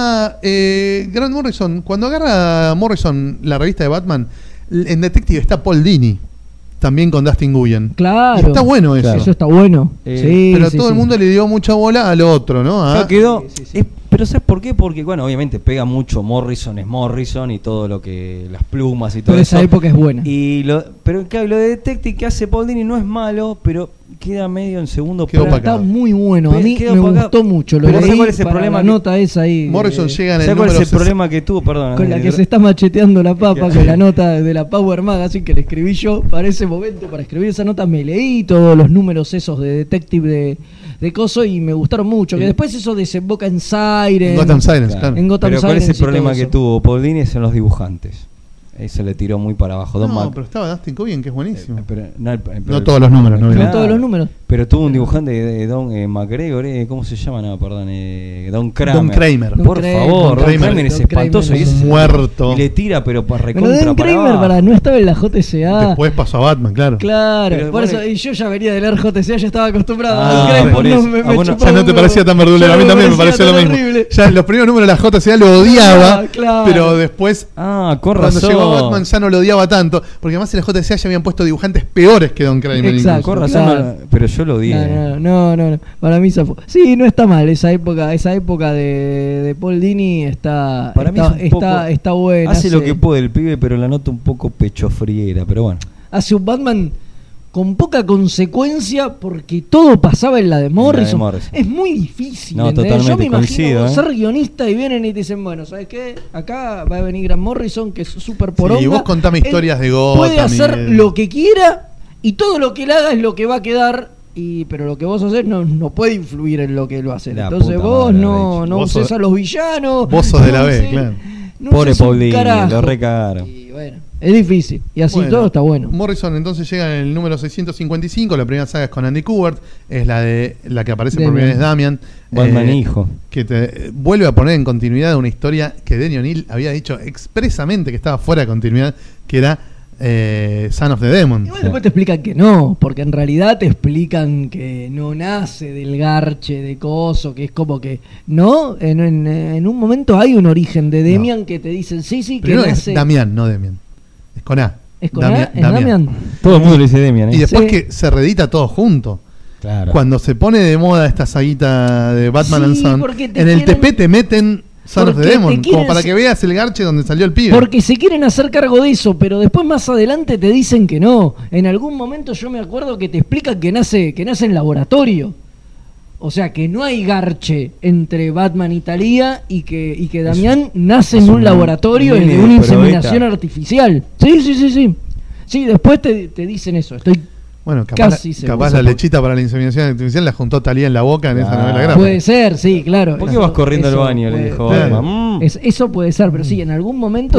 Grant Morrison. Cuando agarra Morrison la revista de Batman, en Detective está Paul Dini, también con Dustin Nguyen. Claro. Y está bueno eso. Claro. Eso está bueno. Sí, Pero sí, todo el sí. mundo le dio mucha bola al otro, ¿no? Ya Ah, quedó. Sí, sí, sí. Pero ¿sabes por qué? Porque, bueno, obviamente pega mucho Morrison, es Morrison y todo lo que. Las plumas y todo Pero eso. esa época es buena. Pero claro, lo de Detective que hace Paul Dini no es malo, pero queda medio en segundo Quedó Pero plano. opacado. está muy bueno. A mí Quedó me opacado. gustó mucho. Lo Pero ¿sabes leí cuál es el para problema la que- nota esa ahí. Morrison llega en el ¿Sabes cuál número es el problema que tuvo? Perdón. Con la que se está macheteando la papa, con la nota de la Power Magazine que le escribí yo para ese momento, para escribir esa nota me leí todos los números esos de Detective de Coso y me gustaron mucho, que después eso desemboca en Siren, En Gotham Sirens, Claro. claro. en Gotham Pero ¿cuál es el Sirens y problema todo que eso. tuvo Paul Dini? Son los dibujantes. Ahí se le tiró muy para abajo. Don No, Mac- pero estaba Dustin Nguyen, que es buenísimo. pero No todos los números, ¿no? No todos los números. Pero tuvo un dibujante de Don McGregor, ¿cómo se llama? No, perdón, Don Kramer. Don Kramer. Don Por Kramer, favor, Don Kramer. Kramer es Don espantoso Kramer y es es muerto. Y le tira, pero para Pero recontra Dan para Kramer abajo. no estaba en la JCA. Después pasó a Batman, claro. Claro, Pero por bueno, eso, y yo ya venía de leer JCA, ya estaba acostumbrado. Ah, Dan Kramer por eso. me Ah, bueno, chupaba Ya no un te huevo. parecía tan verdulero. Ya A mí no también me pareció lo tan mismo. horrible. Ya en los primeros números de la JCA lo odiaba, Claro. pero después, Ah, con cuando razón. llegó Batman, ya no lo odiaba tanto. Porque además en la JCA ya habían puesto dibujantes peores que Don Kramer. Exacto. incluso. Con razón, Claro. pero yo lo odié. No. Para mí sí, no está mal. Esa época de Paul Dini está Para mí es un poco- está buena. Hace lo que puede el pibe, pero la nota un poco pecho friera, pero bueno. Hace un Batman con poca consecuencia porque todo pasaba en la de Morrison. Morrison. Es muy difícil. No, ¿entendés? Yo totalmente, me imagino coincido, vos ¿eh? ser guionista y vienen y te dicen, bueno, ¿sabes qué? Acá va a venir Grant Morrison, que es súper Sí, poronga. y vos contame Él historias de Gotham. puede hacer y- lo que quiera y todo lo que él haga es lo que va a quedar. Pero lo que vos haces no puede influir en lo que él va a hacer. La Entonces puta vos madre, no Vos uses sos- a los villanos. vos sos de la no B, uses- claro. no Pobre uses un Paul Dini, carajo. lo recagaron. Y bueno, es difícil. Y así Bueno, todo está bueno. Morrison entonces llega en el número 655. La primera saga es con Andy Kubert. Es la que aparece por Damian. primera vez Damian. Batman hijo. Que te vuelve a poner en continuidad una historia que Denny O'Neil había dicho expresamente que estaba fuera de continuidad, que era Son of the Demon. Igual después te explican que no, porque en realidad te explican que no nace del garche de coso, que es como que no, en un momento hay un origen de Demian que te dicen sí, que Primero nace. es Damian, no Demian. Es con A. ¿Es con A? ¿Es Damian? Todo el mundo le dice Demian, Y después Sí. que se reedita todo junto. Claro. Cuando se pone de moda esta saguita de Batman Sí, and Son, porque te en el quieren- TP te meten Son of the porque te Demon, quieren como para que veas el garche donde salió el pibe. Porque se quieren hacer cargo de eso, pero después más adelante te dicen que no. En algún momento yo me acuerdo que te explican que nace en laboratorio. O sea, que no hay garche entre Batman y Thalía y que Damián nace en es un un laboratorio nene de de una probeta. inseminación artificial. Sí. Sí, después te dicen eso. Estoy Bueno, capaz, casi seguro. capaz la lechita para la inseminación artificial la juntó Talía en la boca en esa Claro. novela gráfica. Puede ser, sí, claro. ¿Por qué vas corriendo al Eso baño? Le puede- dijo puede- Batman. eso puede ser, pero sí, en algún momento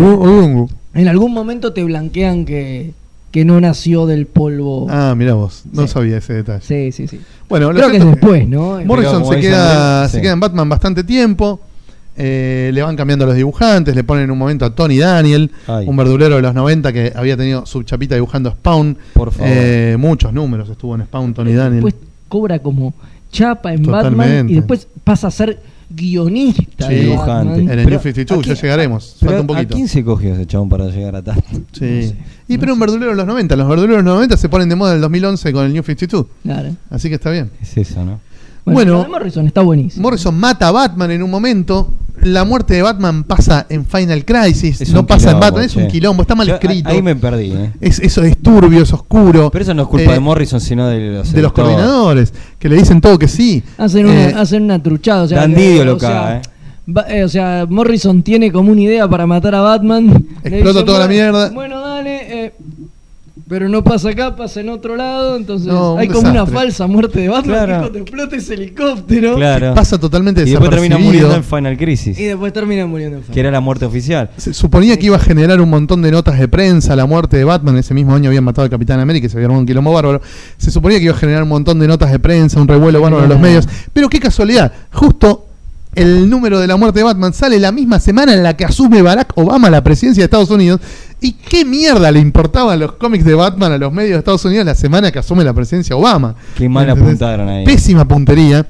en algún momento te blanquean que no nació del polvo. Ah, mirá vos, no Sí. sabía ese detalle. Sí. Bueno, lo Creo que es cierto después, ¿no? Morrison como se dicen, queda, sí. se queda en Batman bastante tiempo. Le van cambiando los dibujantes, le ponen en un momento a Tony Daniel, Ay. un verdulero de los 90 que había tenido su chapita dibujando Spawn. Por favor. Muchos números estuvo en Spawn Tony Daniel. Después cobra como chapa en Totalmente. Batman y después pasa a ser guionista Sí, de dibujante. Batman. En el Pero, New 52, ya ¿a quién- llegaremos. Pero, Falta un ¿a poquito. quién se cogió ese chabón para llegar a tanto? Sí. Pero un verdulero de los 90. Los verduleros de los 90 se ponen de moda en el 2011 con el New 52. Claro. Así que está bien. Es eso, ¿no? Bueno, lo de Morrison está buenísimo. Morrison mata a Batman en un momento. La muerte de Batman pasa en Final Crisis. Es no un pasa en quilombo, Batman. Es un che. quilombo. Está mal Yo escrito. Ahí me perdí, ¿eh? Eso es turbio, es oscuro. Pero eso no es culpa Eh, de Morrison, sino de los de los editores. coordinadores, que le dicen todo que sí. Hacen una truchada. O sea, Dandidio que- lo o sea, caga, o sea, Morrison tiene como una idea para matar a Batman. Le Explota dicen, toda la "Bueno, mierda". Bueno, dale. Pero no pasa acá, pasa en otro lado. Entonces No, un hay como una desastre. falsa muerte de Batman. Claro. Que hijo, te explota ese helicóptero. Claro. Pasa totalmente Y después termina muriendo en desapercibido. Final Crisis, Y después termina muriendo en que era la muerte oficial. Se suponía que iba a generar un montón de notas de prensa la muerte de Batman. Ese mismo año habían matado al Capitán América y se había armado un quilombo bárbaro. Se suponía que iba a generar un montón de notas de prensa, un revuelo bárbaro en los medios. Pero qué casualidad, justo el número de la muerte de Batman sale la misma semana en la que asume Barack Obama la presidencia de Estados Unidos. ¿Y qué mierda le importaban los cómics de Batman a los medios de Estados Unidos la semana que asume la presidencia Obama? Qué mal ¿Entendés? apuntaron ahí. Pésima puntería.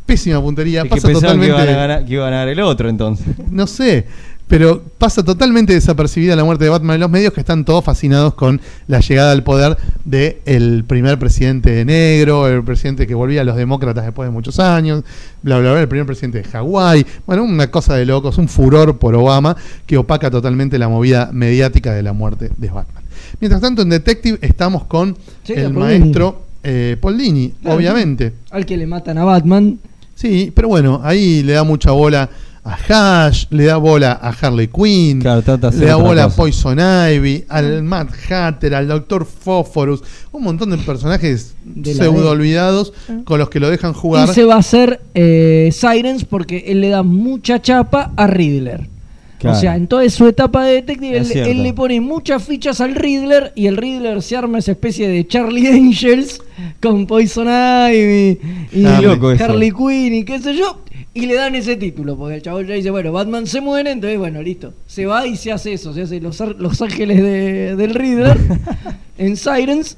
pésima puntería, Es que pasa pensaban que totalmente... que iba a ganar el otro entonces. No sé, pero pasa totalmente desapercibida la muerte de Batman en los medios, que están todos fascinados con la llegada al poder del primer presidente negro, el presidente que volvía a los demócratas después de muchos años, bla, bla, bla, el primer presidente de Hawái. Bueno, una cosa de locos, un furor por Obama que opaca totalmente la movida mediática de la muerte de Batman. Mientras tanto, en Detective estamos con el maestro Paul Dini, Claro, obviamente. Al que le matan a Batman. Sí, pero bueno, ahí le da mucha bola a Hash, le da bola a Harley Quinn, Claro, trata de hacer le da otra bola a cosa. Poison Ivy, al Mad Hatter, al Dr. Phosphorus, un montón de personajes De la pseudo D. olvidados con los que lo dejan jugar. Y se va a hacer Sirens porque él le da mucha chapa a Riddler. Claro. O sea, en toda su etapa de detective, Es cierto. él le pone muchas fichas al Riddler y el Riddler se arma esa especie de Charlie Angels con Poison Ivy y Ah, loco eso. Harley Quinn y qué sé yo. Y le dan ese título, porque el chabón ya dice, bueno, Batman se muere, entonces bueno, listo. Se va y se hace eso, se hace los ángeles del Riddler en Sirens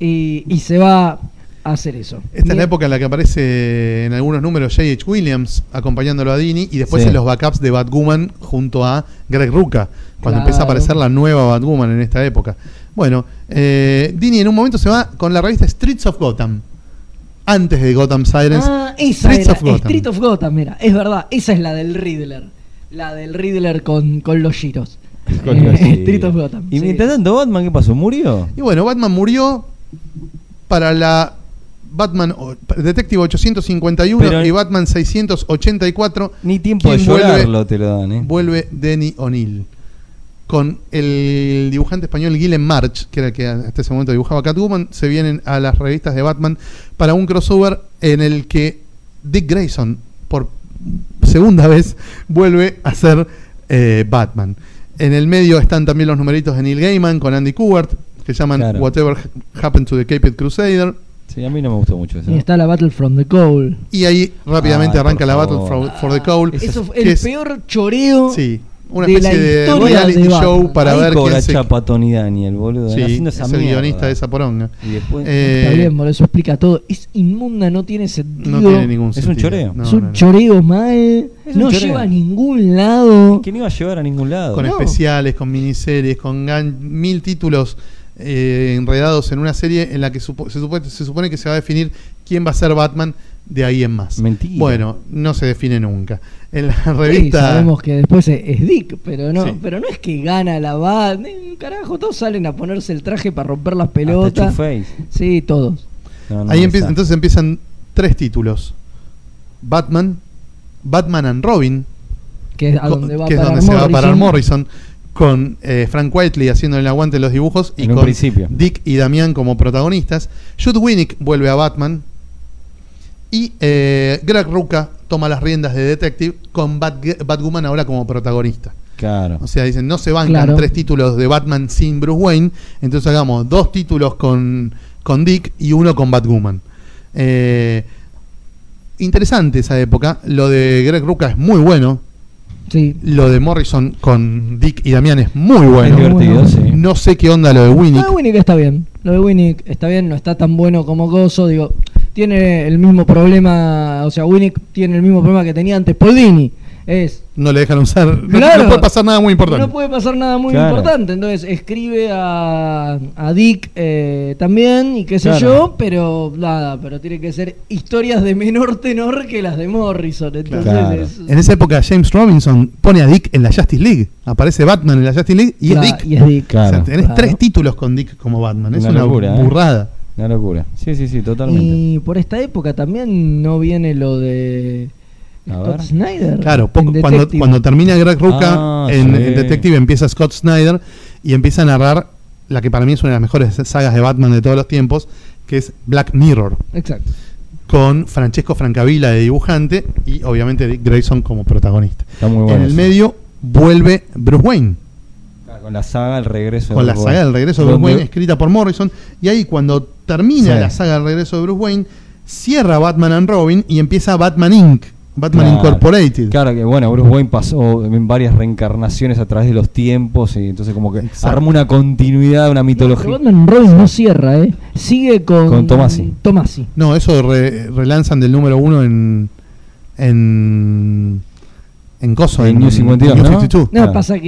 y se va a hacer eso. Esta es la época en la que aparece en algunos números J.H. Williams acompañándolo a Dini y después Sí. en los backups de Batwoman junto a Greg Rucka, cuando Claro. empieza a aparecer la nueva Batwoman en esta época. Bueno, Dini en un momento se va con la revista Streets of Gotham, antes de Gotham Sirens. Ah, esa Streets era, of Gotham. Street of Gotham, mira, es verdad, esa es la del Riddler. La del Riddler con los giros. Con los giros. Street of Gotham. Y sí. mientras tanto, Batman, ¿qué pasó? ¿Murió? Y bueno, Batman murió para la Batman Detective 851 Pero- y Batman 684. Ni tiempo de ¿Quién vuelve? llorarlo te lo dan, ¿eh? Vuelve Denny O'Neil con el dibujante español Guillem March, que era el que hasta ese momento dibujaba Catwoman. Se vienen a las revistas de Batman para un crossover en el que Dick Grayson, por segunda vez, vuelve a ser Batman. En el medio están también los numeritos de Neil Gaiman con Andy Kubert, que llaman Claro. Whatever Happened to the Caped Crusader. Sí, a mí no me gustó mucho eso. Y está la Battle from the Cold. Y ahí rápidamente Ay, arranca por la favor. Battle for the Cold. Eso fue que el es- peor choreo. Sí, una de especie la de historia reality de show Batman. para Ahí ver cobra quién se... chapa Tony Daniel, boludo. Sí, haciendo esa es el mierda. guionista de esa poronga. Y después... Está bien, por eso explica todo. Es inmunda, no tiene sentido. No tiene ningún Es un sentido. choreo. No, es un no, no. choreo mal. Es un No choreo. lleva a ningún lado. que no iba a llevar a ningún lado. Con No. especiales, con miniseries, con 1000 títulos enredados en una serie en la que se supone que se va a definir quién va a ser Batman de ahí en más. Mentira. Bueno, no se define nunca. En la Sí, revista... sabemos que después es Dick, pero no, Sí. pero no es que gana la Bat. Carajo, todos salen a ponerse el traje para romper las Hasta pelotas. Two-Face. Sí, todos. No, no, Ahí esa. entonces empiezan 3 títulos. Batman, Batman and Robin, Que es a donde va que es a parar donde se va a parar Morrison. Morrison, con Frank Whiteley haciendo el aguante en los dibujos y En un con principio. Dick y Damián como protagonistas. Judd Winnick vuelve a Batman y Greg Rucka toma las riendas de Detective con Batwoman ahora como protagonista. Claro. O sea, dicen, no se bancan Claro. 3 títulos de Batman sin Bruce Wayne, entonces hagamos 2 títulos con Dick y 1 con Batwoman. Interesante esa época. Lo de Greg Rucka es muy bueno. Sí. Lo de Morrison con Dick y Damián es muy bueno. Es divertido, bueno. sí. No sé qué onda lo de Winnick. Lo de Winnick está bien. Lo de Winnick está bien, no está tan bueno como Gozo. Digo, tiene el mismo problema. O sea, Winnick tiene el mismo problema que tenía antes Paul Dini. No le dejan usar. No, Claro. no puede pasar nada muy importante. No puede pasar nada muy Claro. importante. Entonces escribe a Dick también y qué sé Claro. yo, pero nada, pero tiene que ser historias de menor tenor que las de Morrison. Entonces Claro. En esa época James Robinson pone a Dick en la Justice League. Aparece Batman en la Justice League y Claro, es Dick. y es Dick. Claro. O sea, tenés Claro. 3 títulos con Dick como Batman. Es Una una locura, ¿eh? burrada. Una locura. Sí, sí, sí, totalmente. Y por esta época también no viene lo de A Scott ver. Snyder. Claro, en cuando Detective. termina Greg Rucka Ah, en sí. Detective empieza Scott Snyder y empieza a narrar la que para mí es una de las mejores sagas de Batman de todos los tiempos, que es Black Mirror, Exacto. con Francesco Francavilla de dibujante y obviamente Dick Grayson como protagonista. Está muy bueno. En el eso. medio vuelve Bruce Wayne, Claro, con la saga El Regreso de con la Bruce saga Wayne. del regreso de Bruce Donde- Wayne escrita por Morrison, y ahí cuando termina Sí. la saga del regreso de Bruce Wayne, cierra Batman and Robin y empieza Batman Inc., Batman Claro. Incorporated. Claro que bueno, Bruce Wayne pasó en varias reencarnaciones a través de los tiempos y entonces como que Exacto. arma una continuidad, una Pero mitología. Batman Robin no cierra, Sigue con Con Tomasi. Tomasi. No, eso relanzan del número 1 en en Coso, En New 52, New ¿no? 52. No, Ah. pasa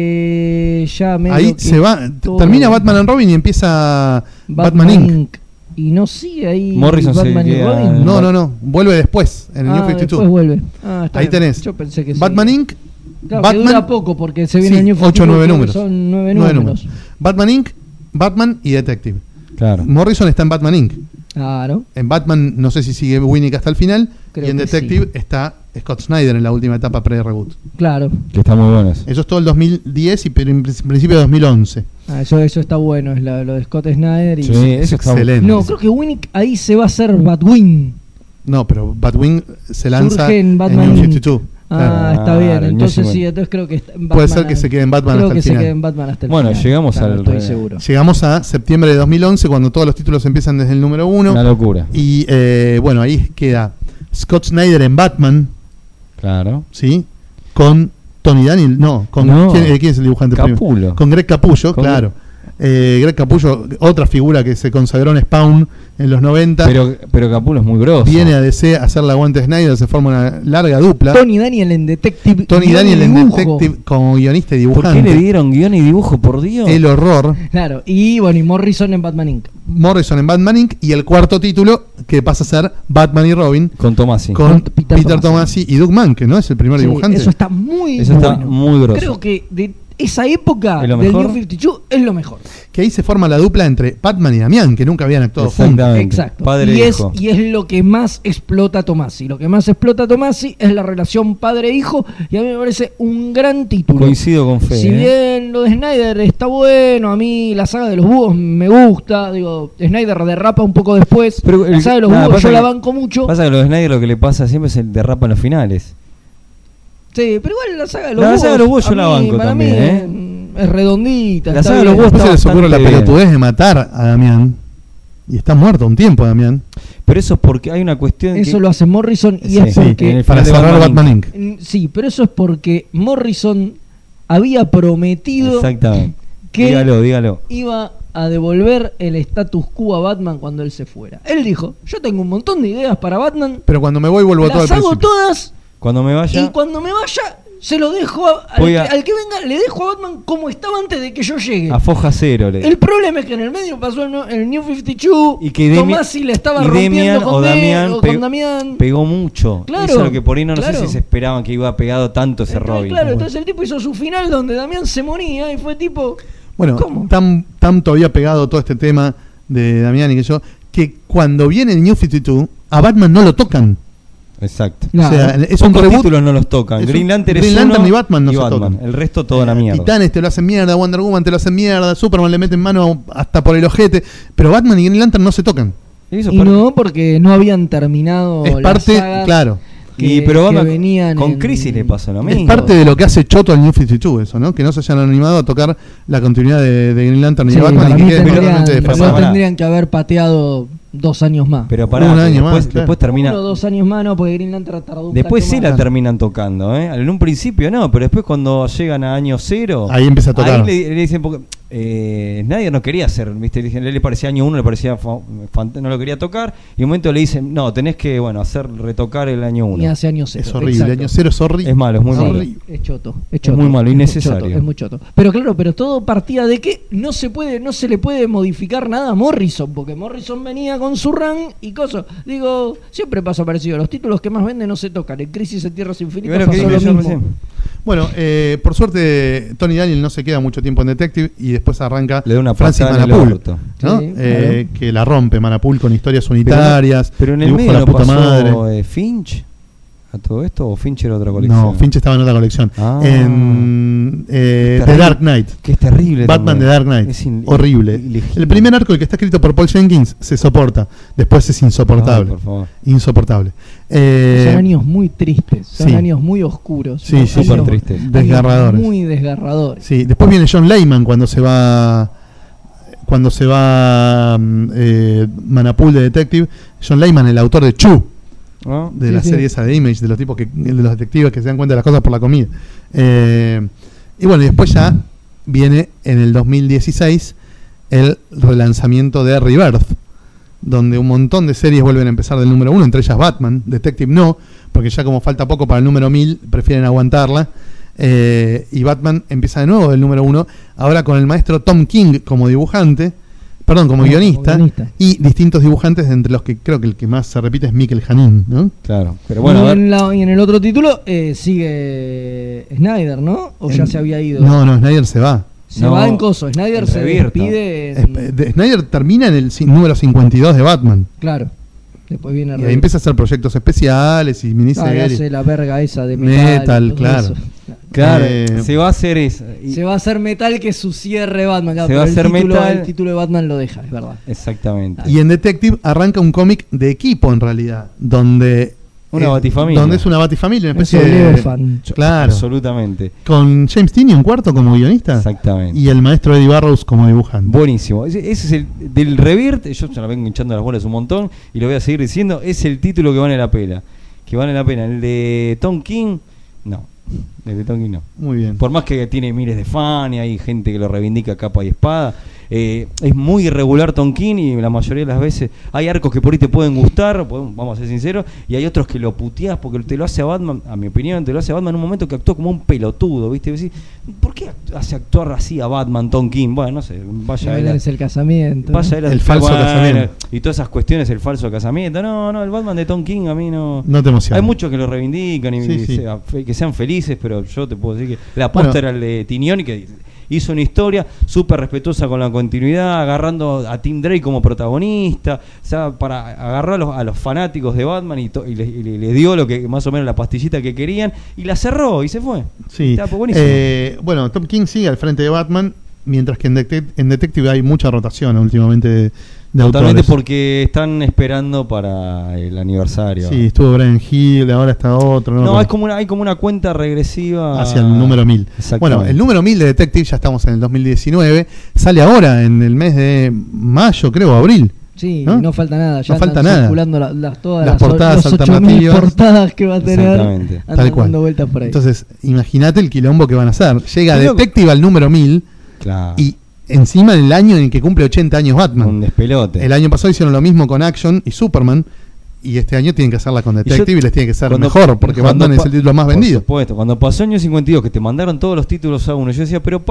que ya medio Ahí que se va, todo- termina Batman and Robin y empieza Batman Inc. Y no sigue ahí Morrison se Batman y queda Robin. en- No, vuelve después, en el New 52. Después vuelve. Está Ahí bien. tenés Yo pensé que Batman seguía. Inc., Claro, que Batman, dura poco porque se viene sí, el New 8 o 9 creo que números. Son 9 9 números. Batman Inc., Batman y Detective. Claro. Morrison está en Batman Inc. Claro. En Batman no sé si sigue Winnick hasta el final. Creo y en que Detective está Scott Snyder en la última etapa pre-reboot. Claro. Que está muy bueno eso. Eso es todo el 2010 y pero en principio de 2011. Eso está bueno, es lo de Scott Snyder. Y... Sí, eso está excelente. No, creo que Winnick ahí se va a hacer Batwing. No, pero Batwing se lanza Surge en Batman New Inc. 52. Ah, está bien. Claro, Entonces New sí, 50. entonces creo que está en Puede Batman ser que se quede en Batman creo hasta que el se final. quede en Batman hasta el Bueno, final. llegamos Claro, al estoy re- seguro. Llegamos a septiembre de 2011 cuando todos los títulos empiezan desde el número 1. Una locura. Y bueno, ahí queda Scott Snyder en Batman, Claro. ¿sí? Con Tony Daniel, no, con No. ¿quién es el dibujante primero? Capullo. Con Greg Capullo, Con- claro. Greg Capullo, otra figura que se consagró en Spawn en los 90. Pero Capullo es muy grosso. Viene a DC a hacer la aguante Snyder, se forma una larga dupla. Tony Daniel en Detective. Tony guión y Daniel en dibujo. Detective como guionista y ¿Por dibujante. qué le dieron guión y dibujo, por Dios? El horror. Claro, y bueno, y Morrison en Batman Inc. Morrison en Batman Inc. Y el cuarto título que pasa a ser Batman y Robin Con Tomasi. con Peter Peter Tomasi. Tomasi y Doug Mann, que no es el primer Sí, dibujante. eso está muy Eso está bueno. muy grosso. Creo que de esa época ¿Es lo del mejor? New 52 es lo mejor. Que ahí se forma la dupla entre Batman y Damián, que nunca habían actuado juntos. Exactamente. Exacto. Padre y, e es, hijo. y es lo que más explota Tomasi. Lo que más explota Tomasi es la relación padre-hijo. Y a mí me parece un gran título. Coincido con Fede. Si bien lo de Snyder está bueno, a mí la saga de los búhos me gusta. Digo, Snyder derrapa un poco después. Pero la saga de los nada, búhos pasa yo la que- banco mucho. Pasa que lo de Snyder lo que le pasa siempre es el derrapa en los finales. Sí, pero igual la saga de los La búhos. saga de los búhos yo a la mí- banco para también, mí es redondita. La está saga de los bien. búhos Después se les está ocurre la bastante bien. pelotudez de matar a Damián. Y está muerto un tiempo Damián. Pero eso es porque hay una cuestión Eso que... lo hace Morrison y Sí, es sí, porque en el Para final de cerrar Batman Batman Inc. Sí, pero eso es porque Morrison había prometido Exactamente. que Dígalo. iba a devolver el status quo a Batman cuando él se fuera. Él dijo, yo tengo un montón de ideas para Batman, Pero cuando me voy vuelvo todo al las hago principio. todas Cuando me vaya... y cuando me vaya se lo dejo al Voy que, a- al que venga, le dejo a Batman como estaba antes de que yo llegue. A foja cero. El problema es que en el medio pasó el New 52 Y que Tomasi le estaba y rompiendo Damian con, o Damian con pe- Damián. Pegó mucho. Claro, Eso es lo que por ahí no claro. sé si se esperaban que iba a pegado tanto ese Entonces, Robin. claro, entonces el tipo hizo su final donde Damián se moría y fue tipo... Bueno, ¿Cómo? tanto había pegado todo este tema de Damián y que cuando viene el New 52, a Batman no lo tocan. Exacto. Claro. O sea, es un Pocos reboot. títulos no los tocan. es un- Green Lantern Green es Lantern uno y Batman no se tocan. El resto toda la mierda. Titanes te lo hacen mierda, Wonder Woman te lo hacen mierda, Superman le meten mano hasta por el ojete, pero Batman y Green Lantern no se tocan. Eso Y para- no, porque no habían terminado Es las parte, sagas claro, Y pero que Batman venían con en- Crisis le pasó lo mismo. es parte de lo que hace choto al New 52 eso, ¿no? Que no se hayan animado a tocar la continuidad de Green Lantern y Sí, de Batman para y que mí queden totalmente tendrían, desfasados. lo tendrían que haber pateado 2 años más. Pero pará, Un año después, más, claro. después termina. 1 o 2 años más, no, porque Green Lantern tardó un Después cacho sí más. la terminan tocando, ¿eh? En un principio no, pero después cuando llegan a año cero. Ahí empieza a tocar. Ahí le dicen, porque nadie no quería hacer, ¿viste? Le parecía año 1, le parecía no lo quería tocar. Y un momento le dicen, no, tenés que, bueno, retocar el año 1. Y hace año 0. Es horrible, año cero es horrible. Es malo, es muy malo. horrible. Es choto, Es muy malo, innecesario. Es muy choto. Pero claro, pero todo partía de que no se le puede modificar nada a Morrison, porque Morrison venía con su run y cosas. Digo, siempre pasa parecido. Los títulos que más venden no se tocan. En Crisis en Tierras Y Infinitas bueno, pasó que lo yo mismo. recién. Bueno, por suerte Tony Daniel no se queda mucho tiempo en Detective y después arranca Le da una Francis patada en el Manapul, orto. ¿no? Sí, claro. Que la rompe Manapul con historias unitarias, Pero en el dibujo medio la no puta pasó madre. Finch a todo esto o Finch era otra colección. No, Finch estaba en otra colección. Ah. En The terrible. Dark Knight. Que es terrible. Batman también. The Dark Knight. Es Horrible. ilegible. El primer arco, el que está escrito por Paul Jenkins, se soporta. Después es insoportable. Ay, por favor. Insoportable. Son años muy tristes, son sí. años muy oscuros. Sí, sí, súper años- tristes. años Desgarradores. Muy desgarradores. Sí, después viene John Layman cuando se va Manapul de Detective. John Layman, el autor de Chu, ¿No? de Sí, la sí. serie esa de Image, de los tipos de los detectives que se dan cuenta de las cosas por la comida. Y bueno, y después ya viene en el 2016 el relanzamiento de Rebirth, donde un montón de series vuelven a empezar del número 1, entre ellas Batman, Detective no, porque ya como falta poco para el número 1000, prefieren aguantarla. Y Batman empieza de nuevo del número 1, ahora con el maestro Tom King como dibujante, como guionista, y distintos dibujantes, entre los que creo que el que más se repite es Mikel Janín, ¿no? Claro, pero bueno. Y en el otro título sigue Snyder, ¿no? ¿O ya se había ido? No, Snyder se va. Se va en coso, Snyder se despide. Snyder termina en el número 52 de Batman. Claro. Después viene y ahí empieza a hacer proyectos especiales y miniseries. Hace la verga esa de metal. Claro. Claro, se va a hacer eso. Se va a hacer metal, que es su cierre Batman. Claro, se va a hacer metal. El título de Batman lo deja, es verdad. Exactamente. Y en Detective arranca un cómic de equipo en realidad, donde una batifamilia. Donde es una batifamilia, una especie de fan. Claro. Absolutamente. Con James Tynion cuarto como guionista. Exactamente. Y el maestro Eddie Barrows como dibujante. Buenísimo. Ese es el del Rebirth. Yo se la vengo hinchando las bolas un montón y lo voy a seguir diciendo. Es el título que vale la pena. El de Tom King, no. El de Tom King no. Muy bien. Por más que tiene miles de fans y hay gente que lo reivindica capa y espada. Es muy irregular Tom King y la mayoría de las veces hay arcos que por ahí te pueden gustar, vamos a ser sinceros, y hay otros que lo puteás porque te lo hace a Batman, a mi opinión, te lo hace a Batman en un momento que actúa como un pelotudo, ¿viste? ¿Por qué hace actuar así a Batman Tom King? Bueno, no sé, vaya a es el casamiento. Vaya el falso casamiento. Y todas esas cuestiones, el falso casamiento. No, el Batman de Tom King a mí no te emociona. Hay muchos que lo reivindican y que sean felices, pero yo te puedo decir que la aposta era el de Tynion, que hizo una historia súper respetuosa con la continuidad, agarrando a Tim Drake como protagonista, o sea, para agarrar a los fanáticos de Batman y le dio lo que más o menos la pastillita que querían y la cerró y se fue. Sí. Bueno, Tom King sigue al frente de Batman, mientras que en Detective hay mucha rotación últimamente de totalmente autores. Porque están esperando para el aniversario. Sí, estuvo Brian Hill, ahora está otro. No, hay como una cuenta regresiva hacia el número 1000. Bueno, el número 1000 de Detective, ya estamos en el 2019, sale ahora en el mes de mayo, creo, abril. Sí, no falta nada. Ya no falta nada. Circulando todas las portadas alternativas. 8.000 portadas que va a tener. Exactamente. Tal cual. Dando vueltas por ahí. Entonces, imagínate el quilombo que van a hacer. Llega Detective al número 1000. Claro. Y encima en el año en el que cumple 80 años Batman. Un despelote. El año pasado hicieron lo mismo con Action y Superman. Y este año tienen que hacerla con Detective y les tiene que ser mejor, porque Batman es el título más vendido. Por supuesto, cuando pasó el año 52 que te mandaron todos los títulos a uno, yo decía, pero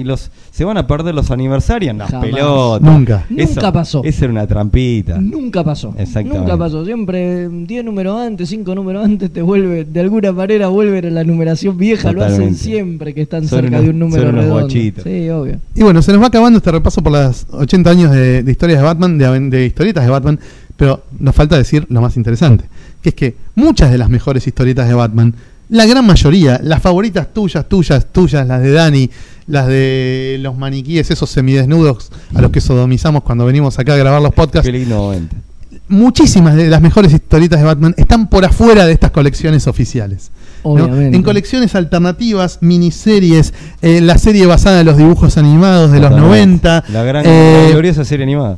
se van a perder los aniversarios. No, pelota. Nunca pasó. Esa era una trampita. Nunca pasó. Exactamente. Nunca pasó. Siempre 10 números antes, 5 números antes, te vuelve, de alguna manera vuelve a la numeración vieja. Totalmente. Lo hacen siempre que están cerca de un número redondo. Guachitos. Sí, obvio. Y bueno, se nos va acabando este repaso por las 80 años de historias de Batman, de historietas de Batman. Pero nos falta decir lo más interesante, que es que muchas de las mejores historietas de Batman, la gran mayoría, las favoritas tuyas, las de Dani, las de los maniquíes, esos semidesnudos a los que sodomizamos cuando venimos acá a grabar los podcasts. Qué lindo momento. Muchísimas de las mejores historietas de Batman están por afuera de estas colecciones oficiales. Obviamente. En colecciones alternativas, miniseries, la serie basada en los dibujos animados de los 90. La gran gloriosa serie animada.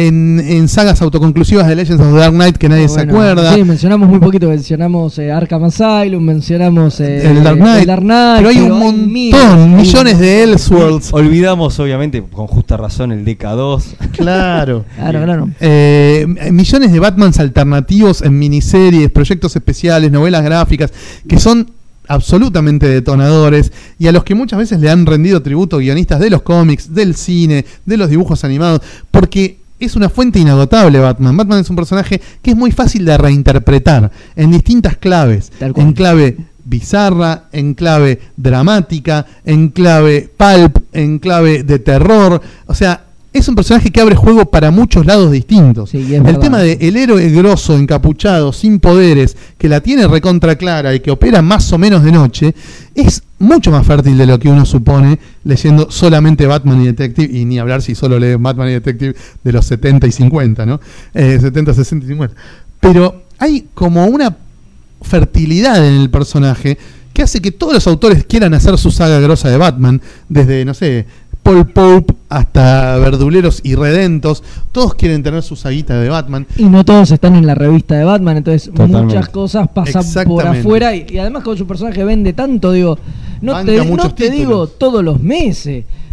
En sagas autoconclusivas de Legends of the Dark Knight que nadie se acuerda. Sí, mencionamos muy poquito, mencionamos Arkham Asylum, mencionamos el Dark Knight, pero hay un montón, millones de Elseworlds. Olvidamos obviamente con justa razón el DK2. Claro. Claro. Millones de Batmans alternativos en miniseries, proyectos especiales, novelas gráficas, que son absolutamente detonadores y a los que muchas veces le han rendido tributo guionistas de los cómics, del cine, de los dibujos animados, porque es una fuente inagotable Batman. Batman es un personaje que es muy fácil de reinterpretar en distintas claves. En clave bizarra, en clave dramática, en clave pulp, en clave de terror. O sea, es un personaje que abre juego para muchos lados distintos. Sí, el tema de el héroe grosso, encapuchado, sin poderes, que la tiene recontra clara y que opera más o menos de noche, es mucho más fértil de lo que uno supone leyendo solamente Batman y Detective, y ni hablar si solo lee Batman y Detective de los 70 y 50, ¿no? 70, 60 y 50. Pero hay como una fertilidad en el personaje que hace que todos los autores quieran hacer su saga grosa de Batman, desde, no sé, Paul Pope hasta Verduleros Irredentos, todos quieren tener su saguita de Batman. Y no todos están en la revista de Batman, entonces muchas cosas pasan por afuera y además con su personaje vende tanto, digo, no te digo todos los meses,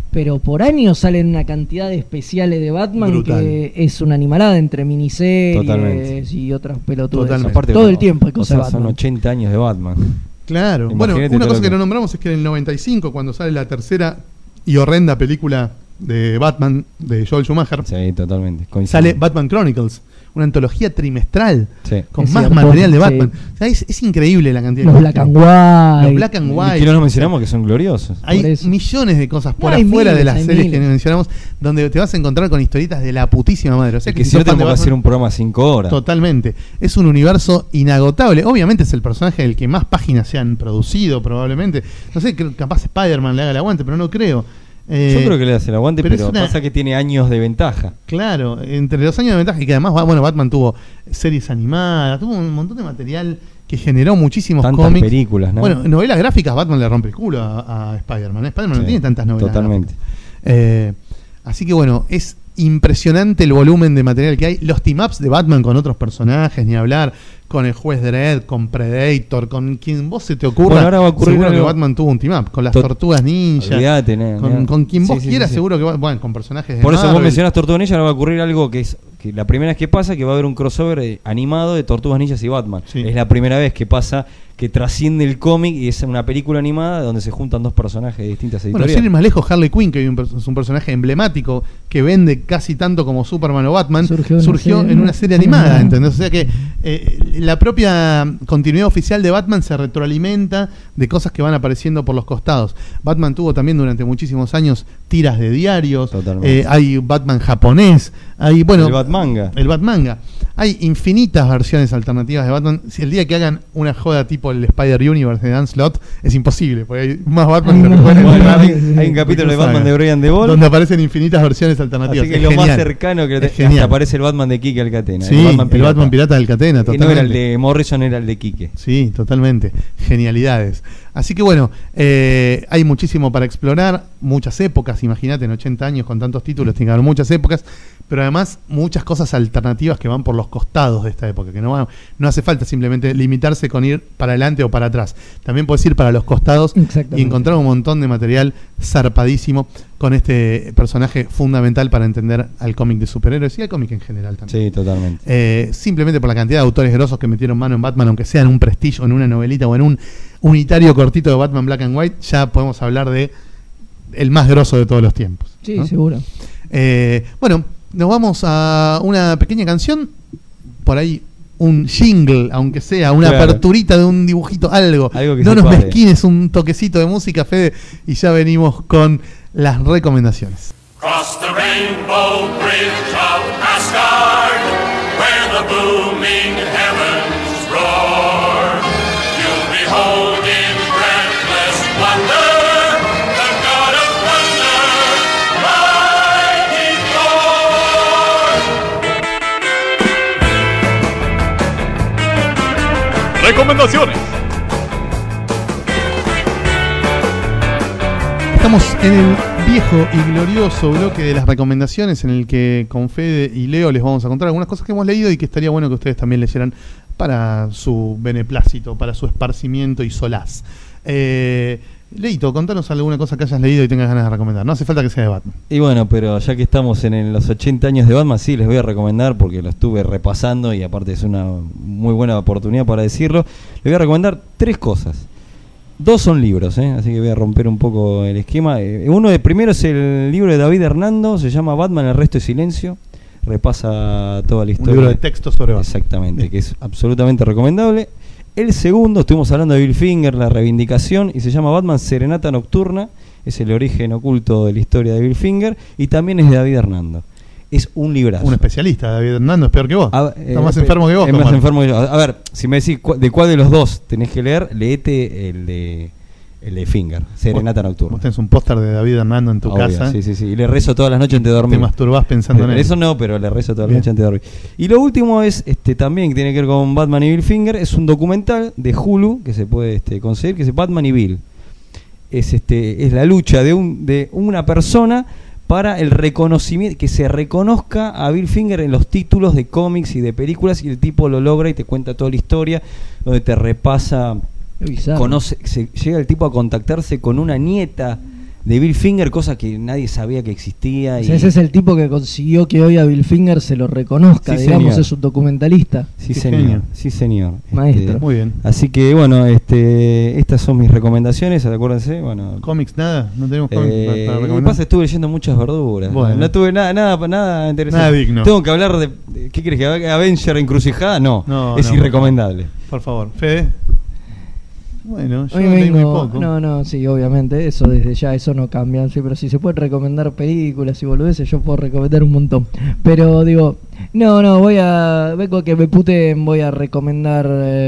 pero por año salen una cantidad de especiales de Batman Brutal. que es una animalada entre miniseries Totalmente. y otras pelotudas. Totalmente. Aparte, Todo no, el tiempo hay o cosas sea, de Batman. son 80 años de Batman. Claro. Bueno, Imagínate una todo cosa lo que que- no nombramos es que en el 95, cuando sale la tercera y horrenda película de Batman de Joel Schumacher, Sí, totalmente. Coincido. sale Batman Chronicles, una antología trimestral Sí. con Es más cierto, material de sí. Batman. O sea, es increíble la cantidad Los de Black cosas. and White. Los Black and Y White. que no nos mencionamos que son gloriosos. Por Hay eso. millones de cosas por No, hay afuera de miles, las hay series que miles. mencionamos donde te vas a encontrar con historietas de la putísima madre. O sea, Es que si si no sos fan de tenemos que Batman, hacer un programa 5 horas. totalmente. Es un universo inagotable. Obviamente es el personaje del que más páginas se han producido, probablemente. No sé, capaz Spider-Man le haga el aguante, pero no creo. Yo creo que le hace el aguante, pero pero, es una- pasa que tiene años de ventaja. Claro, entre los años de ventaja y que además, bueno, Batman tuvo series animadas, tuvo un montón de material que generó muchísimos Tantas cómics. películas, ¿no? Bueno, novelas gráficas, Batman le rompe el culo a Spider-Man. Spider-Man no Sí, tiene tantas novelas totalmente. gráficas. Así que bueno, es impresionante el volumen de material que hay. Los team-ups de Batman con otros personajes, ni hablar. Con el juez Dredd, con Predator, con quien vos se te ocurra. Bueno, ahora va a ocurrir seguro que algo- Batman tuvo un team-up. Con las Tot- tortugas ninja. Olvídate, ne, Con quien Sí, vos sí, quieras, sí, sí. seguro que va. Bueno, con personajes de Por eso vos Marvel. mencionás Tortugas Ninja, ahora va a ocurrir algo que es que la primera vez que pasa que va a haber un crossover animado de Tortugas Ninjas y Batman. Sí. Es la primera vez que pasa que trasciende el cómic y es una película animada donde se juntan dos personajes de distintas Bueno, editoriales. sin ir más lejos, Harley Quinn, que es un personaje emblemático que vende casi tanto como Superman o Batman, surgió en una serie animada, ¿entendés? O sea que la propia continuidad oficial de Batman se retroalimenta de cosas que van apareciendo por los costados. Batman tuvo también durante muchísimos años tiras de diarios, Totalmente. hay Batman japonés, hay, bueno, El Batmanga. el Batmanga. Hay infinitas versiones alternativas de Batman. Si el día que hagan una joda tipo el Spider-Universe de Dan Slott, es imposible, porque hay más Batman de lo que pueden Bueno, encontrar hay un capítulo de saga, Batman de Brian De Ball, donde aparecen infinitas versiones alternativas. así que Es lo más genial. cercano que Es hasta genial. aparece el Batman de Kike Alcatena. Sí, el Batman pirata del Catena, Que no totalmente. era el de Morrison, era el de Kike. Sí, totalmente. Genialidades. Así que bueno, hay muchísimo para explorar, muchas épocas, imagínate, en 80 años con tantos títulos, tiene que haber muchas épocas, pero además muchas cosas alternativas que van por los costados de esta época, que no hace falta simplemente limitarse con ir para adelante o para atrás. También puedes ir para los costados y encontrar un montón de material zarpadísimo con este personaje fundamental para entender al cómic de superhéroes y al cómic en general también. Sí, totalmente. Simplemente por la cantidad de autores grosos que metieron mano en Batman, aunque sea en un prestigio, en una novelita o en un unitario cortito de Batman Black and White, ya podemos hablar de el más grosso de todos los tiempos. Sí, ¿no? seguro. Bueno, nos vamos a una pequeña canción, por ahí un jingle, aunque sea una Claro. aperturita de un dibujito, algo Que no se nos pare. mezquines, un toquecito de música, Fede, y ya venimos con las recomendaciones. Cross the rainbow bridge of Asgard, where the booming heavens roar. You'll behold in breathless wonder the God of thunder, mighty Thor. Recomendaciones. Estamos en el viejo y glorioso bloque de las recomendaciones en el que con Fede y Leo les vamos a contar algunas cosas que hemos leído y que estaría bueno que ustedes también leyeran para su beneplácito, para su esparcimiento y solaz. Leito, contanos alguna cosa que hayas leído y tengas ganas de recomendar. No hace falta que sea de Batman. Y bueno, pero ya que estamos en los 80 años de Batman, sí, les voy a recomendar porque lo estuve repasando y aparte es una muy buena oportunidad para decirlo. Les voy a recomendar 3 cosas. 2 son libros, así que voy a romper un poco el esquema. Uno de primero es el libro de David Hernando, se llama Batman, el resto es silencio. Repasa toda la historia. Un libro de texto sobre Batman. Exactamente, Bien. que es absolutamente recomendable. El segundo, estuvimos hablando de Bill Finger, la reivindicación, y se llama Batman Serenata Nocturna. Es el origen oculto de la historia de Bill Finger. Y también es de David Hernando. Es un librazo. Un especialista, David Hernando, es peor que vos. Está más eh, enfermo que vos. Es más Omar. enfermo que yo. A ver, si me decís de cuál de los dos tenés que leer, leete el de Finger, Serenata Nocturna. Vos tenés un póster de David Hernando en tu Obvio, casa. Sí, sí, sí. Y le rezo todas las noches antes de dormir. Te masturbás pensando en él. Eso no, pero le rezo todas las Bien. noches antes de dormir. Y lo último es también que tiene que ver con Batman y Bill Finger. Es un documental de Hulu que se puede conseguir, que es Batman y Bill. Es la lucha de una persona para el reconocimiento, que se reconozca a Bill Finger en los títulos de cómics y de películas, y el tipo lo logra y te cuenta toda la historia, donde te repasa, llega el tipo a contactarse con una nieta de Bill Finger, cosa que nadie sabía que existía. O sea, ese es el tipo que consiguió que hoy a Bill Finger se lo reconozca, Sí, digamos, señor. es un documentalista. Sí, Qué señor. genio. Sí, señor. Maestro. Muy bien. Así que bueno, estas son mis recomendaciones, acuérdense, bueno. ¿Cómics nada? ¿No tenemos cómics para Lo que recomendar? pasa, estuve leyendo muchas verduras. Bueno. No tuve nada interesante. Nada digno. Tengo que hablar de. ¿Qué crees? ¿Que Avenger encrucijada? No, No, es no, irrecomendable. Por favor. Fede. Bueno, yo Hoy leí muy vengo, poco. no, sí, obviamente, eso desde ya, eso no cambia, sí, pero si se pueden recomendar películas y boludeces, yo puedo recomendar un montón. Pero digo, vengo que me puteen, voy a recomendar,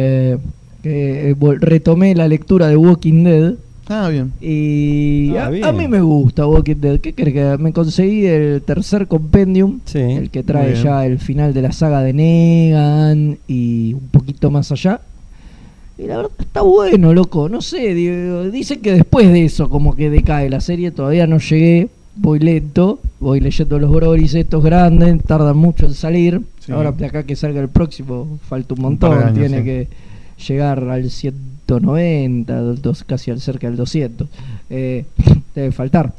retomé la lectura de Walking Dead. Ah, bien. Y bien. a mí me gusta Walking Dead. ¿Qué crees que me conseguí el tercer compendium? Sí. El que Muy trae bien. ya el final de la saga de Negan y un poquito más allá. Y la verdad está bueno, loco. No sé, dicen que después de eso como que decae la serie. Todavía no llegué, voy lento. Voy leyendo los broris estos grandes, tardan mucho en salir. Sí. Ahora de acá que salga el próximo falta un Un montón. par de años, Tiene sí. que llegar al 190, casi al cerca del 200. Debe faltar.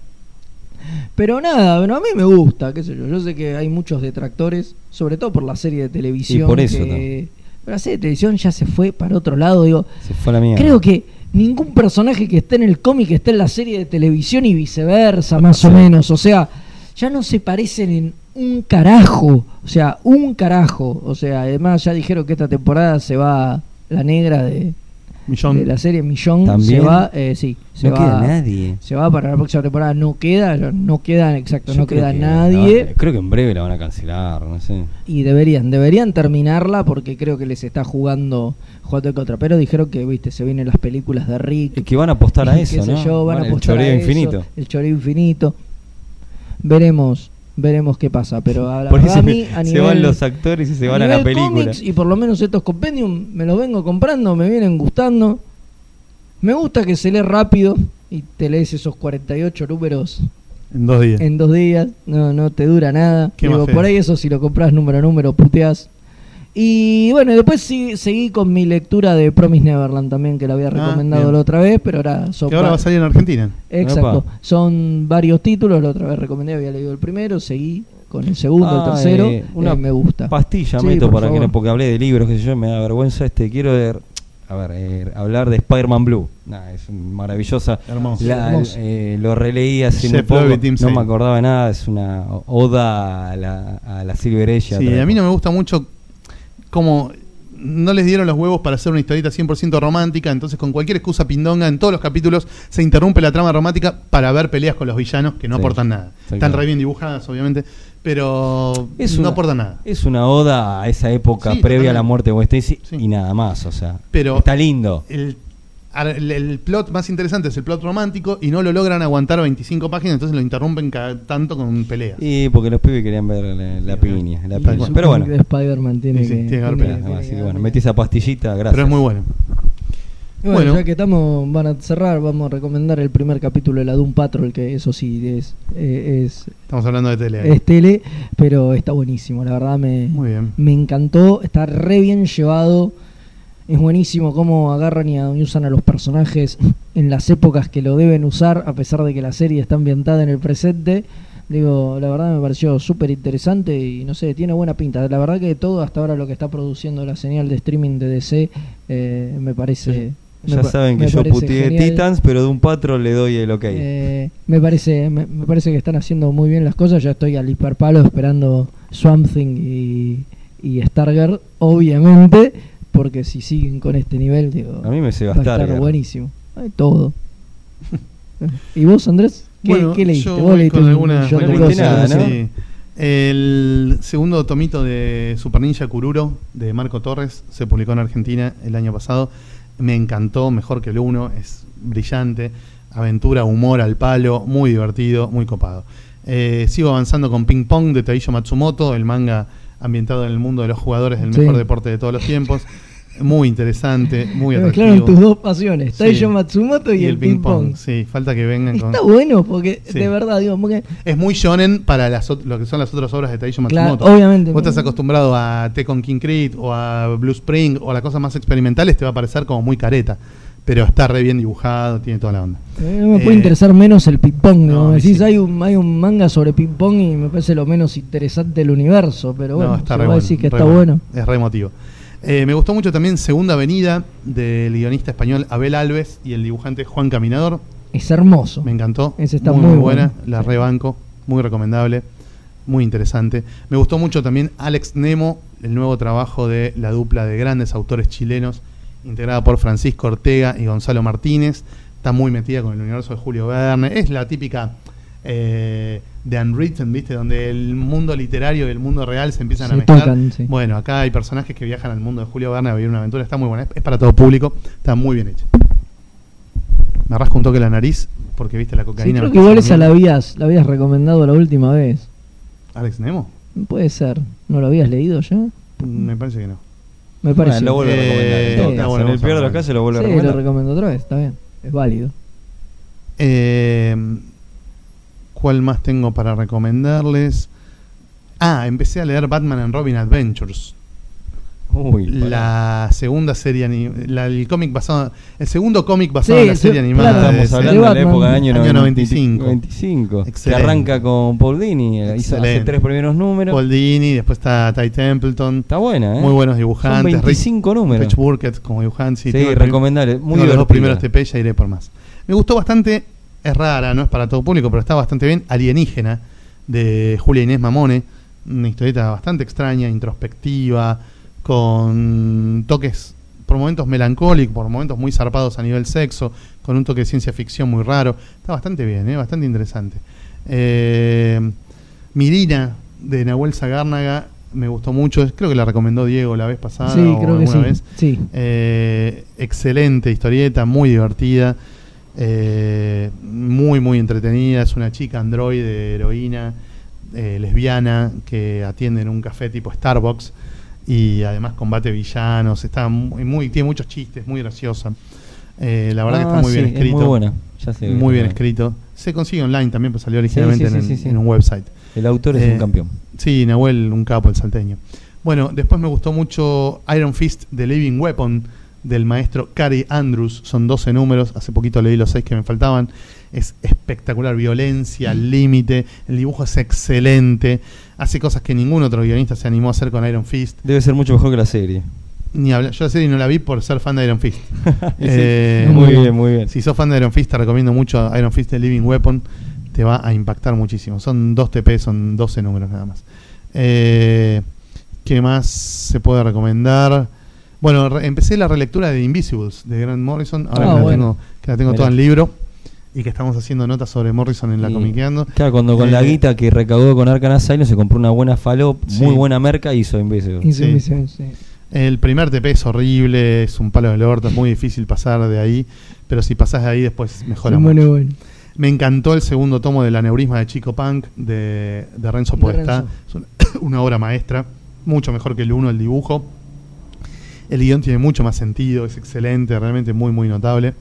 Pero nada, bueno, a mí me gusta, qué sé yo. Yo sé que hay muchos detractores, sobre todo por la serie de televisión. Y por eso pero la serie de televisión ya se fue para otro lado, digo. Se fue a la mierda. Creo que ningún personaje que esté en el cómic está en la serie de televisión y viceversa, más Sí. o menos. O sea, ya no se parecen en un carajo. O sea, un carajo. O sea, además ya dijeron que esta temporada se va la negra de la serie Millón. ¿También? Se va, sí. Se No va, queda nadie. Se va para la próxima temporada. No queda, exacto, Yo no creo queda que nadie. creo que en breve la van a cancelar, no sé. Y deberían terminarla porque creo que les está jugando en contra. Pero dijeron que, viste, se vienen las películas de Rick. Es que van a apostar a y eso, qué sé ¿no? yo, van a el apostar choreo a eso, infinito. el choreo infinito. Veremos qué pasa. Pero a la Por verdad, eso a mí, a se nivel, van los actores y se van a la nivel película. cómics, y por lo menos estos compendium me los vengo comprando, me vienen gustando. Me gusta que se lee rápido y te lees esos 48 números En 2 días. en 2 días, no te dura nada. Qué Digo, más feo. por ahí eso si lo compras número a número puteás. Y bueno, después seguí con mi lectura de Promise Neverland también, que la había recomendado bien. la otra vez, pero ahora son Que ahora va a salir en Argentina. exacto, Epa. son varios títulos, la otra vez recomendé, había leído el primero, seguí con el segundo, el tercero, una me gusta. pastilla Sí, meto por para que favor. no, porque hablé de libros, que sé yo, me da vergüenza. Quiero hablar de Spider-Man Blue. Es maravillosa. Hermoso. Hermoso. Lo releí hace muy Jeff poco, Loeb y Tim no Sale. me acordaba de nada. Es una oda a la Silver Age. Sí, a mí no me gusta mucho como no les dieron los huevos para hacer una historieta 100% romántica, entonces con cualquier excusa pindonga en todos los capítulos se interrumpe la trama romántica para ver peleas con los villanos que no Sí, aportan nada. Están exactamente. re bien dibujadas, obviamente, pero Es no una- aportan nada. Es una oda a esa época Sí, previa a la totalmente. muerte de Gwen Stacy Sí. y nada más, o sea. Pero está lindo. El plot más interesante es el plot romántico y no lo logran aguantar 25 páginas, entonces lo interrumpen cada tanto con peleas. Y porque los pibes querían ver la piña. Y Pero su bueno. cómic de Spider-Man tiene Sí, sí, que... tiene que haber tiene- peleas, tiene Así que que haber bueno, peleas. metí esa pastillita, gracias. Pero es muy bueno. Y bueno, Bueno. ya que estamos, van a cerrar, vamos a recomendar el primer capítulo de la Doom Patrol, que eso sí es Estamos hablando de tele. ahí. es tele, pero está buenísimo, la verdad Muy bien. me encantó, está re bien llevado, es buenísimo cómo agarran y usan a los personajes en las épocas que lo deben usar, a pesar de que la serie está ambientada en el presente. Digo, la verdad me pareció súper interesante y no sé, tiene buena pinta. La verdad que todo hasta ahora lo que está produciendo la señal de streaming de DC me parece... Ya saben que me yo parece puteé genial. Titans, pero de un Patrol le doy el ok. Me parece que están haciendo muy bien las cosas. Ya estoy al hiperpalo esperando Swamp Thing y Stargirl, obviamente, porque si siguen con este nivel, digo, A mí me se va va a estar Stargirl. buenísimo. Hay todo. ¿Y vos, Andrés? ¿Qué leíste? Yo Vos voy leíste con un alguna millón de recomendación, cosas, nada, ¿no? Sí. El segundo tomito de Super Ninja Kururo de Marco Torres se publicó en Argentina el año pasado. Me encantó, mejor que el uno, es brillante, aventura, humor al palo, muy divertido, muy copado. Sigo avanzando con Ping Pong de Taiyo Matsumoto, el manga ambientado en el mundo de los jugadores del Sí. mejor deporte de todos los tiempos. Muy interesante, muy Me atractivo. mezclaron tus dos pasiones, Sí. Taiyo Matsumoto y el ping pong. Sí, falta que vengan con... Está bueno porque, Sí. de verdad, digo, porque, Es muy shonen para lo que son las otras obras de Taiyo claro, Matsumoto. obviamente. Vos estás acostumbrado a Tekken King Creed o a Blue Spring o a las cosas más experimentales, te va a parecer como muy careta. pero está re bien dibujado, tiene toda la onda. Me puede interesar menos el ping-pong. no, Como decís, sí. hay un manga sobre ping-pong y me parece lo menos interesante del universo. Pero bueno, No, está se re va a bueno, decir que re está bueno. Es re emotivo. Me gustó mucho también Segunda Avenida, del guionista español Abel Alves y el dibujante Juan Caminador. Es hermoso. Me encantó. Ese está muy muy buena. bueno. La Sí. rebanco. Muy recomendable. Muy interesante. Me gustó mucho también Alex Nemo, el nuevo trabajo de la dupla de grandes autores chilenos, integrada por Francisco Ortega y Gonzalo Martínez. Está muy metida con el universo de Julio Verne. Es la típica de Unwritten, ¿viste? Donde el mundo literario y el mundo real se empiezan a Se mezclar. tocan, sí. Bueno, acá hay personajes que viajan al mundo de Julio Verne a vivir una aventura. Está muy buena. Es para todo público. Está muy bien hecha. Me rasco un toque la nariz porque viste la Sí, cocaína. creo me que está igual esa haciendo la mierda. habías recomendado la última vez. ¿Alex Nemo? Puede ser. ¿No lo habías leído ya? Me parece que no. Me Bueno, parece. lo vuelvo a recomendar. En todo sí, caso. bueno, En el vamos a peor de los ver. casos lo vuelvo a Sí, lo recomendar. recomiendo otra vez, está bien. Es válido. ¿Cuál más tengo para recomendarles? Empecé a leer Batman and Robin Adventures. Uy, La segunda serie el segundo cómic basado en la Sí, serie sí, animada. claro. de Estamos DC. hablando de la Batman. época del Año 95. 95. Que Excelente. arranca con Paul Dini. Hizo hace Excelente. 3 primeros números. Paul Dini, después está Ty Templeton. Está buena, ¿eh? Muy buenos Son dibujantes. 25 números. Rich Burkett como dibujante. Sí, tengo recomendable. Muy tengo los dos divertida. primeros TP, ya iré por más. Me gustó bastante, es rara, no es para todo público, pero está bastante bien. Alienígena, de Julia Inés Mamone. Una historieta bastante extraña, introspectiva, con toques por momentos melancólicos, por momentos muy zarpados a nivel sexo, con un toque de ciencia ficción muy raro. Está bastante bien, bastante interesante. Mirina, de Nahuel Zagárnaga, me gustó mucho. Creo que la recomendó Diego la vez pasada. Sí, o creo que sí. alguna vez. Sí. Excelente historieta, muy divertida, muy muy entretenida. Es una chica androide, heroína, lesbiana, que atiende en un café tipo Starbucks y además combate villanos. Está tiene muchos chistes, muy graciosa. La verdad que está muy bien es escrito. muy buena. Ya sé Muy bien que- escrito. Se consigue online también, pues salió originalmente sí. en un website. El autor es un campeón. Sí, Nahuel, un capo, el salteño. Bueno, después me gustó mucho Iron Fist, The Living Weapon, del maestro Cary Andrews. Son 12 números. Hace poquito leí los 6 que me faltaban. Es espectacular. Violencia al límite. El dibujo es excelente. Hace cosas que ningún otro guionista se animó a hacer con Iron Fist. Debe ser mucho mejor que la serie. Yo la serie no la vi por ser fan de Iron Fist. Muy bien, muy bien. Si sos fan de Iron Fist, te recomiendo mucho Iron Fist, The Living Weapon. Te va a impactar muchísimo. Son 2 TP, son 12 números nada más. ¿Qué más se puede recomendar? Bueno, empecé la relectura de Invisibles de Grant Morrison. Ahora que la tengo Mirá. toda en libro y que estamos haciendo notas sobre Morrison en la Y- Comiqueando. Claro, cuando con la guita que recaudó con Arkham Asylum se compró una buena falop, Sí. muy buena merca y hizo Invisible. Sí. El primer TP es horrible, es un palo del orto, es muy difícil pasar de ahí, pero si pasás de ahí después mejora mucho. Bueno. Me encantó el segundo tomo del Aneurisma de Chico Punk de Renzo Podestá. Es una obra maestra, mucho mejor que el 1, el dibujo. El guión tiene mucho más sentido, es excelente, realmente muy muy notable.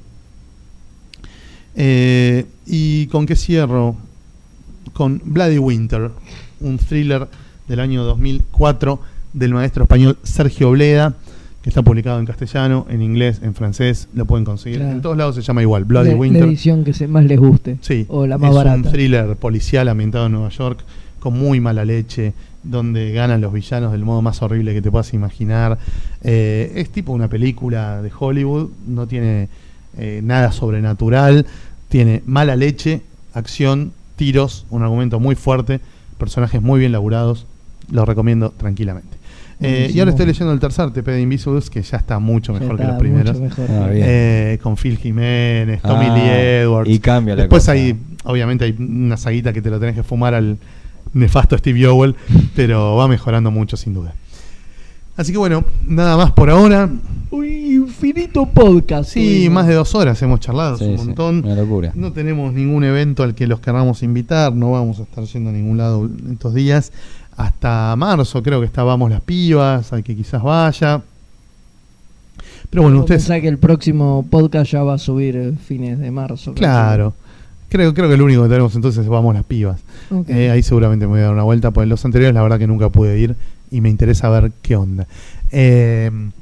¿Y con qué cierro? Con Bloody Winter, un thriller del año 2004 del maestro español Sergio Bleda, que está publicado en castellano, en inglés, en francés, lo pueden conseguir. Claro. En todos lados se llama igual, Bloody La Winter. edición que más les guste. Sí, O la más es barata. un thriller policial ambientado en Nueva York, con muy mala leche, donde ganan los villanos del modo más horrible que te puedas imaginar. Es tipo una película de Hollywood, no tiene nada sobrenatural, tiene mala leche, acción, tiros, un argumento muy fuerte, personajes muy bien laburados, lo recomiendo tranquilamente. Y ahora estoy leyendo el tercer TP de Invisibles, que ya está mucho mejor que los primeros. Bien. Con Phil Jiménez, Tommy Lee Edwards. Y cambia la Después cosa. obviamente hay una saguita que te lo tenés que fumar al nefasto Steve Yowell, pero va mejorando mucho sin duda. Así que bueno, nada más por ahora. Uy, infinito podcast. Sí, tuvimos. más de 2 horas hemos charlado, Sí, es un sí, montón. una locura. No tenemos ningún evento al que los queramos invitar, no vamos a estar yendo a ningún lado en estos días. Hasta marzo creo que estábamos las pibas, al que quizás vaya. Pero bueno, ustedes... Pensá que el próximo podcast ya va a subir fines de marzo. Claro. Creo que lo único que tenemos entonces es Vamos las Pibas. Okay. Ahí seguramente me voy a dar una vuelta, porque los anteriores la verdad que nunca pude ir y me interesa ver qué onda.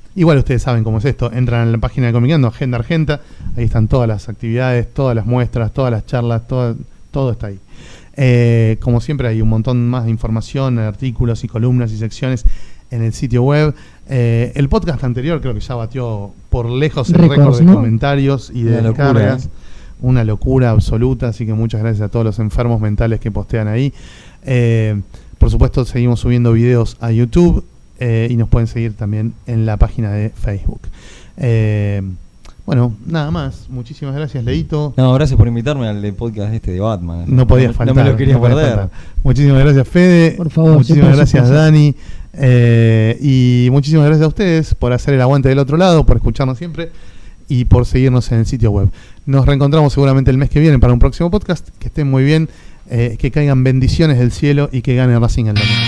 Igual ustedes saben cómo es esto. Entran en la página de Comiqueando, Agenda Argenta. Ahí están todas las actividades, todas las muestras, todas las charlas, todo está ahí. Como siempre hay un montón más de información, artículos y columnas y secciones en el sitio web. El podcast anterior creo que ya batió por lejos el récord de comentarios y de descargas. Una locura absoluta, así que muchas gracias a todos los enfermos mentales que postean ahí. Por supuesto seguimos subiendo videos a YouTube y nos pueden seguir también en la página de Facebook. Bueno, nada más. Muchísimas gracias, Leito. No, gracias por invitarme al podcast de Batman. No podía faltar. No me lo quería perder. Muchísimas gracias, Fede. Por favor. Muchísimas gracias, Dani. Y muchísimas gracias a ustedes por hacer el aguante del otro lado, por escucharnos siempre y por seguirnos en el sitio web. Nos reencontramos seguramente el mes que viene para un próximo podcast. Que estén muy bien, que caigan bendiciones del cielo y que gane Racing el domingo.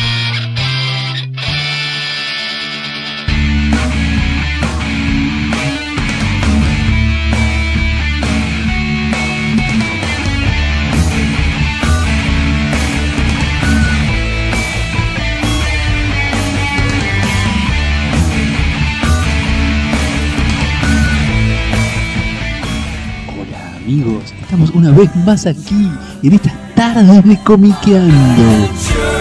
Amigos, estamos una vez más aquí en estas tardes de Comiqueando.